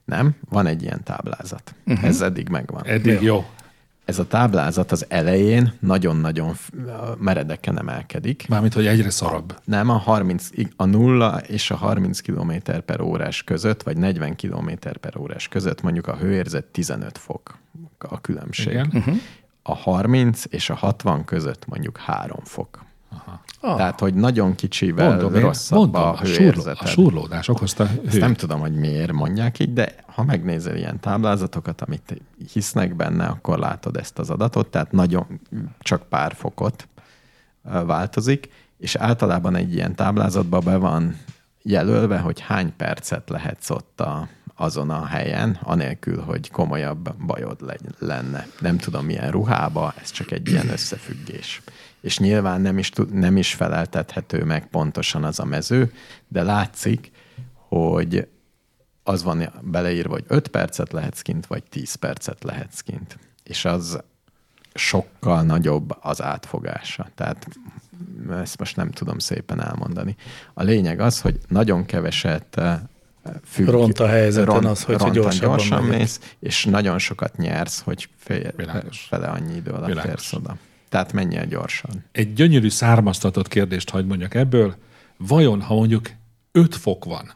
[SPEAKER 1] Nem, van egy ilyen táblázat. Ez eddig megvan.
[SPEAKER 3] Eddig jó.
[SPEAKER 1] Ez a táblázat az elején nagyon-nagyon meredeken emelkedik.
[SPEAKER 3] Mármint, hogy egyre szarabb.
[SPEAKER 1] Nem, a 0 és a 30 km/h között, vagy 40 km/h között mondjuk a hőérzet 15 fok a különbség.
[SPEAKER 3] Igen.
[SPEAKER 1] A 30 és a 60 között mondjuk 3 fok.
[SPEAKER 2] Ah.
[SPEAKER 1] Tehát, hogy nagyon kicsivel rosszabb a hőérzeted.
[SPEAKER 3] A súrlódás okozta
[SPEAKER 1] Ezt nem tudom, hogy miért mondják így, de ha megnézel ilyen táblázatokat, amit hisznek benne, akkor látod ezt az adatot, tehát nagyon csak pár fokot változik, és általában egy ilyen táblázatban be van jelölve, hogy hány percet lehetsz ott azon a helyen, anélkül, hogy komolyabb bajod lenne. Nem tudom, milyen ruhába, ez csak egy ilyen összefüggés. És nyilván nem is feleltethető meg pontosan az a mező, de látszik, hogy az van beleírva, hogy 5 percet lehetsz kint, vagy 10 percet lehetsz kint. És az sokkal nagyobb az átfogása. Tehát ezt most nem tudom szépen elmondani. A lényeg az, hogy nagyon keveset
[SPEAKER 2] ront a helyzeten az, hogy gyorsan
[SPEAKER 1] mész, és nagyon sokat nyersz, hogy fele annyi idő alatt érsz oda. Tehát menjél gyorsan.
[SPEAKER 3] Egy gyönyörű származtatott kérdést hagy mondjak ebből. Vajon, ha mondjuk 5 fok van,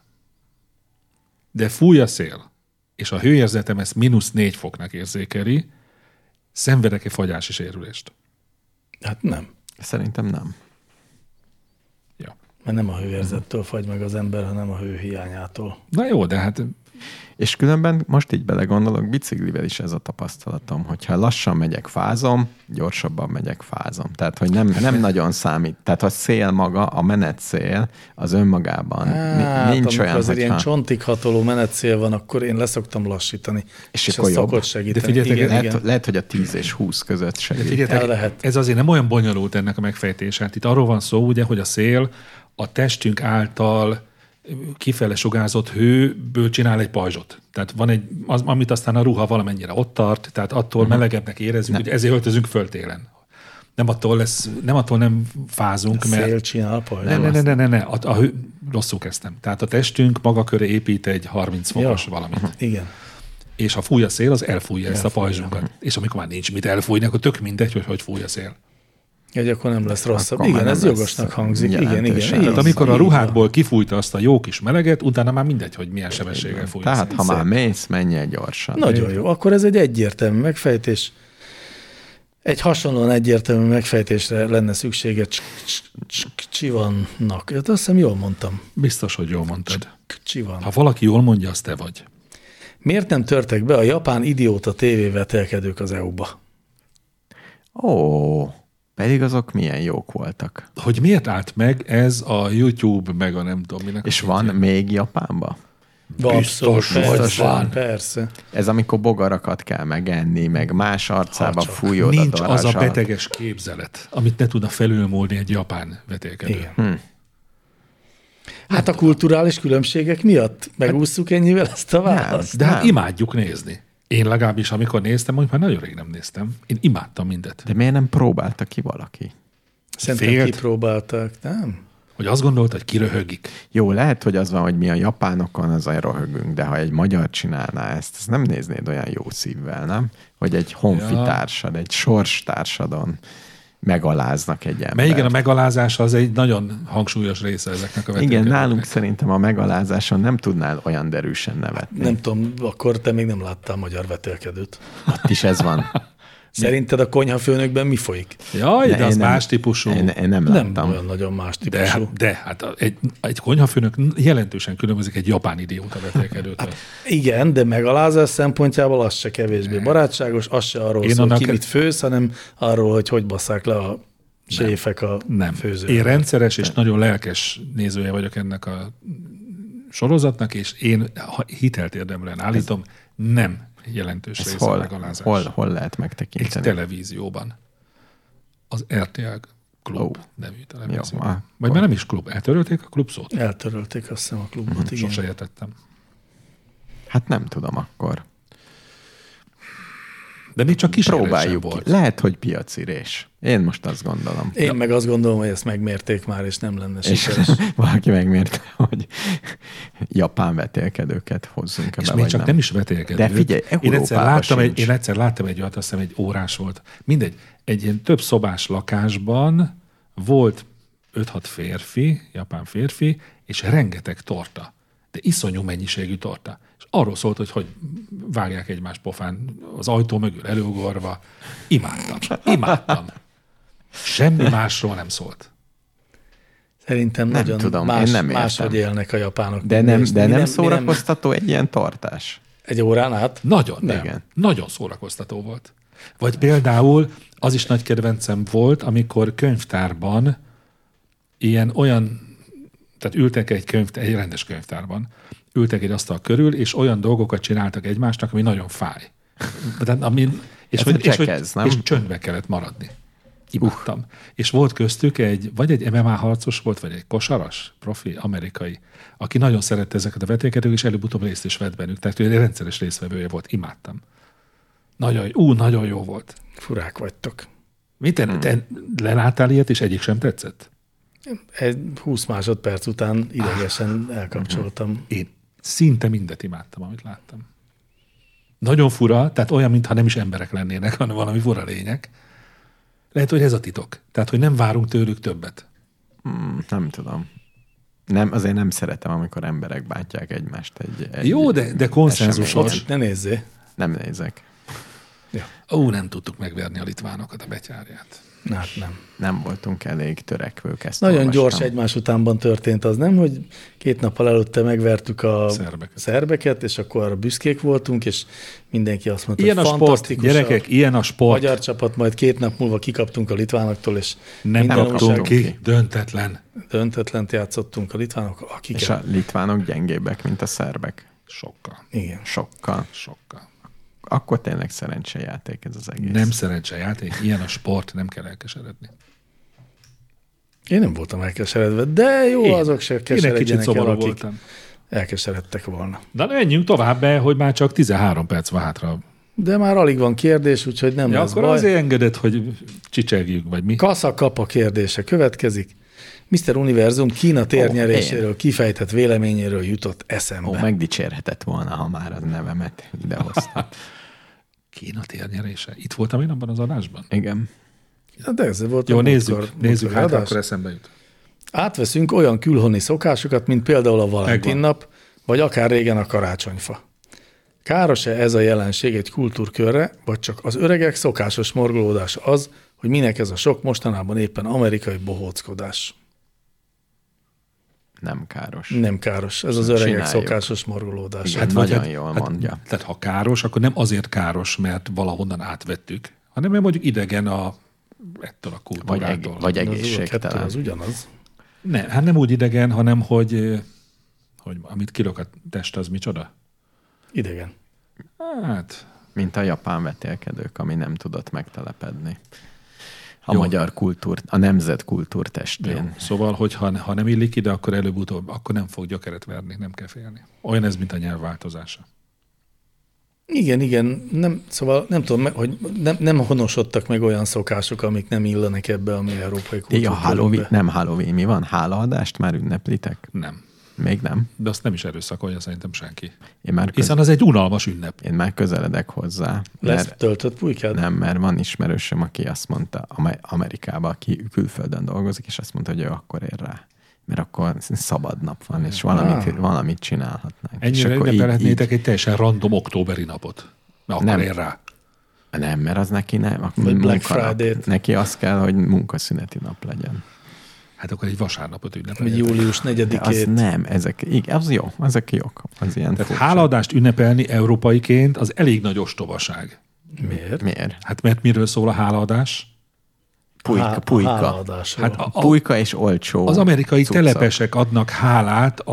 [SPEAKER 3] de fúj a szél, és a hőérzetem ezt -4 foknak érzékeli, szenvedek-e fagyási sérülést?
[SPEAKER 2] Hát nem.
[SPEAKER 1] Szerintem nem.
[SPEAKER 3] Ja.
[SPEAKER 2] Mert nem a hőérzettől fagy meg az ember, hanem a hő hiányától.
[SPEAKER 3] Na jó, de hát...
[SPEAKER 1] És különben most így belegondolok, biciklivel is ez a tapasztalatom, hogyha lassan megyek, fázom, gyorsabban megyek, fázom. Tehát, hogy nem nagyon számít. Tehát a szél maga, a menetszél az önmagában nincs olyan,
[SPEAKER 2] azért ilyen csontig hatoló menetszél van, akkor én leszoktam lassítani. És
[SPEAKER 1] akkor
[SPEAKER 2] ez szokott segíteni.
[SPEAKER 3] De figyeljetek,
[SPEAKER 1] lehet, hogy a 10 és 20 között segít.
[SPEAKER 3] Figyeljetek, ez azért nem olyan bonyolult ennek a megfejtése. Hát itt arról van szó, ugye, hogy a szél a testünk által kifele sugárzott hőből csinál egy pajzsot. Tehát van egy, amit aztán a ruha valamennyire ott tart, tehát attól melegebbnek érezzük, hogy ezért öltözünk föl télen. Nem attól nem fázunk,
[SPEAKER 2] a
[SPEAKER 3] mert...
[SPEAKER 2] szél csinál pajzsot.
[SPEAKER 3] Ne. Rosszul kezdtem. Tehát a testünk maga köré épít egy 30 fokos valamit.
[SPEAKER 2] Igen.
[SPEAKER 3] És ha fúj a szél, az elfújja ezt a pajzsunkat. És amikor már nincs mit elfújni, akkor tök mindegy, hogy fúj a szél.
[SPEAKER 2] Hogy akkor nem lesz rosszabb. Igen, ez jogosnak hangzik. Igen.
[SPEAKER 3] Tehát amikor a ruhádból kifújta azt a jó kis meleget, utána már mindegy, hogy milyen sebességgel fúj.
[SPEAKER 1] Tehát ha már mész, menj el gyorsan.
[SPEAKER 2] Nagyon jó. Akkor ez egy egyértelmű megfejtés. Egy hasonlóan egyértelmű megfejtésre lenne szüksége Csivannak. Azt hiszem jól mondtam.
[SPEAKER 3] Biztos, hogy jól mondtad.
[SPEAKER 2] Csivan.
[SPEAKER 3] Ha valaki jól mondja, az te vagy.
[SPEAKER 2] Miért nem törtek be a japán idióta tévévetelkedők az EU-ba?
[SPEAKER 1] Pedig azok milyen jók voltak.
[SPEAKER 3] Hogy miért állt meg ez a YouTube, meg a nem tudom minek.
[SPEAKER 1] És van még Japánban?
[SPEAKER 2] Biztos van. Persze.
[SPEAKER 1] Ez amikor bogarakat kell megenni, meg más arcába fújod a
[SPEAKER 3] nincs
[SPEAKER 1] darazsat.
[SPEAKER 3] Az a beteges képzelet, amit ne tudna felülmúlni egy japán vetélkedő.
[SPEAKER 2] Hát a kulturális különbségek miatt megússzuk ennyivel ezt a választ?
[SPEAKER 3] De hát imádjuk nézni. Én legalábbis, amikor néztem, mondjuk már nagyon rég nem néztem. Én imádtam mindet.
[SPEAKER 1] De miért nem próbálta ki valaki?
[SPEAKER 2] Szerintem kipróbálták, nem?
[SPEAKER 3] Hogy azt gondolt, hogy kiröhögik.
[SPEAKER 1] Jó, lehet, hogy az van, hogy mi a japánokon azon röhögünk, de ha egy magyar csinálná ezt nem néznéd olyan jó szívvel, nem? Hogy egy honfitársad, egy sorstársadon megaláznak egy embert.
[SPEAKER 3] Mert igen, a megalázás az egy nagyon hangsúlyos része ezeknek a vetélkedőknek.
[SPEAKER 1] Igen, nálunk szerintem a megalázáson nem tudnál olyan derűsen nevetni.
[SPEAKER 2] Nem tudom, akkor te még nem láttál magyar vetélkedőt.
[SPEAKER 1] Ott is ez van.
[SPEAKER 2] Szerinted a konyhafőnökben mi folyik?
[SPEAKER 3] Jaj, de az más típusú.
[SPEAKER 1] Én nem láttam.
[SPEAKER 2] Nem olyan nagyon más típusú.
[SPEAKER 3] De egy konyhafőnök jelentősen különbözik egy japán idióta vetélkedőtől.
[SPEAKER 2] Hát, igen, de megalázás szempontjából az se kevésbé barátságos, az se arról szól, hogy ki mit fősz, hanem arról, hogy basszák le a séfek a főzőt.
[SPEAKER 3] Én rendszeres és nagyon lelkes nézője vagyok ennek a sorozatnak, és én hitelt érdemlen állítom, nem jelentős része a megalázás.
[SPEAKER 1] Hol lehet megtekinteni?
[SPEAKER 3] Egy televízióban. Az RTL Klub nevű televízióban. Vagy már nem is klub. Eltörölték a klub szót?
[SPEAKER 2] Eltörölték azt hiszem a klubot, igen.
[SPEAKER 3] Sose értettem.
[SPEAKER 1] Hát nem tudom akkor.
[SPEAKER 3] De még csak kísérlet sem
[SPEAKER 1] próbáljuk
[SPEAKER 3] volt.
[SPEAKER 1] ki. Lehet, hogy piacirés. Én most azt gondolom.
[SPEAKER 2] Én meg azt gondolom, hogy ezt megmérték már, és nem lenne
[SPEAKER 1] És
[SPEAKER 2] sikeres.
[SPEAKER 1] valaki megmérte, hogy japán vetélkedőket hozzunk
[SPEAKER 3] És
[SPEAKER 1] be,
[SPEAKER 3] még
[SPEAKER 1] vagy
[SPEAKER 3] csak nem is vetélkedő.
[SPEAKER 1] De figyelj,
[SPEAKER 3] én egyszer
[SPEAKER 1] Európában
[SPEAKER 3] láttam egy olyat, azt hiszem egy órás volt. Mindegy, egy ilyen több szobás lakásban volt 5-6 férfi, japán férfi, és rengeteg torta. De iszonyú mennyiségű torta. És arról szólt, hogy vágják egymás pofán az ajtó mögül előgorva. Imádtam. Semmi másról nem szólt.
[SPEAKER 2] Szerintem
[SPEAKER 1] Nem
[SPEAKER 2] nagyon
[SPEAKER 1] tudom, én nem
[SPEAKER 2] máshogy
[SPEAKER 1] értem.
[SPEAKER 2] élnek a japánok.
[SPEAKER 1] De nem szórakoztató egy ilyen tartás?
[SPEAKER 2] Egy órán át?
[SPEAKER 3] Nagyon, nem.
[SPEAKER 1] Igen.
[SPEAKER 3] Nagyon szórakoztató volt. Vagy például az is nagy kedvencem volt, amikor könyvtárban tehát ültek egy rendes könyvtárban, ültek egy asztal körül, és olyan dolgokat csináltak egymásnak, ami nagyon fáj. És csöndbe kellett maradni. Imádtam. És volt köztük vagy egy MMA harcos volt, vagy egy kosaras, profi, amerikai, aki nagyon szerette ezeket a vetélkedők, és előbb-utóbb részt is vett bennük. Tehát ő egy rendszeres részvevője volt. Imádtam. Nagyon jó volt.
[SPEAKER 2] Furák vagytok.
[SPEAKER 3] Te leláttál ilyet, és egyik sem tetszett?
[SPEAKER 2] Egy 20 másodperc után idegesen elkapcsoltam.
[SPEAKER 3] Én szinte mindet imádtam, amit láttam. Nagyon fura, tehát olyan, mintha nem is emberek lennének, hanem valami fura lények. Lehet, hogy ez a titok. Tehát, hogy nem várunk tőlük többet.
[SPEAKER 1] Nem tudom. Azért nem szeretem, amikor emberek bántják egymást egy
[SPEAKER 3] jó, de konszenzusos.
[SPEAKER 2] Ne nézzé.
[SPEAKER 1] Nem nézek.
[SPEAKER 2] Ja.
[SPEAKER 3] Nem tudtuk megverni a litvánokat, a betyárját.
[SPEAKER 2] Hát nem.
[SPEAKER 1] Nem voltunk elég törekvők, ezt
[SPEAKER 2] Nagyon
[SPEAKER 1] olvastam.
[SPEAKER 2] gyors egymás utánban történt az, nem? Hogy 2 nappal előtte megvertük a szerbeket, és akkor arra büszkék voltunk, és mindenki azt mondta,
[SPEAKER 3] ilyen
[SPEAKER 2] hogy
[SPEAKER 3] a
[SPEAKER 2] fantasztikus.
[SPEAKER 3] Sport, gyerekek, ilyen a sport.
[SPEAKER 2] Magyar csapat, majd 2 nap múlva kikaptunk a litvánoktól, és
[SPEAKER 3] nem kaptunk ki.
[SPEAKER 2] Döntetlent játszottunk a litvánok, akiket.
[SPEAKER 1] És a litvánok gyengébbek, mint a szerbek.
[SPEAKER 3] Sokkal.
[SPEAKER 2] Igen.
[SPEAKER 1] Sokkal. Akkor tényleg szerencsejáték ez az egész.
[SPEAKER 3] Nem szerencsejáték, ilyen a sport, nem kell elkeseredni.
[SPEAKER 2] Én nem voltam elkeseredve, de jó, azok se keseredjenek el, akik
[SPEAKER 3] voltam.
[SPEAKER 2] elkeseredtek volna.
[SPEAKER 3] De menjünk tovább be, hogy már csak 13 perc van hátra.
[SPEAKER 2] De már alig van kérdés, úgyhogy nem lesz
[SPEAKER 3] akkor
[SPEAKER 2] baj.
[SPEAKER 3] azért engedett, hogy csicsegjük, vagy mi?
[SPEAKER 2] Kassa-kapa kérdése következik. Mr. Univerzum Kína térnyeréséről kifejtett véleményéről jutott eszembe.
[SPEAKER 1] Megdicsérhetett volna, ha már az nevemet idehozta.
[SPEAKER 3] Kína térnyerése? Itt voltam én abban az adásban?
[SPEAKER 1] Igen.
[SPEAKER 2] De ez volt.
[SPEAKER 3] Jó, nézzük hát, akkor eszembe jut.
[SPEAKER 2] Átveszünk olyan külhoni szokásokat, mint például a Valentin nap, vagy akár régen a karácsonyfa. Káros-e ez a jelenség egy kultúrkörre, vagy csak az öregek szokásos morgolódása az, hogy minek ez a sok mostanában éppen amerikai bohóckodás?
[SPEAKER 1] Nem káros.
[SPEAKER 2] Nem káros. Ez az öregek szokásos morgolódás.
[SPEAKER 1] Igen, nagyon jól mondja.
[SPEAKER 3] Tehát ha káros, akkor nem azért káros, mert valahonnan átvettük, hanem mert mondjuk idegen ettől a kultúrától.
[SPEAKER 1] Vagy egészségtelen.
[SPEAKER 2] Az ugyanaz.
[SPEAKER 3] Nem úgy idegen, hanem hogy amit kilök a test, az micsoda?
[SPEAKER 2] Idegen.
[SPEAKER 3] Hát...
[SPEAKER 1] Mint a japán vetélkedők, ami nem tudott megtelepedni. Magyar kultúr, a nemzet kultúrtestén.
[SPEAKER 3] Jó. Szóval, hogy ha nem illik ide, akkor előbb-utóbb, akkor nem fog gyökeret verni, nem kell félni. Olyan ez, mint a nyelv változása.
[SPEAKER 2] Igen. Szóval nem tudom, hogy nem honosodtak meg olyan szokások, amik nem illenek ebbe a mi európai kultúrkörünkbe.
[SPEAKER 1] Nem Halloween, mi van? Hálaadást már ünneplitek?
[SPEAKER 3] Nem.
[SPEAKER 1] Még nem?
[SPEAKER 3] De azt nem is erőszakolja szerintem senki.
[SPEAKER 1] Hiszen
[SPEAKER 3] az egy unalmas ünnep.
[SPEAKER 1] Én már közeledek hozzá.
[SPEAKER 2] Lesz töltött pulykád?
[SPEAKER 1] Nem, mert van ismerősöm, aki azt mondta, Amerikában, aki külföldön dolgozik, és azt mondta, hogy ő akkor ér rá. Mert akkor szabad nap van, és valamit csinálhatnánk.
[SPEAKER 3] Ennyire ünnepelhetnétek egy teljesen random októberi napot. Mert akkor ér rá.
[SPEAKER 1] Nem, mert az neki nem.
[SPEAKER 2] Black Friday-t.
[SPEAKER 1] Neki az kell, hogy munkaszüneti nap legyen.
[SPEAKER 3] Hát akkor egy vasárnapot ünnepeljetek.
[SPEAKER 2] Július 4-ét.
[SPEAKER 1] Az nem, az jó, ezek jók. Az ilyen
[SPEAKER 3] tehát hálaadást ünnepelni európaiként az elég nagy ostobaság.
[SPEAKER 2] Miért?
[SPEAKER 3] Hát mert miről szól a hálaadás?
[SPEAKER 1] Pulyka.
[SPEAKER 2] Hát
[SPEAKER 1] pulyka és olcsó.
[SPEAKER 3] Az amerikai
[SPEAKER 1] cuccak.
[SPEAKER 3] telepesek adnak hálát a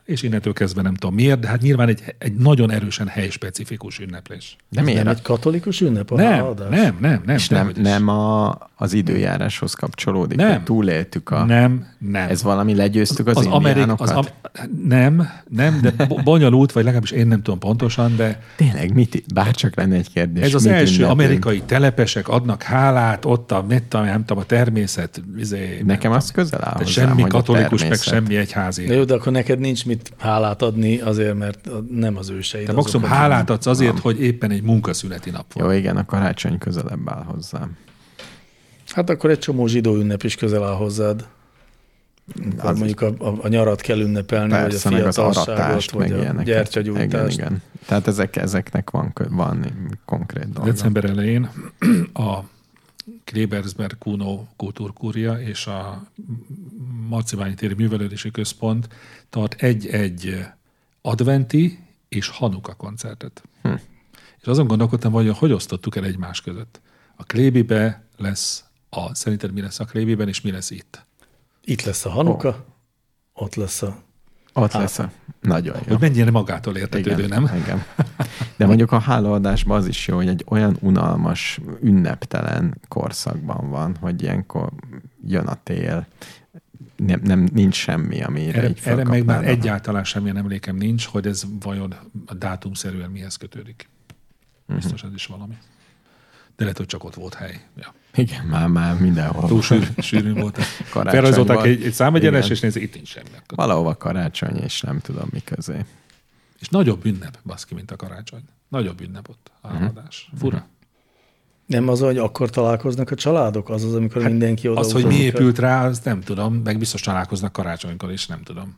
[SPEAKER 3] és innentől kezdve nem tudom miért, de hát nyilván egy nagyon erősen helyspecifikus ünneplés.
[SPEAKER 1] De
[SPEAKER 2] Ez
[SPEAKER 1] miért?
[SPEAKER 2] nem egy katolikus ünnep a
[SPEAKER 3] Nem,
[SPEAKER 2] hálaadás?
[SPEAKER 3] nem.
[SPEAKER 1] És nem az időjáráshoz kapcsolódik,
[SPEAKER 3] Nem.
[SPEAKER 1] hogy túléltük a...
[SPEAKER 3] Nem.
[SPEAKER 1] Ez valami legyőztük az indiánokat?
[SPEAKER 3] Nem, de bonyolult, vagy legalábbis én nem tudom pontosan, de
[SPEAKER 1] Tényleg, bárcsak lenne egy kérdés.
[SPEAKER 3] ez az
[SPEAKER 1] mit
[SPEAKER 3] első
[SPEAKER 1] ünneplünk?
[SPEAKER 3] amerikai telepesek adnak hálát, ott nem tudom, a természet.
[SPEAKER 1] Nekem az közel áll hozzám,
[SPEAKER 3] semmi
[SPEAKER 1] hogy a
[SPEAKER 3] katolikus, meg
[SPEAKER 1] természet.
[SPEAKER 3] semmi egyházi.
[SPEAKER 2] De jó, de akkor neked nincs mit hálát adni azért, mert nem az őseid.
[SPEAKER 3] Te
[SPEAKER 2] azok,
[SPEAKER 3] maximum
[SPEAKER 2] akik-
[SPEAKER 3] hálát adsz azért, hogy éppen egy munkaszületi nap van.
[SPEAKER 1] Jó, igen, a karácsony közelebb áll hozzám.
[SPEAKER 2] Hát akkor egy csomó zsidó ünnep is közel áll hozzád. Akkor
[SPEAKER 1] Az
[SPEAKER 2] mondjuk a nyarat kell ünnepelni,
[SPEAKER 1] Persze,
[SPEAKER 2] vagy
[SPEAKER 1] meg
[SPEAKER 2] a
[SPEAKER 1] az
[SPEAKER 2] fiatalságot,
[SPEAKER 1] aratást, meg
[SPEAKER 2] vagy a
[SPEAKER 1] ilyeneket.
[SPEAKER 2] gyertyagyújtást.
[SPEAKER 1] Igen. Tehát ezeknek van konkrét dolga.
[SPEAKER 3] December elején a Klebersberg Kuno Kultúrkúria és a Marciványi Téri Művelődési Központ tart egy adventi és Hanuka koncertet. És azon gondolkodtam, hogy osztottuk el egymás között. A Klébibe lesz szerinted mi lesz a Klébiben, és mi lesz itt?
[SPEAKER 2] Itt lesz a Hanuka, ott lesz a...
[SPEAKER 1] Ott lesz a... Nagyon jó.
[SPEAKER 3] Hogy mennyire magától értetődő,
[SPEAKER 1] Igen,
[SPEAKER 3] nem?
[SPEAKER 1] igen. De mondjuk a hálaadásban az is jó, hogy egy olyan unalmas, ünneptelen korszakban van, hogy ilyenkor jön a tél, nincs semmi, amire így
[SPEAKER 3] Erre meg már
[SPEAKER 1] felkapnának.
[SPEAKER 3] egyáltalán semmilyen emlékem nincs, hogy ez vajon a dátumszerűen mihez kötődik. Biztos ez is valami. De lehet, hogy csak ott volt hely. Ja.
[SPEAKER 1] Igen, már mindenhol.
[SPEAKER 3] Túl sűrűn volt.
[SPEAKER 1] Karácsony
[SPEAKER 3] Felrajzolták
[SPEAKER 1] van.
[SPEAKER 3] egy számegyenes,
[SPEAKER 1] Igen.
[SPEAKER 3] és nézd, itt nincs semmi.
[SPEAKER 1] Valahova karácsony, és nem tudom mi közé.
[SPEAKER 3] És nagyobb ünnep, baszki, mint a karácsony. Nagyobb ünnep ott a háladás. Fura.
[SPEAKER 2] Nem az, hogy akkor találkoznak a családok? Az, amikor mindenki oda
[SPEAKER 3] Az, hogy mi
[SPEAKER 2] utazik.
[SPEAKER 3] épült rá, az nem tudom, meg biztos találkoznak karácsonykor is, nem tudom.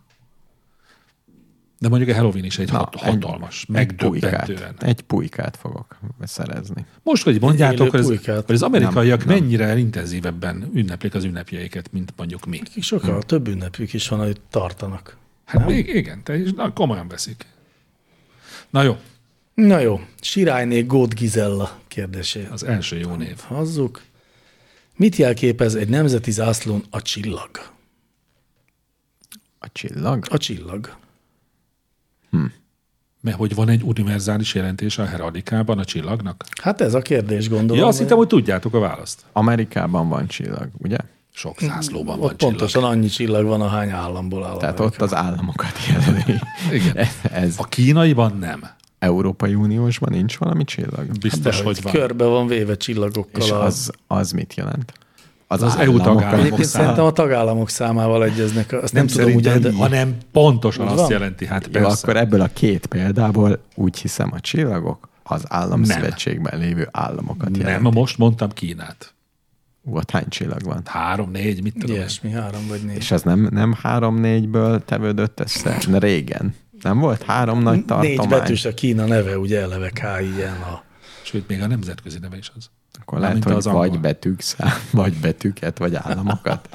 [SPEAKER 3] De mondjuk a Halloween is egy hatalmas, megdöbbentően.
[SPEAKER 1] Egy pulykát fogok beszerezni.
[SPEAKER 3] Most, hogy mondjátok,
[SPEAKER 2] Élő
[SPEAKER 3] hogy
[SPEAKER 2] pulykát.
[SPEAKER 3] az amerikaiak
[SPEAKER 1] Nem.
[SPEAKER 3] mennyire intenzívebben ünneplik az ünnepjeiket, mint mondjuk mi.
[SPEAKER 2] Sokkal több ünnepük is van, hogy tartanak.
[SPEAKER 3] Hát igen, te is komolyan veszik. Na jó,
[SPEAKER 2] Na jó, Sirályné Góth Gizella kérdéséhez.
[SPEAKER 3] az első jó név.
[SPEAKER 2] Hazzuk. Mit jelképez egy nemzeti zászlón a csillag?
[SPEAKER 1] A csillag?
[SPEAKER 2] A csillag.
[SPEAKER 3] Mert hogy van egy univerzális jelentése a heraldikában a csillagnak?
[SPEAKER 2] Hát ez a kérdés, gondolom.
[SPEAKER 3] Ja, azt hittem, hogy tudjátok a választ.
[SPEAKER 1] Amerikában van csillag, ugye?
[SPEAKER 3] Sok zászlóban
[SPEAKER 2] Ott
[SPEAKER 3] van csillag.
[SPEAKER 2] pontosan annyi csillag van, ahány államból áll.
[SPEAKER 1] Tehát
[SPEAKER 2] Amerika.
[SPEAKER 1] ott az államokat jelöli.
[SPEAKER 3] Igen.
[SPEAKER 1] Ez
[SPEAKER 3] A kínaiban nem.
[SPEAKER 1] Európai Uniósban nincs valami csillag?
[SPEAKER 3] Biztos,
[SPEAKER 2] De,
[SPEAKER 3] hogy van.
[SPEAKER 2] körbe van véve csillagokkal.
[SPEAKER 1] És
[SPEAKER 2] a...
[SPEAKER 1] az mit jelent?
[SPEAKER 3] Az EU
[SPEAKER 1] államokat-
[SPEAKER 3] tagállamok
[SPEAKER 2] Egyébként
[SPEAKER 3] száma.
[SPEAKER 2] szerintem a tagállamok számával egyeznek. Azt nem tudom, ugye,
[SPEAKER 3] szerintem,
[SPEAKER 2] de...
[SPEAKER 3] hanem pontosan
[SPEAKER 2] Úgy
[SPEAKER 3] azt
[SPEAKER 2] van?
[SPEAKER 3] jelenti. Hát
[SPEAKER 1] Jó,
[SPEAKER 3] persze.
[SPEAKER 1] akkor ebből a két példából úgy hiszem a csillagok az államszövetségben lévő államokat jelent.
[SPEAKER 3] Nem, most mondtam Kínát.
[SPEAKER 1] Ott hány csillag van?
[SPEAKER 3] 3, 4, mit tudom én.
[SPEAKER 2] Ilyesmi, 3 vagy 4.
[SPEAKER 1] És az nem 3-4-ből tevődött össze? Na, régen. Nem volt 3 nagy
[SPEAKER 2] 4
[SPEAKER 1] tartomány?
[SPEAKER 2] betűs a Kína neve, ugye eleve K-I-N-A.
[SPEAKER 3] Sőt, még a nemzetközi neve is az.
[SPEAKER 1] Akkor
[SPEAKER 3] Nem,
[SPEAKER 1] lehet,
[SPEAKER 3] mint
[SPEAKER 1] hogy
[SPEAKER 3] az angol.
[SPEAKER 1] vagy betűk vagy betűket, vagy államokat.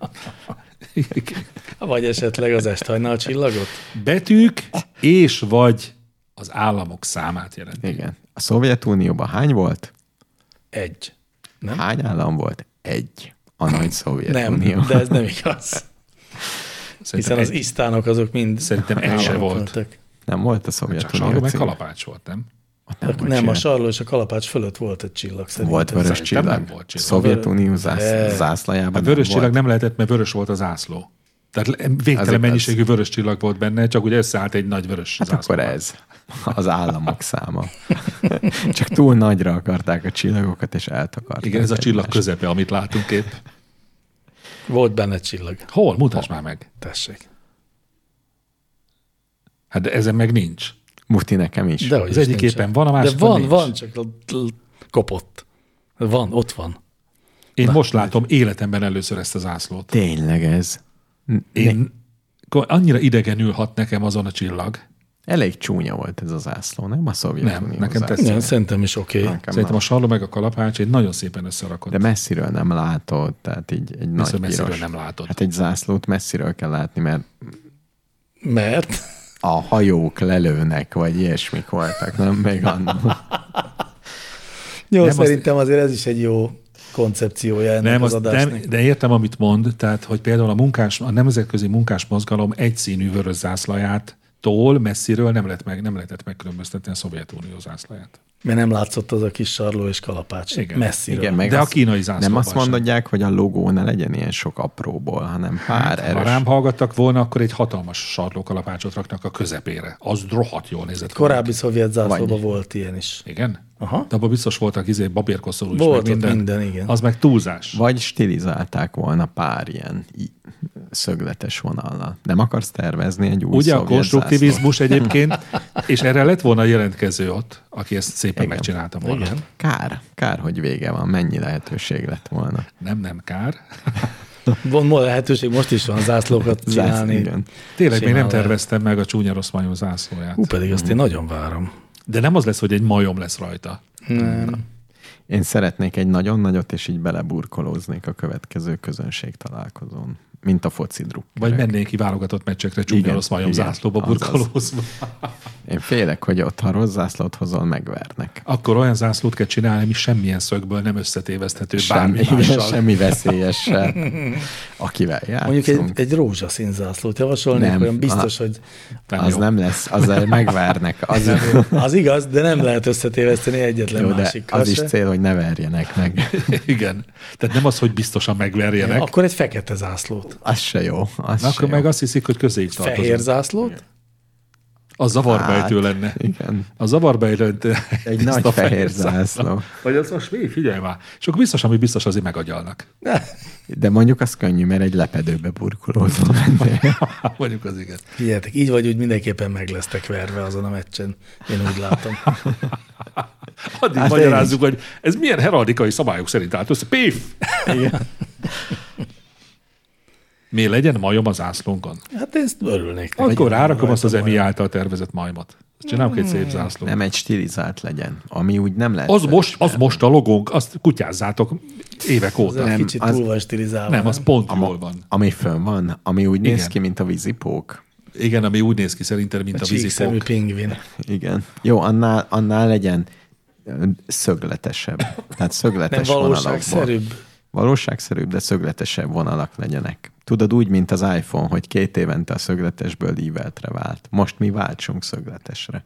[SPEAKER 2] Vagy esetleg az esthajnál csillagot?
[SPEAKER 3] Betűk és vagy az államok számát jelenti.
[SPEAKER 1] Igen. A Szovjetunióban hány volt?
[SPEAKER 2] 1. Nem?
[SPEAKER 1] Hány állam volt? 1. A nagy
[SPEAKER 2] Nem,
[SPEAKER 1] Szovjetunió.
[SPEAKER 2] de ez nem igaz. Hiszen az
[SPEAKER 3] egy,
[SPEAKER 2] isztánok azok mind
[SPEAKER 3] Szerintem egy se
[SPEAKER 2] államok
[SPEAKER 3] volt.
[SPEAKER 2] voltak.
[SPEAKER 1] Nem volt a
[SPEAKER 3] Csak
[SPEAKER 1] Szovjetunió.
[SPEAKER 3] sarló meg
[SPEAKER 1] cím?
[SPEAKER 3] kalapács volt, nem?
[SPEAKER 1] Ott nem, volt
[SPEAKER 2] Nem, a
[SPEAKER 1] csillag.
[SPEAKER 2] sarló és a kalapács fölött volt egy csillag szerintem.
[SPEAKER 1] Volt vörös
[SPEAKER 3] Szerintem
[SPEAKER 1] csillag.
[SPEAKER 3] nem volt csillag.
[SPEAKER 1] Szovjetunió
[SPEAKER 2] De.
[SPEAKER 1] zászlajában
[SPEAKER 3] A vörös
[SPEAKER 1] nem
[SPEAKER 3] csillag
[SPEAKER 1] volt.
[SPEAKER 3] nem lehetett, mert vörös volt a zászló. Tehát
[SPEAKER 1] Az
[SPEAKER 3] végtelen
[SPEAKER 1] igaz.
[SPEAKER 3] mennyiségű vörös csillag volt benne, csak ugye összeállt egy nagy vörös
[SPEAKER 1] Hát
[SPEAKER 3] zászló.
[SPEAKER 1] akkor ez. Az államok száma. Csak túl nagyra akarták a csillagokat, és eltakarták.
[SPEAKER 3] Igen, ez a csillag
[SPEAKER 1] egymást.
[SPEAKER 3] közepe, amit látunk épp.
[SPEAKER 2] Volt benne csillag.
[SPEAKER 3] Hol? Mutasd már meg.
[SPEAKER 2] Tessék.
[SPEAKER 3] Hát de ezen meg nincs.
[SPEAKER 1] Muti nekem is.
[SPEAKER 2] Dehogy
[SPEAKER 3] Az
[SPEAKER 2] is
[SPEAKER 3] egyik
[SPEAKER 2] nincsen.
[SPEAKER 3] éppen van, a másikon
[SPEAKER 2] De van,
[SPEAKER 3] nincs.
[SPEAKER 2] van, csak kopott. Van, ott van.
[SPEAKER 3] Én most látom életemben először ezt a zászlót.
[SPEAKER 1] Tényleg ez.
[SPEAKER 3] Én annyira idegenül hat nekem azon a csillag.
[SPEAKER 1] Elég csúnya volt ez a zászló, nem? A Szovjetunió
[SPEAKER 3] Nem, nekem
[SPEAKER 1] zászló.
[SPEAKER 3] tetszik.
[SPEAKER 2] Igen, szerintem is oké.
[SPEAKER 1] Nekem
[SPEAKER 3] Szerintem
[SPEAKER 1] nem.
[SPEAKER 3] a sarló meg a kalapács egy nagyon szépen összerakott.
[SPEAKER 1] De messziről nem látod, tehát így egy nagy
[SPEAKER 3] messziről
[SPEAKER 1] piros.
[SPEAKER 3] nem látod.
[SPEAKER 1] Hát egy zászlót messziről kell látni, mert
[SPEAKER 2] Mert
[SPEAKER 1] a hajók lelőnek, vagy ilyesmik voltak, nem? Még annak.
[SPEAKER 2] jó,
[SPEAKER 3] Nem,
[SPEAKER 2] szerintem azért ez is egy jó koncepciója ennek az adásnak.
[SPEAKER 3] De értem, amit mond, tehát, hogy például a nemzetközi munkásmozgalom egyszínű vörös zászlajától messziről nem lehetett megkülönböztetni a Szovjetunió zászlaját.
[SPEAKER 2] Mert nem látszott az a kis sarló és kalapács.
[SPEAKER 3] Igen.
[SPEAKER 2] Messziről.
[SPEAKER 1] Igen, meg
[SPEAKER 3] de a kínai zászlóban
[SPEAKER 1] nem azt mondják, hogy a logó ne legyen ilyen sok apróból, hanem pár
[SPEAKER 3] Ha
[SPEAKER 1] erős.
[SPEAKER 3] rám hallgattak volna, akkor egy hatalmas sarlókalapácsot raknak a közepére. Az rohadt jól nézett.
[SPEAKER 2] Korábbi szovjet zászlóban
[SPEAKER 1] Vagy.
[SPEAKER 2] volt ilyen is.
[SPEAKER 3] Igen?
[SPEAKER 2] Aha.
[SPEAKER 3] De abban biztos voltak babérkoszorú is,
[SPEAKER 2] Volt
[SPEAKER 3] meg
[SPEAKER 2] ott minden, igen.
[SPEAKER 3] Az meg túlzás.
[SPEAKER 1] Vagy stilizálták volna pár ilyen szögletes vonallal. Nem akarsz tervezni egy új
[SPEAKER 3] Ugye a
[SPEAKER 1] szovjet
[SPEAKER 3] konstruktivizmus egyébként, és erre lett volna jelentkező ott, aki ezt szépen
[SPEAKER 1] Igen.
[SPEAKER 3] megcsinálta volna.
[SPEAKER 2] Igen.
[SPEAKER 1] Kár, hogy vége van, mennyi lehetőség lett volna.
[SPEAKER 3] Nem kár.
[SPEAKER 2] Van lehetőség, most is van zászlókat csinálni.
[SPEAKER 1] Igen.
[SPEAKER 3] Tényleg még nem
[SPEAKER 2] Simán lehet.
[SPEAKER 3] terveztem meg a csúnya rossz majom zászlóját.
[SPEAKER 2] Hú, pedig azt én nagyon várom.
[SPEAKER 3] De nem az lesz, hogy egy majom lesz rajta.
[SPEAKER 2] Nem.
[SPEAKER 1] Én szeretnék egy nagyon nagyot, és így beleburkolóznék a következő közönség találkozón. Mint a foci drukkerek.
[SPEAKER 3] Vagy mennék ki válogatott meccsekre csúnya
[SPEAKER 1] Igen,
[SPEAKER 3] rossz majom
[SPEAKER 1] igen.
[SPEAKER 3] zászlóba
[SPEAKER 1] Azaz.
[SPEAKER 3] burkolózva.
[SPEAKER 1] Én félek, hogy ott, ha rossz zászlót hozol, megvernek.
[SPEAKER 3] Akkor olyan zászlót kell csinálni, ami semmilyen szögből nem összetéveszthető bármi mással.
[SPEAKER 1] Semmi veszélyessel, akivel játszunk.
[SPEAKER 2] Mondjuk egy rózsaszín zászlót javasolnék,
[SPEAKER 1] Nem.
[SPEAKER 2] olyan biztos, hogy
[SPEAKER 1] Az
[SPEAKER 3] jó.
[SPEAKER 1] nem lesz, azzal megvernek.
[SPEAKER 2] az igaz, de nem lehet összetéveszteni egyetlen
[SPEAKER 1] Jó, de
[SPEAKER 2] másikkal
[SPEAKER 1] az is
[SPEAKER 2] se.
[SPEAKER 1] cél, hogy ne verjenek meg.
[SPEAKER 3] Igen. Tehát nem az, hogy biztosan megverjenek.
[SPEAKER 2] Akkor egy fekete zászlót.
[SPEAKER 1] Az se jó. Az
[SPEAKER 3] Na,
[SPEAKER 1] se
[SPEAKER 3] akkor
[SPEAKER 1] jó.
[SPEAKER 3] meg azt hiszik, hogy közéig
[SPEAKER 2] Fehér
[SPEAKER 3] tartozunk.
[SPEAKER 2] zászlót?
[SPEAKER 3] Az zavarbejtő lenne.
[SPEAKER 1] Igen.
[SPEAKER 3] A zavarbejtő
[SPEAKER 1] Egy nagy fehér zászló.
[SPEAKER 3] Vagy az most mi? Figyelj már. És akkor biztos, ami biztos, azért megagyalnak.
[SPEAKER 1] De mondjuk az könnyű, mert egy lepedőbe burkolózva mennél.
[SPEAKER 3] Mondjuk az igen.
[SPEAKER 2] Figyeljetek, így vagy úgy mindenképpen meg lesztek verve azon a meccsen. Én úgy látom.
[SPEAKER 3] Addig
[SPEAKER 1] Hát
[SPEAKER 3] magyarázzuk, hogy ez milyen heraldikai szabályok szerint állt össze. Pif!
[SPEAKER 1] Igen.
[SPEAKER 3] Mi legyen majom az zászlónkon?
[SPEAKER 2] Hát én ezt örülnék.
[SPEAKER 3] Akkor rárakom azt az
[SPEAKER 2] Rajta
[SPEAKER 3] EMI
[SPEAKER 2] majom.
[SPEAKER 3] által tervezett majmot. Csinálunk egy szép zászlót.
[SPEAKER 1] Nem egy stilizált legyen, ami úgy nem lehet.
[SPEAKER 3] Az most a logónk, azt kutyázzátok évek
[SPEAKER 2] Az
[SPEAKER 3] óta.
[SPEAKER 2] egy
[SPEAKER 1] Nem,
[SPEAKER 2] kicsit
[SPEAKER 1] az-
[SPEAKER 2] túl van stilizálva.
[SPEAKER 3] Nem, az pont jól van.
[SPEAKER 1] Ami fönn van, ami úgy néz
[SPEAKER 3] Igen.
[SPEAKER 1] ki, mint a vízipók.
[SPEAKER 3] Igen, ami úgy néz ki szerintem, mint a
[SPEAKER 2] Csíkszemű
[SPEAKER 3] vízipók.
[SPEAKER 2] pingvin.
[SPEAKER 1] Igen. Jó, annál legyen szögletesebb. Tehát
[SPEAKER 2] Nem
[SPEAKER 1] szögletes vonalakból.
[SPEAKER 2] valóságszerűbb.
[SPEAKER 1] Valóságszerűbb, de szögletesebb vonalak legyenek. Tudod, úgy, mint az iPhone, hogy 2 évente a szögletesből íveltre vált. Most mi váltsunk szögletesre.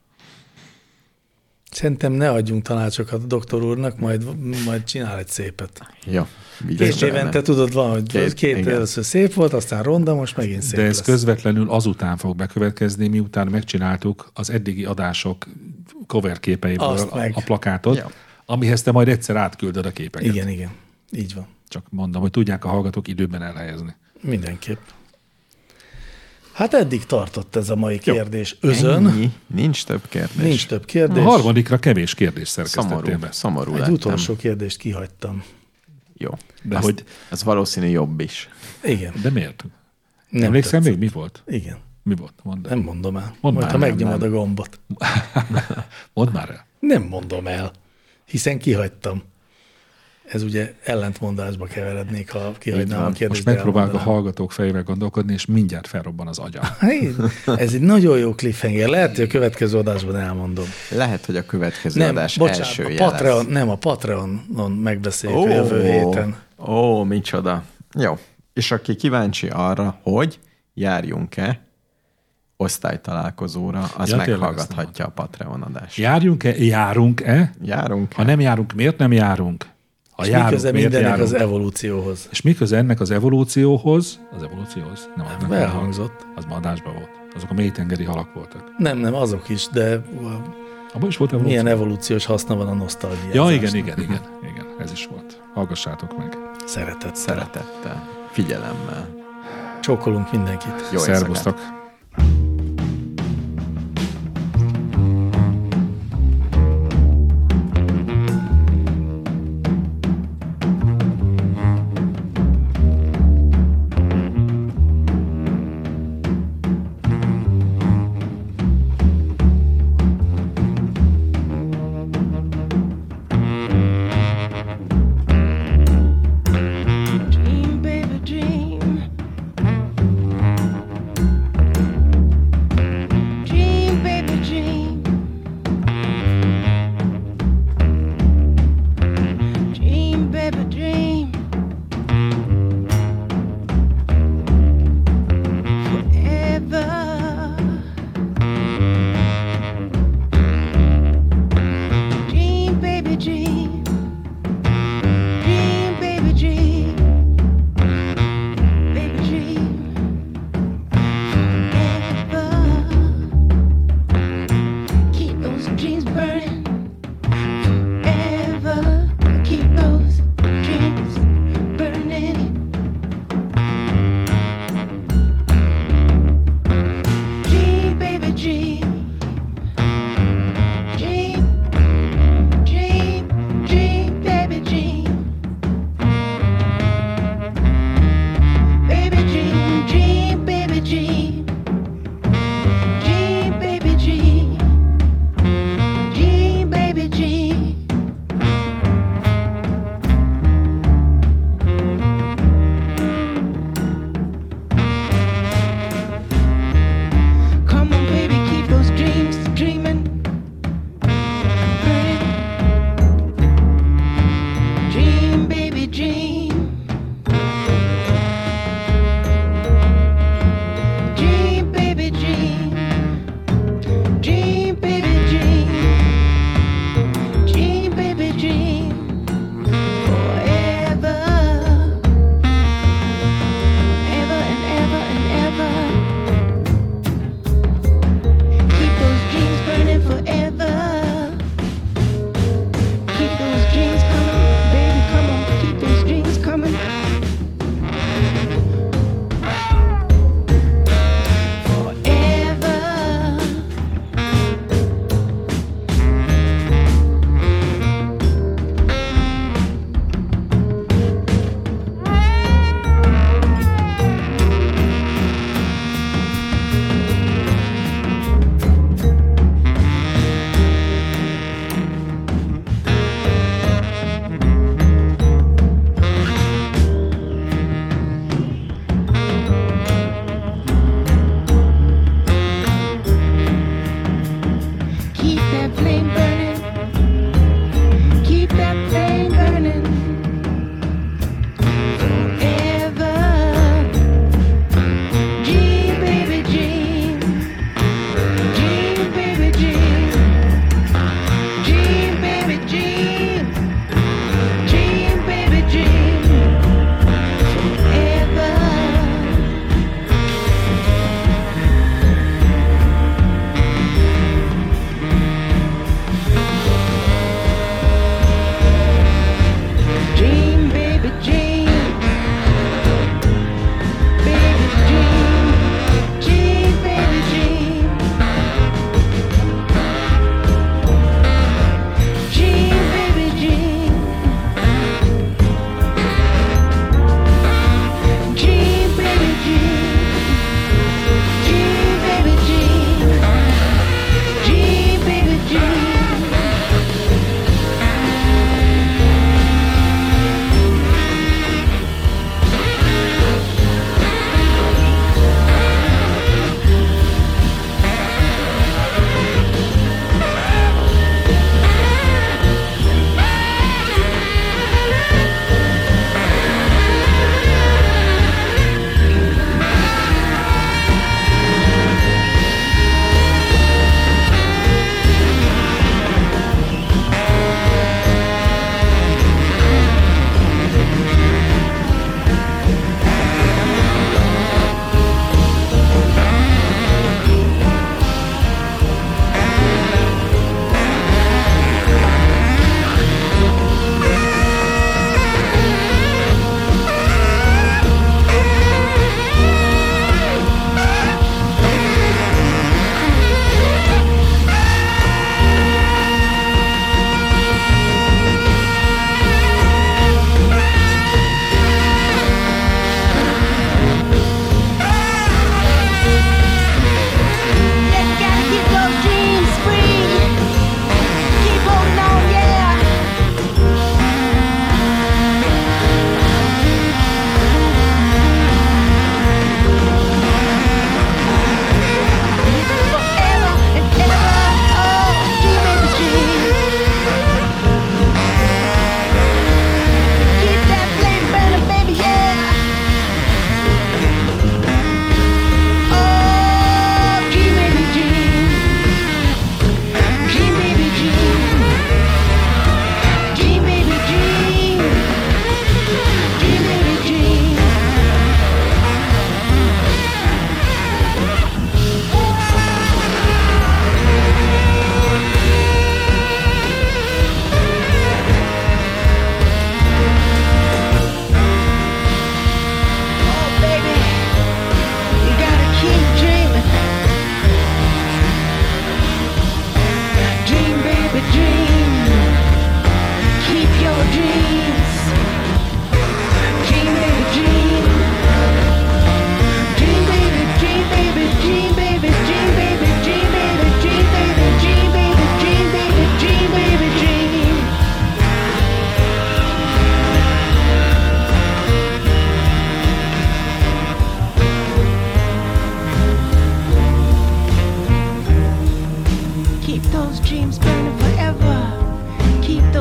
[SPEAKER 2] Szerintem ne adjunk tanácsokat a doktor úrnak, majd csinál egy szépet.
[SPEAKER 1] Jó.
[SPEAKER 2] 2 évente tudod, van, hogy két
[SPEAKER 1] igen.
[SPEAKER 2] először szép volt, aztán ronda, most megint szép
[SPEAKER 3] De ez
[SPEAKER 2] lesz.
[SPEAKER 3] közvetlenül azután fog bekövetkezni, miután megcsináltuk az eddigi adások cover képeiből
[SPEAKER 2] Azt meg.
[SPEAKER 3] a plakátot,
[SPEAKER 1] Ja.
[SPEAKER 3] amihez te majd egyszer átküldöd a képeket.
[SPEAKER 2] Igen, igen. Így van.
[SPEAKER 3] Csak mondom, hogy tudják a hallgatók időben elhelyezni.
[SPEAKER 2] Mindenképp. Hát eddig tartott ez a mai kérdés. Özön.
[SPEAKER 1] Ennyi? Nincs több kérdés.
[SPEAKER 2] Nincs több
[SPEAKER 3] A
[SPEAKER 2] kérdés.
[SPEAKER 3] harmadikra kevés kérdés szerkesztettél be.
[SPEAKER 1] Szomorú
[SPEAKER 2] Egy
[SPEAKER 1] lettem.
[SPEAKER 2] utolsó kérdést kihagytam.
[SPEAKER 1] Jó.
[SPEAKER 3] De
[SPEAKER 1] Azt-
[SPEAKER 3] hogy-
[SPEAKER 1] Az valószínű jobb is.
[SPEAKER 2] Igen.
[SPEAKER 3] De miért?
[SPEAKER 2] Nem
[SPEAKER 3] Emlékszem
[SPEAKER 2] tetszett.
[SPEAKER 3] még, mi volt?
[SPEAKER 2] Igen.
[SPEAKER 3] Mi volt? Mondd el.
[SPEAKER 2] Nem mondom el.
[SPEAKER 3] Mondd
[SPEAKER 2] Majd,
[SPEAKER 3] már,
[SPEAKER 2] ha
[SPEAKER 3] nem,
[SPEAKER 2] megnyomod a gombot.
[SPEAKER 3] Mondd már el.
[SPEAKER 2] Nem mondom el, hiszen kihagytam. Ez ugye ellentmondásba keverednék, ha kihagynám a
[SPEAKER 1] van.
[SPEAKER 2] kérdést.
[SPEAKER 3] Most megpróbálok a hallgatók fejével gondolkodni, és mindjárt felrobban az agyam.
[SPEAKER 2] Ez egy nagyon jó cliffhanger. Lehet, hogy a következő adásban elmondom.
[SPEAKER 1] Lehet, hogy a következő adás első
[SPEAKER 2] a
[SPEAKER 1] lesz.
[SPEAKER 2] Patreon, nem, a Patreonon megbeszéljük a jövő héten.
[SPEAKER 1] Ó, micsoda. Jó. És aki kíváncsi arra, hogy járjunk-e osztálytalálkozóra, az
[SPEAKER 3] Ja, tényleg,
[SPEAKER 1] meghallgathatja a Patreon adást.
[SPEAKER 3] Járjunk-e? Járunk-e?
[SPEAKER 1] Járunk?
[SPEAKER 3] Ha nem járunk, miért nem járunk? Ha
[SPEAKER 2] És mi
[SPEAKER 3] járunk,
[SPEAKER 2] köze
[SPEAKER 3] miért
[SPEAKER 2] mindennek
[SPEAKER 3] járunk?
[SPEAKER 2] az evolúcióhoz?
[SPEAKER 3] És mi köze ennek az evolúcióhoz? Az evolúcióhoz? Nem,
[SPEAKER 2] Elhangzott.
[SPEAKER 3] Az ma adásban volt. Azok a mélytengeri halak voltak.
[SPEAKER 2] Nem, azok is, de
[SPEAKER 3] Abban is volt evolúció?
[SPEAKER 2] milyen evolúciós haszna van a nosztalgiázásnak?
[SPEAKER 3] Ja, igen, ez is volt. Hallgassátok meg.
[SPEAKER 2] Szeretet.
[SPEAKER 1] Szeretettel, figyelemmel.
[SPEAKER 2] Csókolunk mindenkit.
[SPEAKER 1] Jó
[SPEAKER 3] Szervusztok.
[SPEAKER 1] éjszakát.
[SPEAKER 5] Dream, baby, dream.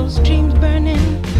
[SPEAKER 5] those dreams burning.